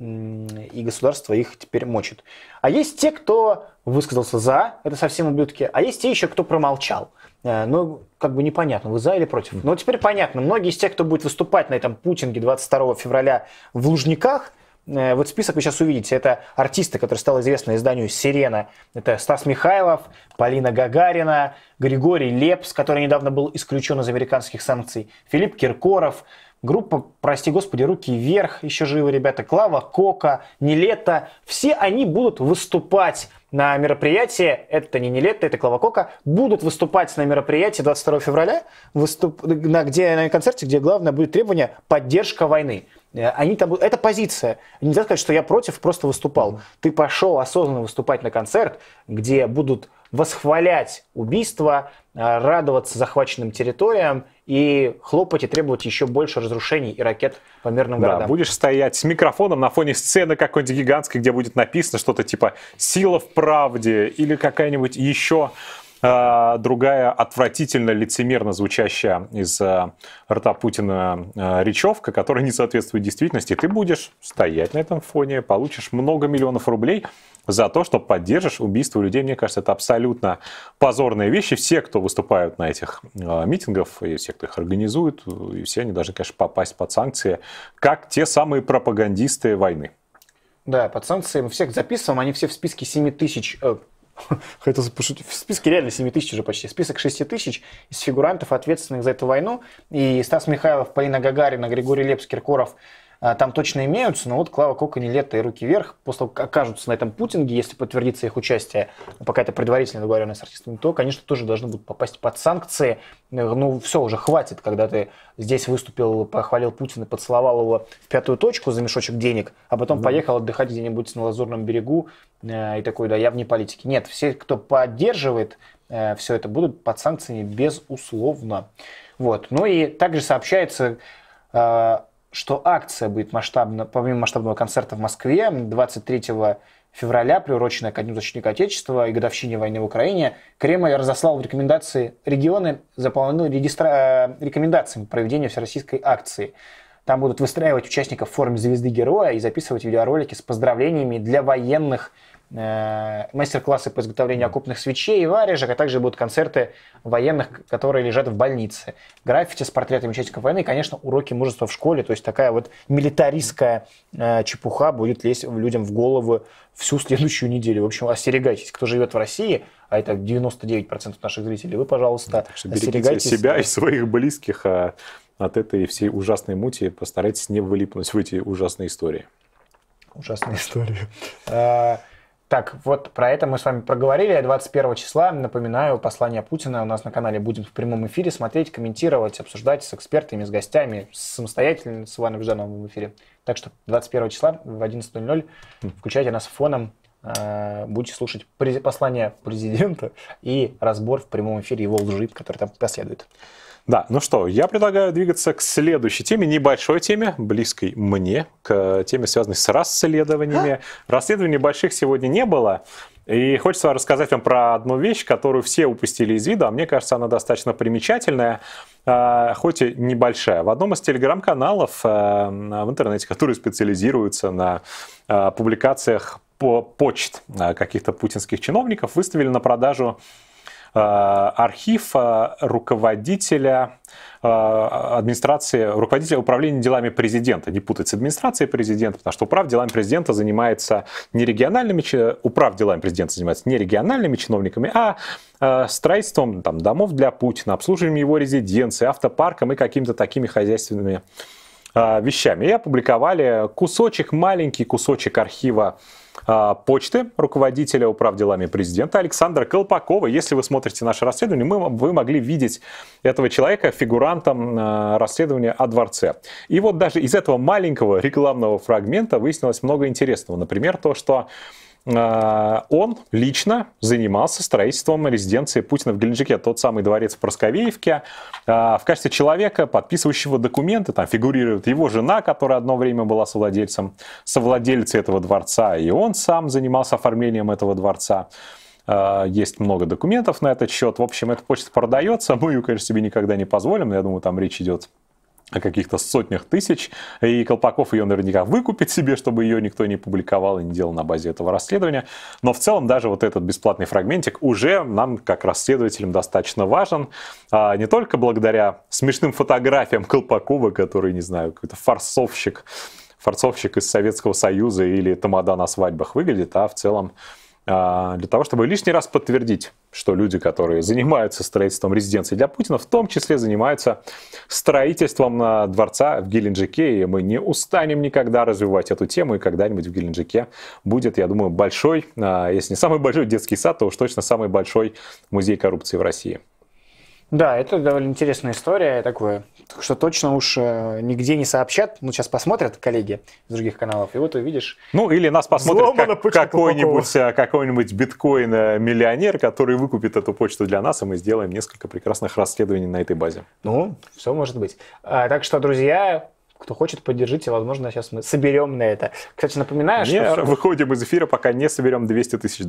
S1: и государство их теперь мочит. А есть те, кто высказался за, это совсем ублюдки, а есть те еще, кто промолчал. Ну, как бы непонятно, вы за или против. Но теперь понятно, многие из тех, кто будет выступать на этом путинге 22 февраля в Лужниках, вот список вы сейчас увидите, это артисты, которые стали известны изданию «Сирена». Это Стас Михайлов, Полина Гагарина, Григорий Лепс, который недавно был исключен из американских санкций, Филипп Киркоров, группа, прости господи, «Руки вверх», еще живы ребята, Клава Кока, Нилетто. Все они будут выступать на мероприятии, это не Нилетто, это Клава Кока, будут выступать на мероприятии 22 февраля, на концерте, где главное будет требование поддержка войны. Это позиция. Нельзя сказать, что я против, просто выступал. Ты пошел осознанно выступать на концерт, где будут восхвалять убийства, радоваться захваченным территориям и хлопать и требовать еще больше разрушений и ракет по мирным городам.
S2: Будешь стоять с микрофоном на фоне сцены какой-нибудь гигантской, где будет написано что-то типа «Сила в правде» или какая-нибудь еще другая отвратительно лицемерно звучащая из рта Путина речевка, которая не соответствует действительности. Ты будешь стоять на этом фоне, получишь много миллионов рублей за то, что поддержишь убийство людей. Мне кажется, это абсолютно позорные вещи. Все, кто выступают на этих митингах, и все, кто их организует, и все они должны, конечно, попасть под санкции, как те самые пропагандисты войны.
S1: Да, под санкции мы всех записываем, они все в списке 7 тысяч... Хотел пошутить. В списке реально 7 тысяч уже почти. Список 6 тысяч из фигурантов, ответственных за эту войну. И Стас Михайлов, Полина Гагарина, Григорий Лепс, Киркоров там точно имеются. Но вот Клава Кока, Нилетто и Руки вверх, после того, как окажутся на этом путинге, если подтвердится их участие, пока это предварительная договоренность с артистами, то, конечно, тоже должны будут попасть под санкции. Ну, все, уже хватит, когда ты здесь выступил, похвалил Путина, поцеловал его в пятую точку за мешочек денег, а потом поехал отдыхать где-нибудь на Лазурном берегу и такой, да, я вне политики. Нет, все, кто поддерживает все это, будут под санкциями безусловно. Вот. Ну и также сообщается, что акция будет помимо масштабного концерта в Москве 23 февраля, приуроченная ко Дню защитника Отечества и годовщине войны в Украине. Кремль разослал в рекомендации регионы, заполнены рекомендациями проведения всероссийской акции. Там будут выстраивать участников в форме звезды-героя и записывать видеоролики с поздравлениями для военных, мастер-классы по изготовлению окопных свечей и варежек, а также будут концерты военных, которые лежат в больнице. Граффити с портретами участников войны и, конечно, уроки мужества в школе. То есть такая вот милитаристская чепуха будет лезть людям в голову всю следующую неделю. В общем, остерегайтесь. Кто живет в России, а это 99% наших зрителей, вы, пожалуйста, остерегайтесь
S2: себя и своих близких от этой всей ужасной мути. Постарайтесь не вылипнуть в эти ужасные истории.
S1: Ужасные истории. Так, вот про это мы с вами проговорили. 21 числа, напоминаю, послание Путина у нас на канале будем в прямом эфире смотреть, комментировать, обсуждать с экспертами, с гостями, самостоятельно с Иваном Ждановым в эфире. Так что 21 числа в 11:00 включайте нас фоном, будете слушать послание президента и разбор в прямом эфире его лжи, который там последует.
S2: Да, ну что, я предлагаю двигаться к следующей теме, небольшой теме, близкой мне, к теме, связанной с расследованиями. Расследований больших сегодня не было. И хочется рассказать вам про одну вещь, которую все упустили из виду, а мне кажется, она достаточно примечательная, хоть и небольшая. В одном из телеграм-каналов в интернете, которые специализируются на публикациях почт каких-то путинских чиновников, выставили на продажу архив руководителя администрации, руководителя управления делами президента. Не путать с администрацией президента, потому что управ делами президента занимается не региональными чиновниками, а строительством там, домов для Путина, обслуживанием его резиденции, автопарком и какими-то такими хозяйственными вещами. И опубликовали маленький кусочек архива почты руководителя управ делами президента Александра Колпакова. Если вы смотрите наше расследование, вы могли видеть этого человека фигурантом расследования о дворце. И вот даже из этого маленького рекламного фрагмента выяснилось много интересного. Например, то, что он лично занимался строительством резиденции Путина в Геленджике, тот самый дворец в Просковеевке. В качестве человека, подписывающего документы, там фигурирует его жена, которая одно время была совладельцей этого дворца, и он сам занимался оформлением этого дворца. Есть много документов на этот счет. В общем, эта почта продается. Мы ее, конечно, себе никогда не позволим, но я думаю, там речь идет о каких-то сотнях тысяч, и Колпаков ее наверняка выкупит себе, чтобы ее никто не публиковал и не делал на базе этого расследования. Но в целом даже вот этот бесплатный фрагментик уже нам, как расследователям, достаточно важен. Не только благодаря смешным фотографиям Колпакова, который, не знаю, какой-то форцовщик из Советского Союза или тамада на свадьбах выглядит, а в целом для того, чтобы лишний раз подтвердить, что люди, которые занимаются строительством резиденции для Путина, в том числе занимаются строительством дворца в Геленджике, и мы не устанем никогда развивать эту тему, и когда-нибудь в Геленджике будет, я думаю, большой, если не самый большой детский сад, то уж точно самый большой музей коррупции в России.
S1: Да, это довольно интересная история такое, что точно уж нигде не сообщат. Ну, сейчас посмотрят коллеги из других каналов, и вот увидишь.
S2: Ну, или нас посмотрит какой-нибудь биткоин-миллионер, который выкупит эту почту для нас, и мы сделаем несколько прекрасных расследований на этой базе.
S1: Ну, все может быть. Так что, друзья, кто хочет, поддержите. Возможно, сейчас мы соберем на это. Кстати, напоминаю, что...
S2: Выходим из эфира, пока не соберем $200 тысяч.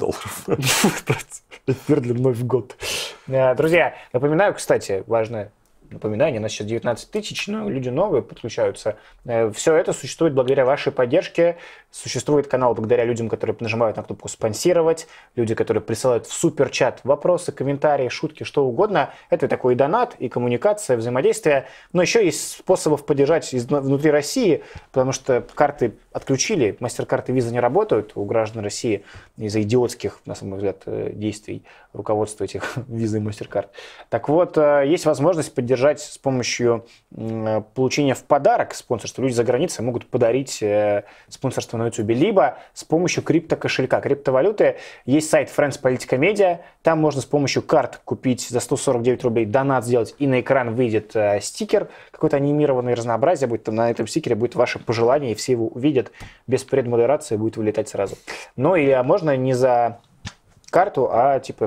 S1: Эфир длиной в год. Друзья, напоминаю, кстати, важное напоминание, у нас сейчас 19 тысяч, но люди новые подключаются. Все это существует благодаря вашей поддержке. Существует канал благодаря людям, которые нажимают на кнопку «Спонсировать», люди, которые присылают в суперчат вопросы, комментарии, шутки, что угодно. Это такой и донат, и коммуникация, взаимодействие. Но еще есть способов поддержать внутри России, потому что карты отключили, мастер-карты Visa не работают у граждан России из-за идиотских, на мой взгляд, действий руководства этих Visa и мастер-карт. Так вот, есть возможность поддержать с помощью получения в подарок спонсорства. Люди за границей могут подарить спонсорство на YouTube, либо с помощью криптокошелька, криптовалюты. Есть сайт Friends Politica Media, там можно с помощью карт купить за 149 рублей донат сделать, и на экран выйдет стикер, какое-то анимированное разнообразие будет, там на этом стикере будет ваше пожелание, и все его увидят без предмодерации, будет вылетать сразу. Ну и можно не за карту, а типа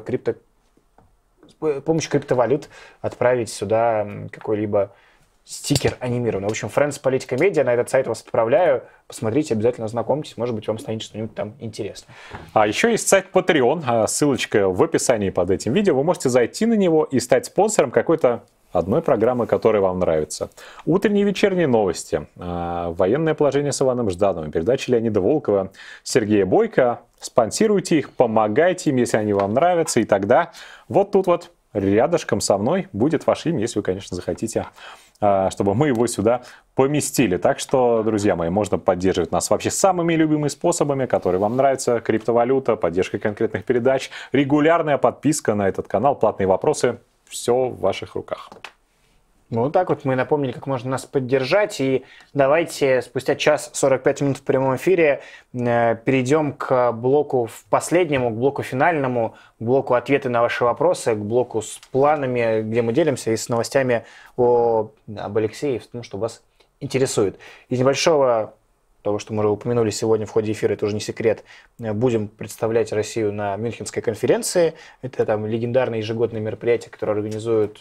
S1: с помощью криптовалют отправить сюда какой-либо стикер анимированный. В общем, Friends Politica Media, на этот сайт вас отправляю. Посмотрите, обязательно ознакомьтесь. Может быть, вам станет что-нибудь там интересно.
S2: А еще есть сайт Patreon. Ссылочка в описании под этим видео. Вы можете зайти на него и стать спонсором какой-то одной программы, которая вам нравится. Утренние и вечерние новости, военное положение с Иваном Ждановым, передачи Леонида Волкова, Сергея Бойко. Спонсируйте их, помогайте им, если они вам нравятся. И тогда вот тут вот рядышком со мной будет ваше имя, если вы, конечно, захотите, чтобы мы его сюда поместили. Так что, друзья мои, можно поддерживать нас вообще самыми любимыми способами, которые вам нравятся. Криптовалюта, поддержка конкретных передач, регулярная подписка на этот канал, платные вопросы. Все в ваших руках.
S1: Ну, вот так вот мы напомнили, как можно нас поддержать. И давайте спустя час 45 минут в прямом эфире перейдем к блоку последнему, к блоку финальному, к блоку ответы на ваши вопросы, к блоку с планами, где мы делимся, и с новостями об Алексее, потому что вас интересует. Из небольшого того, что мы уже упомянули сегодня в ходе эфира, это уже не секрет, будем представлять Россию на Мюнхенской конференции. Это там легендарное ежегодное мероприятие, которое организуют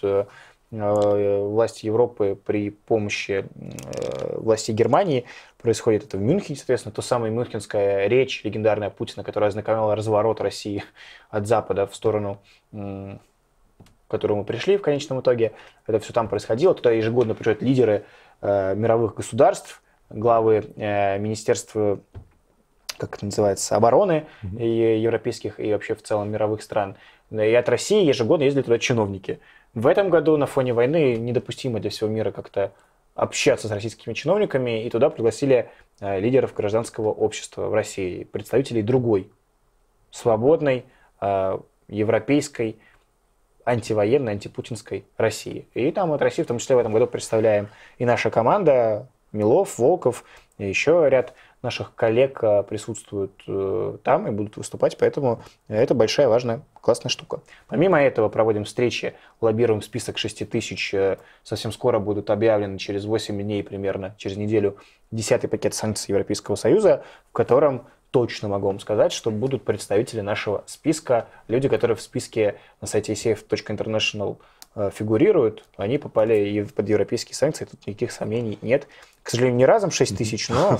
S1: власти Европы при помощи властей Германии. Происходит это в Мюнхене, соответственно, то самая мюнхенская речь легендарная Путина, которая ознакомила разворот России от Запада в сторону, к которому мы пришли в конечном итоге. Это все там происходило. Туда ежегодно приезжают лидеры мировых государств, главы министерства, как это называется, обороны и европейских и вообще в целом мировых стран. И от России ежегодно ездят туда чиновники. В этом году на фоне войны недопустимо для всего мира как-то общаться с российскими чиновниками, и туда пригласили лидеров гражданского общества в России, представителей другой, свободной, европейской, антивоенной, антипутинской России. И там от России, в том числе в этом году, представляем и наша команда, Милов, Волков, и еще ряд наших коллег присутствуют там и будут выступать, поэтому это большая, важная, классная штука. Помимо этого проводим встречи, лоббируем список 6000, совсем скоро будут объявлены через 8 дней примерно, через неделю, 10-й пакет санкций Европейского Союза, в котором точно могу вам сказать, что будут представители нашего списка, люди, которые в списке на сайте safe.international фигурируют, они попали и под европейские санкции, тут никаких сомнений нет. К сожалению, не разом 6000, но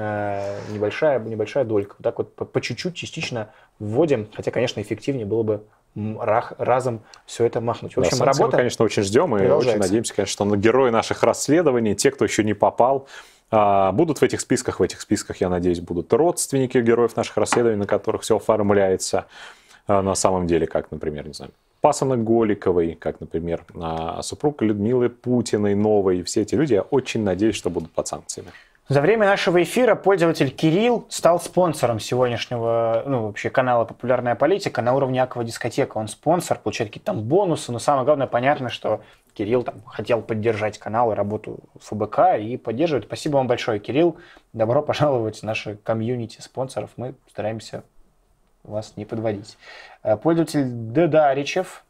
S1: небольшая долька. Вот так вот по чуть-чуть, частично вводим, хотя, конечно, эффективнее было бы разом все это махнуть. В общем,
S2: да, работа, мы, конечно, очень ждем и очень надеемся, конечно, что герои наших расследований, те, кто еще не попал, будут в этих списках. В этих списках, я надеюсь, будут родственники героев наших расследований, на которых все оформляется на самом деле, как, например, не знаю, пасынок Голиковой, как, например, супруг Людмилы Путиной новой. Все эти люди, я очень надеюсь, что будут под санкциями.
S1: За время нашего эфира пользователь Кирилл стал спонсором сегодняшнего, вообще канала «Популярная политика» на уровне Аквадискотека. Он спонсор, получает какие-то там бонусы, но самое главное, понятно, что Кирилл там хотел поддержать канал и работу ФБК и поддерживает. Спасибо вам большое, Кирилл. Добро пожаловать в наше комьюнити спонсоров. Мы стараемся вас не подводить. Пользователь Дедаричев,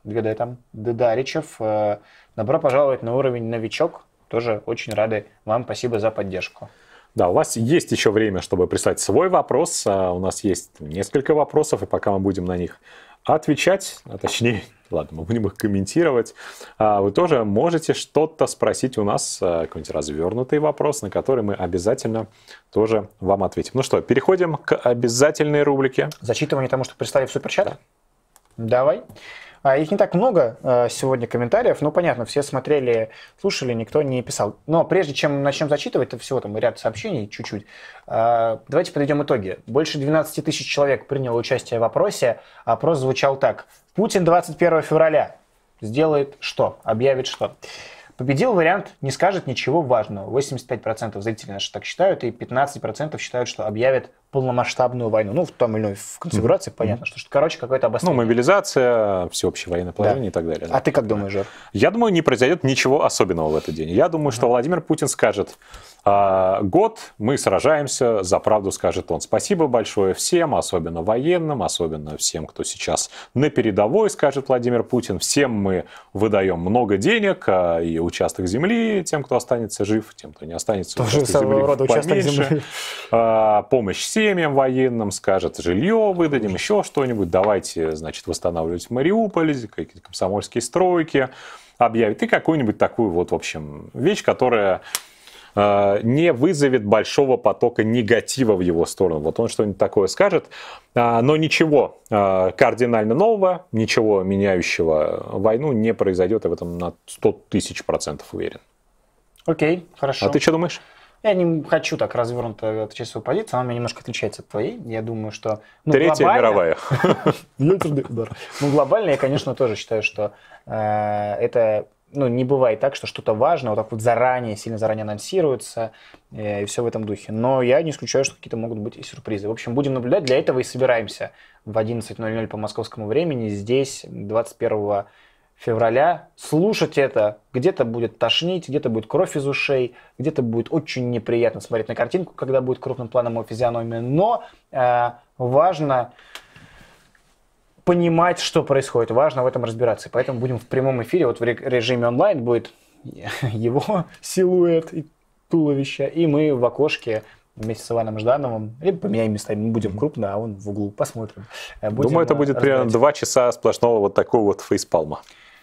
S1: добро пожаловать на уровень новичок. Тоже очень рады вам. Спасибо за поддержку.
S2: Да, у вас есть еще время, чтобы прислать свой вопрос. У нас есть несколько вопросов, и пока мы будем на них отвечать, точнее, ладно, мы будем их комментировать, вы тоже можете что-то спросить у нас, какой-нибудь развернутый вопрос, на который мы обязательно тоже вам ответим. Ну что, переходим к обязательной рубрике.
S1: Зачитывание тому, что прислали в суперчат? Да. Давай. Их не так много сегодня комментариев, но понятно, все смотрели, слушали, никто не писал. Но прежде чем начнем зачитывать, это всего там ряд сообщений, чуть-чуть, давайте подведем итоги. Больше 12 тысяч человек приняло участие в опросе. Опрос звучал так. Путин 21 февраля сделает что? Объявит что? Победил вариант «не скажет ничего важного». 85% зрителей наши так считают, и 15% считают, что объявят полномасштабную войну. Ну, в том или иной конфигурации понятно, что, короче, какое-то обострение.
S2: Ну, мобилизация, всеобщее военное положение, да, и так далее.
S1: А ты как думаешь, Жор?
S2: Я думаю, не произойдет ничего особенного в этот день. Я думаю, что Владимир Путин скажет: год мы сражаемся за правду, скажет он. Спасибо большое всем, особенно военным, особенно всем, кто сейчас на передовой, скажет Владимир Путин. Всем мы выдаем много денег и участок земли тем, кто останется жив, тем, кто не останется,
S1: тоже своего рода участок земли.
S2: Помощь семьям военным, скажет, жилье выдадим, еще что-нибудь. Давайте, значит, восстанавливать Мариуполь, какие-то комсомольские стройки объявить. И какую-нибудь такую вот, в общем, вещь, которая не вызовет большого потока негатива в его сторону. Вот он что-нибудь такое скажет, но ничего кардинально нового, ничего меняющего войну не произойдет, я в этом на 100 000% уверен.
S1: Окей, хорошо.
S2: А ты что думаешь?
S1: Я не хочу так развернуто отвечать свою позицию, она у меня немножко отличается от твоей. Я думаю, что...
S2: Третья мировая.
S1: Ядерный удар. Глобально я, конечно, тоже считаю, что это... не бывает так, что что-то важное вот так вот сильно заранее анонсируется, и все в этом духе. Но я не исключаю, что какие-то могут быть и сюрпризы. В общем, будем наблюдать. Для этого и собираемся в 11:00 по московскому времени здесь 21 февраля. Слушать это где-то будет тошнить, где-то будет кровь из ушей, где-то будет очень неприятно смотреть на картинку, когда будет крупным планом его физиономия. Но важно понимать, что происходит. Важно в этом разбираться. Поэтому будем в прямом эфире. Вот в режиме онлайн будет его силуэт и туловище. И мы в окошке вместе с Иваном Ждановым, либо поменяем местами, мы будем крупно, а он в углу. Посмотрим.
S2: Думаю, это будет примерно 2 часа сплошного вот такого вот фейспалма.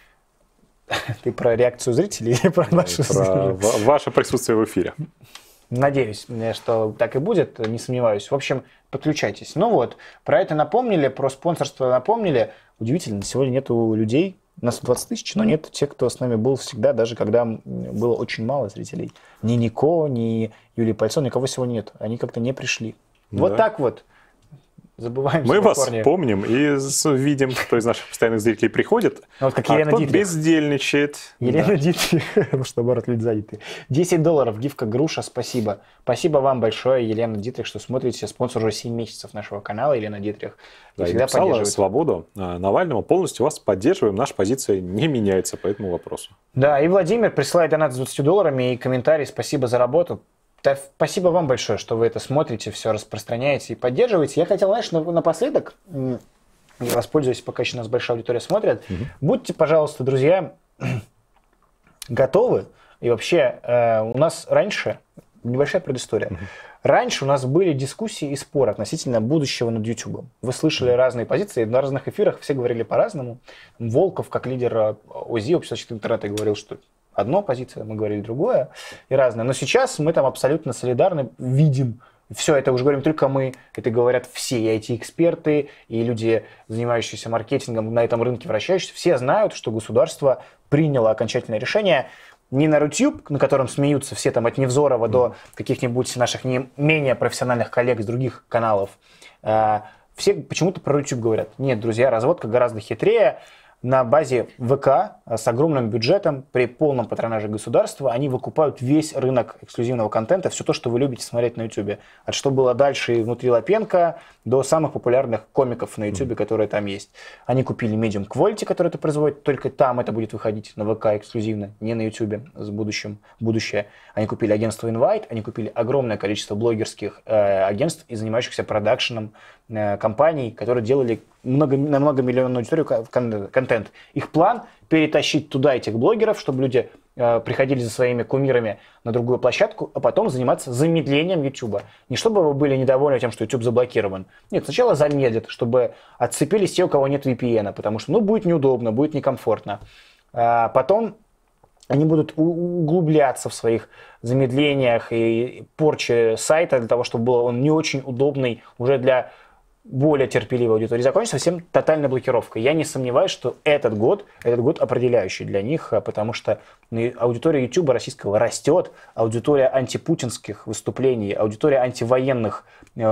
S1: Ты про реакцию зрителей или про нашу?
S2: Про ваше присутствие в эфире.
S1: Надеюсь, что так и будет, не сомневаюсь. В общем, подключайтесь. Ну вот, про это напомнили, про спонсорство напомнили. Удивительно, сегодня нету людей, нас 20 000, но нет тех, кто с нами был всегда, даже когда было очень мало зрителей. Ни Нико, ни Юлии Пальцон, никого сегодня нет. Они как-то не пришли. Да. Вот так вот. Забываем.
S2: Мы вас помним и видим, кто из наших постоянных зрителей приходит,
S1: вот как Елена
S2: кто бездельничает.
S1: Елена Дитрих, потому что, наоборот, люди заняты. $10, гифка Груша, спасибо. Спасибо вам большое, Елена Дитрих, что смотрите. Спонсор уже 7 месяцев нашего канала, Елена Дитрих.
S2: Да, всегда поддерживает свободу Навального. Полностью вас поддерживаем. Наша позиция не меняется по этому вопросу.
S1: Да, и Владимир присылает донат с $20 и комментарий. Спасибо за работу. Да, спасибо вам большое, что вы это смотрите, все распространяете и поддерживаете. Я хотел, знаешь, напоследок, воспользуюсь, пока еще нас большая аудитория смотрит, будьте, пожалуйста, друзья, готовы. И вообще, у нас раньше, небольшая предыстория, раньше у нас были дискуссии и споры относительно будущего над YouTube. Вы слышали разные позиции, на разных эфирах все говорили по-разному. Волков, как лидер ОЗИ, общества защиты интернета, говорил, что одно позиция, мы говорили другое и разное. Но сейчас мы там абсолютно солидарны, видим, все это уже говорим только мы, это говорят все, и IT-эксперты, и люди, занимающиеся маркетингом на этом рынке, вращающиеся, все знают, что государство приняло окончательное решение не на Рутюб, на котором смеются все там от Невзорова до каких-нибудь наших не менее профессиональных коллег с других каналов. Все почему-то про Рутюб говорят. Нет, друзья, разводка гораздо хитрее. На базе ВК с огромным бюджетом при полном патронаже государства они выкупают весь рынок эксклюзивного контента, все то, что вы любите смотреть на YouTube. От что было дальше и внутри Лапенко до самых популярных комиков на YouTube, которые там есть. Они купили Medium Quality, который это производит, только там это будет выходить на ВК эксклюзивно, не на YouTube с будущее. Они купили агентство Invite, они купили огромное количество блогерских агентств и занимающихся продакшеном компаний, которые делали на многомиллионную аудиторию контент. Их план перетащить туда этих блогеров, чтобы люди приходили за своими кумирами на другую площадку, а потом заниматься замедлением YouTube. Не чтобы вы были недовольны тем, что YouTube заблокирован. Нет, сначала замедлят, чтобы отцепились те, у кого нет VPN, потому что будет неудобно, будет некомфортно. Потом они будут углубляться в своих замедлениях и порче сайта для того, чтобы был он не очень удобный уже для более терпеливой аудитории, закончится всем тотальной блокировкой. Я не сомневаюсь, что этот год определяющий для них, потому что аудитория YouTube российского растет, аудитория антипутинских выступлений, аудитория антивоенных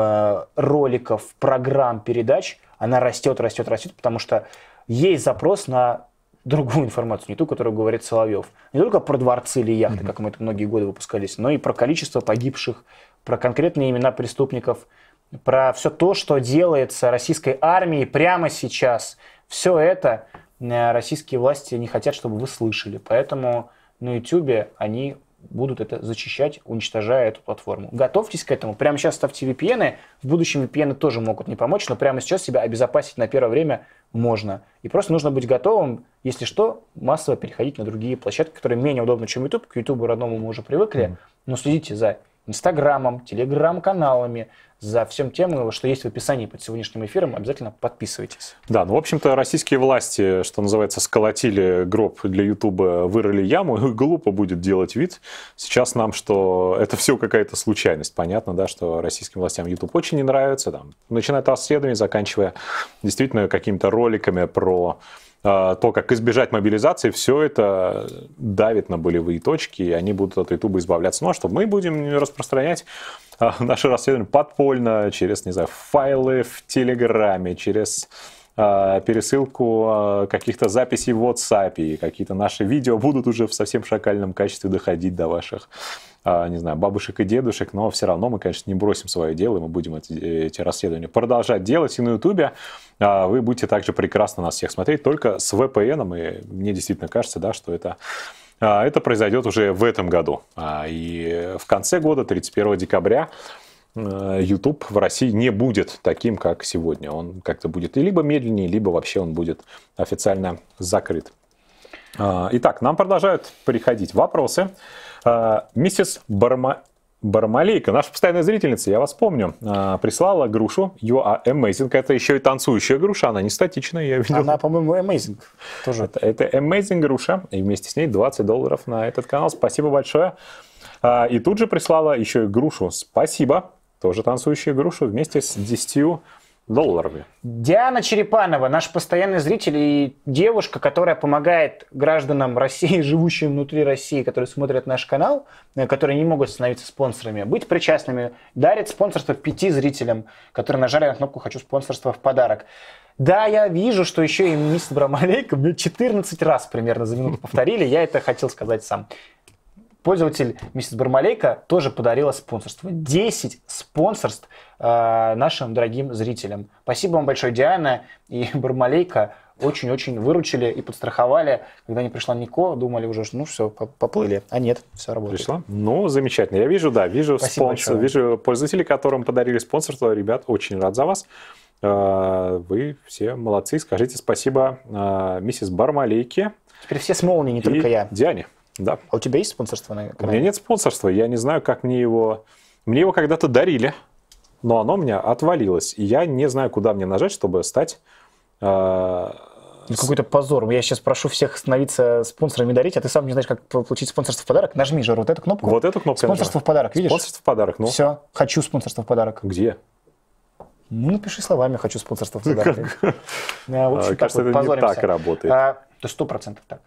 S1: роликов, программ, передач, она растет, потому что есть запрос на другую информацию, не ту, которую говорит Соловьев. Не только про дворцы или яхты, как мы это многие годы выпускались, но и про количество погибших, про конкретные имена преступников, про все то, что делается российской армией прямо сейчас. Все это российские власти не хотят, чтобы вы слышали. Поэтому на YouTube они будут это зачищать, уничтожая эту платформу. Готовьтесь к этому. Прямо сейчас ставьте VPN. В будущем VPN тоже могут не помочь, но прямо сейчас себя обезопасить на первое время можно. И просто нужно быть готовым, если что, массово переходить на другие площадки, которые менее удобны, чем YouTube. К YouTube родному мы уже привыкли, но следите за Инстаграмом, Телеграм-каналами, за всем тем, что есть в описании под сегодняшним эфиром. Обязательно подписывайтесь.
S2: Да, ну, в общем-то, российские власти, что называется, сколотили гроб для Ютуба, вырыли яму, и глупо будет делать вид сейчас нам, что это все какая-то случайность. Понятно, да, что российским властям Ютуб очень не нравится, там, начиная от расследований, заканчивая действительно какими-то роликами про то, как избежать мобилизации, все это давит на болевые точки, и они будут от Ютуба избавляться. Ну, а что, мы будем распространять наши расследования подпольно, через, не знаю, файлы в Телеграме, через пересылку каких-то записей в WhatsApp, и какие-то наши видео будут уже в совсем шакальном качестве доходить до ваших, не знаю, бабушек и дедушек, но все равно мы, конечно, не бросим свое дело, и мы будем эти расследования продолжать делать. И на Ютубе вы будете также прекрасно нас всех смотреть, только с VPN, и мне действительно кажется, да, что это произойдет уже в этом году. И в конце года, 31 декабря, YouTube в России не будет таким, как сегодня. Он как-то будет либо медленнее, либо вообще он будет официально закрыт. Итак, нам продолжают приходить вопросы. Миссис Бармалейка, наша постоянная зрительница, я вас помню, прислала грушу. You are amazing. Это еще и танцующая груша, она не статичная, я видел.
S1: Она, по-моему, amazing. Тоже.
S2: Это amazing груша, и вместе с ней $20 на этот канал. Спасибо большое. И тут же прислала еще и грушу. Спасибо. Тоже танцующую грушу вместе с $10.
S1: Диана Черепанова, наш постоянный зритель и девушка, которая помогает гражданам России, живущим внутри России, которые смотрят наш канал, которые не могут становиться спонсорами, быть причастными, дарит спонсорство 5 зрителям, которые нажали на кнопку «Хочу спонсорство в подарок». Да, я вижу, что еще и миссис Бармалейка мне 14 раз примерно за минуту повторили, я это хотел сказать сам. Пользователь миссис Бармалейка тоже подарила спонсорство. 10 спонсорств нашим дорогим зрителям. Спасибо вам большое, Диана и Бармалейка. Очень-очень выручили и подстраховали. Когда не пришла Нико, думали уже, что ну все, поплыли. А нет, все работает.
S2: Пришла? Ну, замечательно. Я вижу, да, вижу вижу пользователей, которым подарили спонсорство. Ребят, очень рад за вас. Вы все молодцы. Скажите спасибо миссис Бармалейке.
S1: Теперь все с молнией, не только я.
S2: Диане. Да.
S1: А у тебя есть спонсорство на канале?
S2: У меня нет спонсорства, я не знаю, как мне его... Мне его когда-то дарили, но оно у меня отвалилось. И я не знаю, куда мне нажать, чтобы стать...
S1: Какой-то позор. Я сейчас прошу всех становиться спонсорами, дарить, а ты сам не знаешь, как получить спонсорство в подарок. Нажми же вот эту кнопку.
S2: Вот эту кнопку.
S1: Спонсорство в подарок, видишь?
S2: Спонсорство в подарок, ну.
S1: Все, хочу спонсорство в подарок.
S2: Где?
S1: Ну, напиши словами «хочу спонсорство в подарок».
S2: Кажется, это не так работает.
S1: Это 100% так.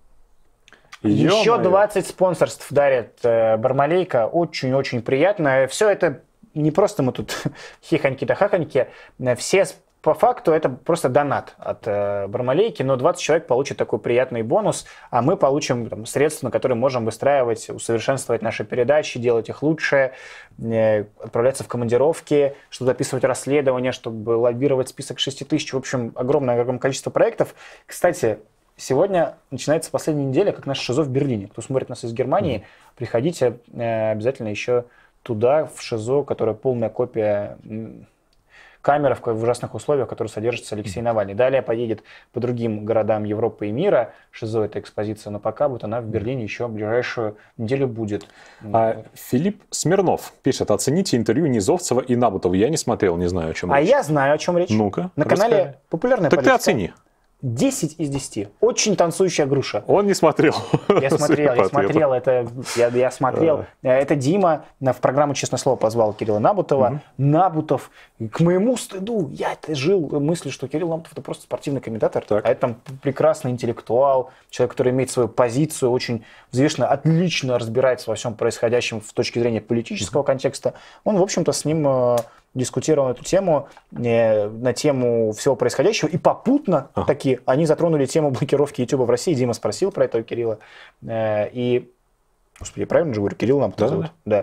S1: Еще 20 спонсорств дарит Бармалейка. Очень-очень приятно. Все это не просто мы тут хихоньки да хахоньки. Все по факту это просто донат от Бармалейки, но 20 человек получат такой приятный бонус, а мы получим там средства, на которые можем выстраивать, усовершенствовать наши передачи, делать их лучше, отправляться в командировки, чтобы записывать расследования, чтобы лоббировать список 6000. В общем, огромное количество проектов. Кстати, сегодня начинается последняя неделя, как наш ШИЗО в Берлине. Кто смотрит нас из Германии, приходите обязательно еще туда, в ШИЗО, которая полная копия камеры в ужасных условиях, в которой содержится Алексей Навальный. Далее поедет по другим городам Европы и мира. ШИЗО — это экспозиция, но пока вот она в Берлине еще в ближайшую неделю будет.
S2: Филипп Смирнов пишет: оцените интервью Низовцева и Набутова. Я не смотрел, не знаю, о чем речь.
S1: А я знаю, о чем речь.
S2: Ну-ка,
S1: на канале «Популярная
S2: политика».
S1: Так
S2: ты оцени.
S1: 10 из 10. Очень танцующая груша.
S2: Он не смотрел.
S1: Я смотрел. Я смотрел. Это Дима в программу «Честное слово» позвал Кирилла Набутова. Набутов, к моему стыду, я жил мыслью, что Кирилл Набутов — это просто спортивный комментатор. А это там прекрасный интеллектуал, человек, который имеет свою позицию, очень взвешенно, отлично разбирается во всем происходящем с точки зрения политического контекста. Он, в общем-то, с ним дискутировал эту тему, на тему всего происходящего, и попутно таки они затронули тему блокировки YouTube в России. Дима спросил про это у Кирилла, и... Господи, я правильно же говорю? Кирилл нам зовут? Да.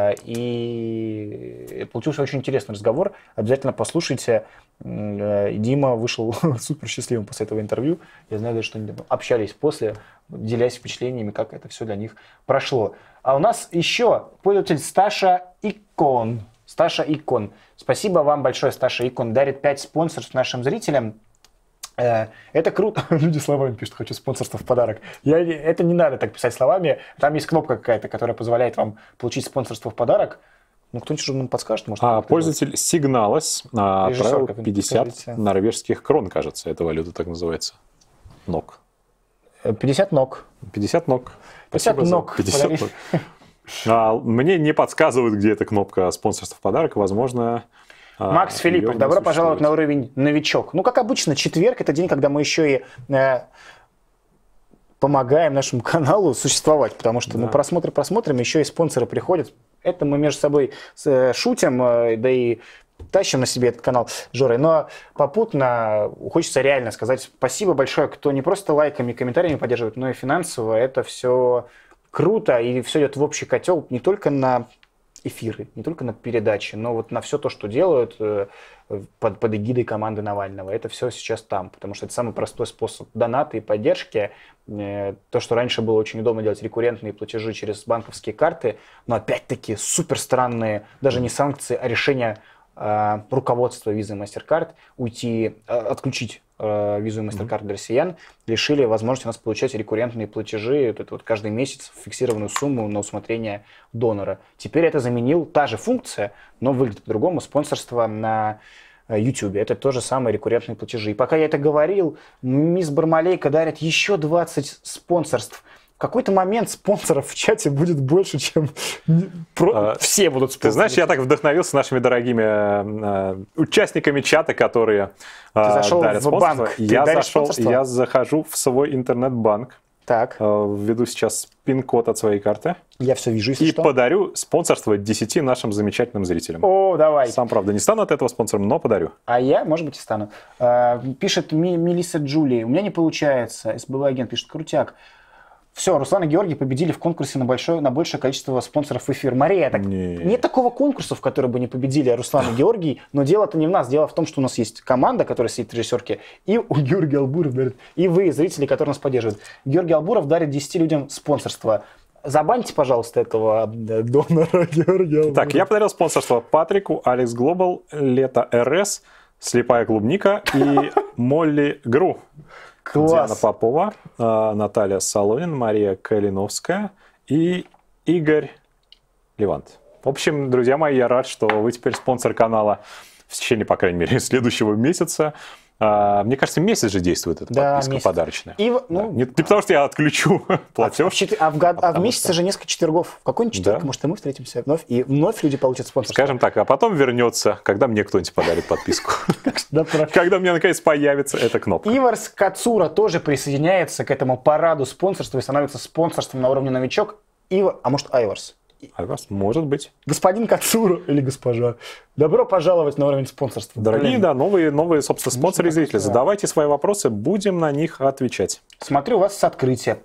S1: И получился очень интересный разговор. Обязательно послушайте. Дима вышел супер счастливым после этого интервью. Я знаю, что они общались после, делясь впечатлениями, как это все для них прошло. А у нас еще пользователь Сташа Икон. Сташа Икон. Спасибо вам большое, Сташа Икон. Дарит 5 спонсорств нашим зрителям. Это круто. Люди словами пишут: хочу спонсорство в подарок. Это не надо так писать словами. Там есть кнопка какая-то, которая позволяет вам получить спонсорство в подарок. Ну, кто-нибудь что нам подскажет, может.
S2: Пользователь Сигналос отправил
S1: как
S2: 50
S1: скажите.
S2: норвежских крон, кажется, эта валюта так называется. Ног.
S1: 50 ног.
S2: 50 ног.
S1: 50
S2: Спасибо
S1: ног.
S2: за 50 ног. Мне не подсказывают, где эта кнопка спонсорства в подарок. Возможно,
S1: Макс Филиппов, добро пожаловать на уровень новичок. Ну, как обычно, четверг – это день, когда мы еще и помогаем нашему каналу существовать, потому что просмотрим, еще и спонсоры приходят. Это мы между собой шутим, да и тащим на себе этот канал Жорой. Но попутно хочется реально сказать спасибо большое, кто не просто лайками и комментариями поддерживает, но и финансово. Это все круто, и все идет в общий котел не только на эфиры, не только на передачи, но вот на все то, что делают под эгидой команды Навального. Это все сейчас там, потому что это самый простой способ доната и поддержки. То, что раньше было очень удобно делать рекуррентные платежи через банковские карты, но опять-таки супер странные, даже не санкции, а решения руководства Visa и MasterCard отключить визу и MasterCard для россиян, лишили возможности у нас получать рекуррентные платежи, это вот каждый месяц фиксированную сумму на усмотрение донора. Теперь это заменил та же функция, но выглядит по-другому, спонсорство на YouTube. Это то же самое рекуррентные платежи. И пока я это говорил, мисс Бармалейка дарит еще 20 спонсорств. В какой-то момент спонсоров в чате будет больше, чем все будут спонсоры.
S2: Ты знаешь, я так вдохновился нашими дорогими участниками чата, которые дарят спонсорство. Я захожу в свой интернет-банк.
S1: Так.
S2: Введу сейчас пин-код от своей карты.
S1: Я все вижу, если что.
S2: И подарю спонсорство 10 нашим замечательным зрителям.
S1: О, давай.
S2: Сам, правда, не стану от этого спонсором, но подарю.
S1: А я, может быть, и стану. Пишет Мелисса Джули. У меня не получается. СБВ-агент пишет, крутяк. Все, Руслан и Георгий победили в конкурсе на большее количество спонсоров в эфир. Мария, нет такого конкурса, в который бы не победили Руслан и Георгий, но дело-то не в нас. Дело в том, что у нас есть команда, которая сидит в режиссерке, и у Георгия Албуров дарит, и вы, зрители, которые нас поддерживают. Георгий Албуров дарит 10 людям спонсорство. Забаньте, пожалуйста, этого донора Георгия Албурова.
S2: Так, я подарил спонсорство Патрику, Алекс Глобал, Лето РС, Слепая Клубника и Молли Гру.
S1: Класс.
S2: Диана Попова, Наталья Солонин, Мария Калиновская и Игорь Левант. В общем, друзья мои, я рад, что вы теперь спонсор канала в течение, по крайней мере, следующего месяца. Мне кажется, месяц же действует эта подписка подарочная. Не потому, что я отключу платеж.
S1: А в месяце же несколько четвергов. В какой-нибудь четверг, может, и мы встретимся вновь, и вновь люди получат спонсорство.
S2: Скажем так, а потом вернется, когда мне кто-нибудь подарит подписку. Когда у меня, наконец, появится эта кнопка.
S1: Иварс Кацура тоже присоединяется к этому параду спонсорства и становится спонсорством на уровне новичок. А может, Айварс?
S2: Айварс, может быть.
S1: Господин Кацура или госпожа, добро пожаловать на уровень спонсорства.
S2: Дорогие, да, новые, собственно, спонсоры и зрители. Задавайте свои вопросы, будем на них отвечать.
S1: Смотрю, у вас с открытия.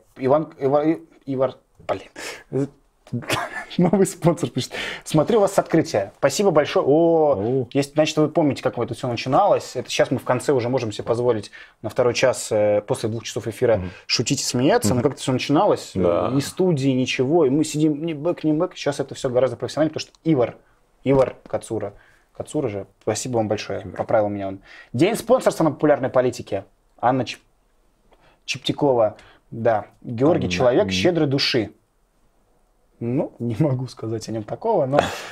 S1: Новый спонсор пишет. Смотрю, у вас с открытия. Спасибо большое. Если, значит, вы помните, как это все начиналось. Это сейчас мы в конце уже можем себе позволить на второй час после 2 часов эфира шутить и смеяться. Но как это все начиналось, ни студии, ничего. И мы сидим ни бэк. Сейчас это все гораздо профессиональнее, потому что Ивар Кацура. Кацура же. Спасибо вам большое. Поправил меня он. День спонсорства на популярной политике. Анна Чептякова. Да. Георгий человек щедрой души. Ну, не могу сказать о нем такого,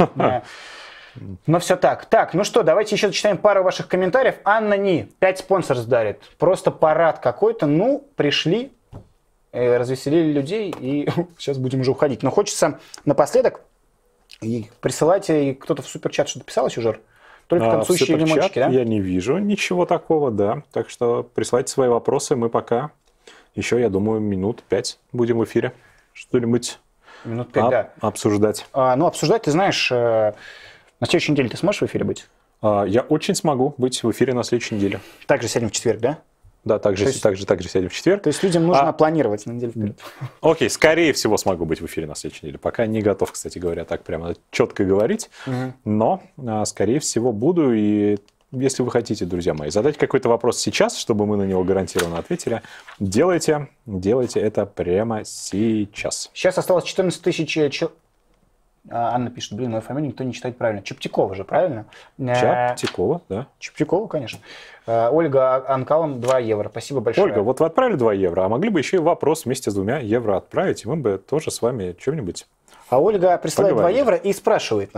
S1: но все так. Так, ну что, давайте еще зачитаем пару ваших комментариев. Анна Ни, 5 спонсоров дарит. Просто парад какой-то. Ну, пришли, развеселили людей, и сейчас будем уже уходить. Но хочется напоследок, присылайте, кто-то в суперчат что-то писал еще, Жор? Только танцующие лимончики, да?
S2: Я не вижу ничего такого, да. Так что присылайте свои вопросы, мы пока еще, я думаю, минут 5 будем в эфире. Что-нибудь...
S1: Минут 5, да.
S2: Обсуждать.
S1: Обсуждать, ты знаешь, на следующей неделе ты сможешь в эфире быть?
S2: Я очень смогу быть в эфире на следующей неделе.
S1: Также сядем в четверг, да?
S2: Да, также сядем в четверг.
S1: То есть людям нужно планировать на неделю вперед.
S2: Окей, скорее всего смогу быть в эфире на следующей неделе. Пока не готов, кстати говоря, так прямо четко говорить. Но, скорее всего, буду. И если вы хотите, друзья мои, задать какой-то вопрос сейчас, чтобы мы на него гарантированно ответили, делайте это прямо сейчас.
S1: Сейчас осталось 14 тысяч человек. Анна пишет, мою фамилию никто не читает правильно. Чептякова же, правильно?
S2: Чептякова, да.
S1: Чептякова, конечно. Ольга Анкалом 2 евро. Спасибо большое.
S2: Ольга, вот вы отправили 2 евро, а могли бы еще и вопрос вместе с 2 евро отправить, и мы бы тоже с вами что-нибудь
S1: А Ольга присылает 2 евро и спрашивает нас.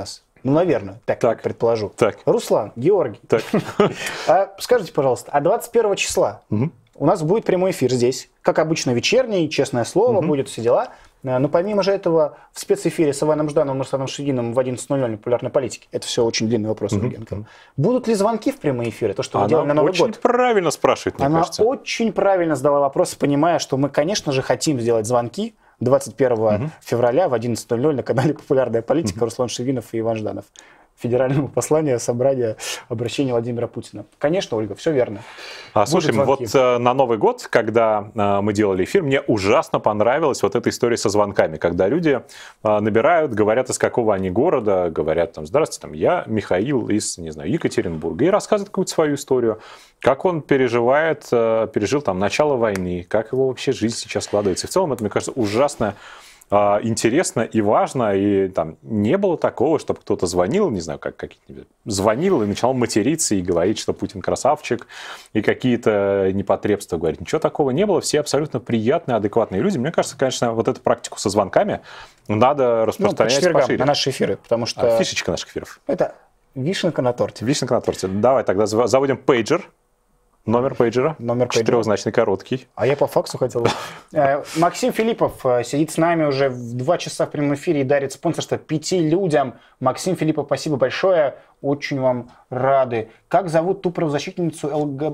S1: Ну, наверное, так предположу.
S2: Так.
S1: Руслан, Георгий, скажите, пожалуйста, а 21 числа у нас будет прямой эфир здесь, как обычно, вечерний, честное слово, будет все дела. Но помимо же этого, в спецэфире с Иваном Ждановым и Русланом Шульгиным в 11:00 популярной политики. Это все очень длинный вопрос, Евгений. Будут ли звонки в прямые эфиры? То, что мы делаем на Новый год.
S2: Она очень правильно спрашивает, мне кажется.
S1: Она очень правильно задала вопрос, понимая, что мы, конечно же, хотим сделать звонки 21 февраля в 11:00 на канале «Популярная политика» Руслан Шульгинов и Иван Жданов. Федерального послания, собрания, обращения Владимира Путина. Конечно, Ольга, все верно.
S2: Слушай, вот на Новый год, когда мы делали эфир, мне ужасно понравилась вот эта история со звонками, когда люди набирают, говорят, из какого они города, говорят, там, здравствуйте, там, я Михаил из, не знаю, Екатеринбурга, и рассказывают какую-то свою историю, как он пережил там начало войны, как его вообще жизнь сейчас складывается. И в целом это, мне кажется, ужасно интересно и важно, и там не было такого, чтобы кто-то звонил, не знаю, звонил и начал материться и говорить, что Путин красавчик, и какие-то непотребства говорить. Ничего такого не было, все абсолютно приятные, адекватные люди. Мне кажется, конечно, вот эту практику со звонками надо распространять пошире.
S1: На наши эфиры, потому что...
S2: Фишечка наших эфиров.
S1: Это вишенка на торте.
S2: Вишенка на торте. Давай тогда заводим пейджер. Номер пейджера. Четырехзначный, короткий.
S1: А я по факсу хотел. Максим Филиппов сидит с нами уже в 2 часа в прямом эфире и дарит спонсорство 5 людям. Максим Филиппов, спасибо большое. Очень вам рады. Как зовут ту правозащитницу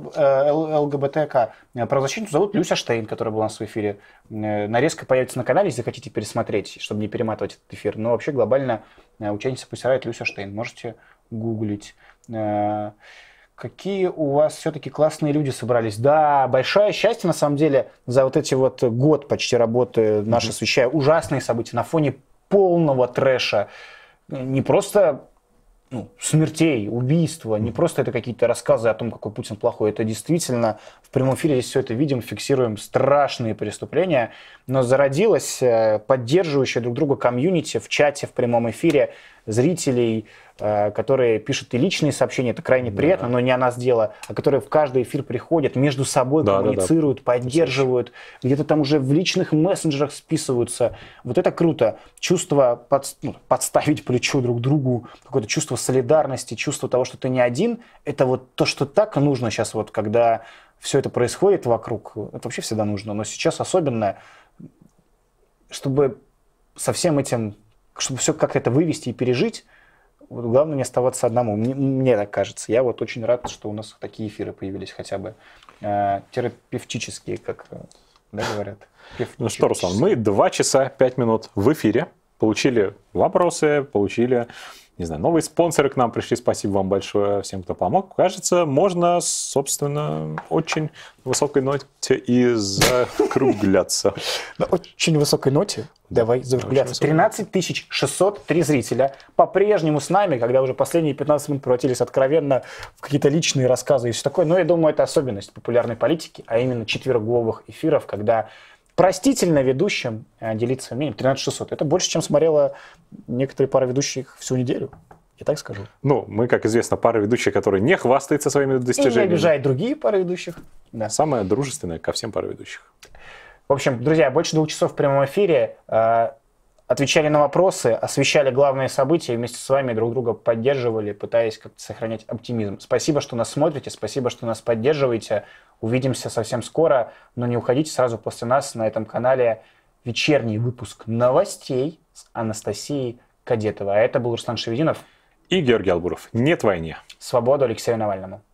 S1: ЛГБТК? Правозащитницу зовут Люся Штейн, которая была у нас в эфире. Нарезка появится на канале, если хотите пересмотреть, чтобы не перематывать этот эфир. Но вообще глобально ученица посирает Люся Штейн. Можете гуглить. Какие у вас все-таки классные люди собрались. Да, большое счастье, на самом деле, за вот эти вот год почти работы наши освещая ужасные события на фоне полного трэша. Не просто смертей, убийства, не просто это какие-то рассказы о том, какой Путин плохой. Это действительно в прямом эфире здесь все это видим, фиксируем страшные преступления. Но зародилось поддерживающее друг друга комьюнити в чате, в прямом эфире, зрителей, которые пишут и личные сообщения, это крайне приятно, но не о нас дело, а которые в каждый эфир приходят, между собой коммуницируют, поддерживают, где-то там уже в личных мессенджерах списываются. Вот это круто. Чувство подставить плечо друг другу, какое-то чувство солидарности, чувство того, что ты не один, это вот то, что так нужно сейчас, вот, когда все это происходит вокруг. Это вообще всегда нужно, но сейчас особенно, чтобы со всем этим, чтобы все как-то это вывести и пережить, вот главное не оставаться одному. Мне так кажется. Я вот очень рад, что у нас такие эфиры появились хотя бы терапевтические, как говорят.
S2: Ну что, Руслан, мы 2 часа 5 минут в эфире. Получили вопросы, получили, не знаю, новые спонсоры к нам пришли. Спасибо вам большое всем, кто помог. Кажется, можно, собственно, очень высокой ноте и закругляться.
S1: На очень высокой ноте давай закругляться. 13 603 зрителя по-прежнему с нами, когда уже последние 15 минут превратились откровенно в какие-то личные рассказы и все такое. Но я думаю, это особенность популярной политики, а именно четверговых эфиров, когда простительно ведущим делиться мнением. 13 600. Это больше, чем смотрела некоторые пары ведущих всю неделю. Я так скажу.
S2: Ну, мы, как известно, пара ведущих, которые не хвастаются своими достижениями.
S1: И не обижает другие пары ведущих.
S2: Да. Самая дружественная ко всем пары ведущих.
S1: В общем, друзья, больше 2 часов в прямом эфире. Отвечали на вопросы, освещали главные события, вместе с вами друг друга поддерживали, пытаясь как-то сохранять оптимизм. Спасибо, что нас смотрите, спасибо, что нас поддерживаете. Увидимся совсем скоро, но не уходите сразу после нас на этом канале вечерний выпуск новостей с Анастасией Кадетовой. А это был Руслан Шевединов
S2: и Георгий Албуров. Нет войне.
S1: Свободу Алексею Навальному.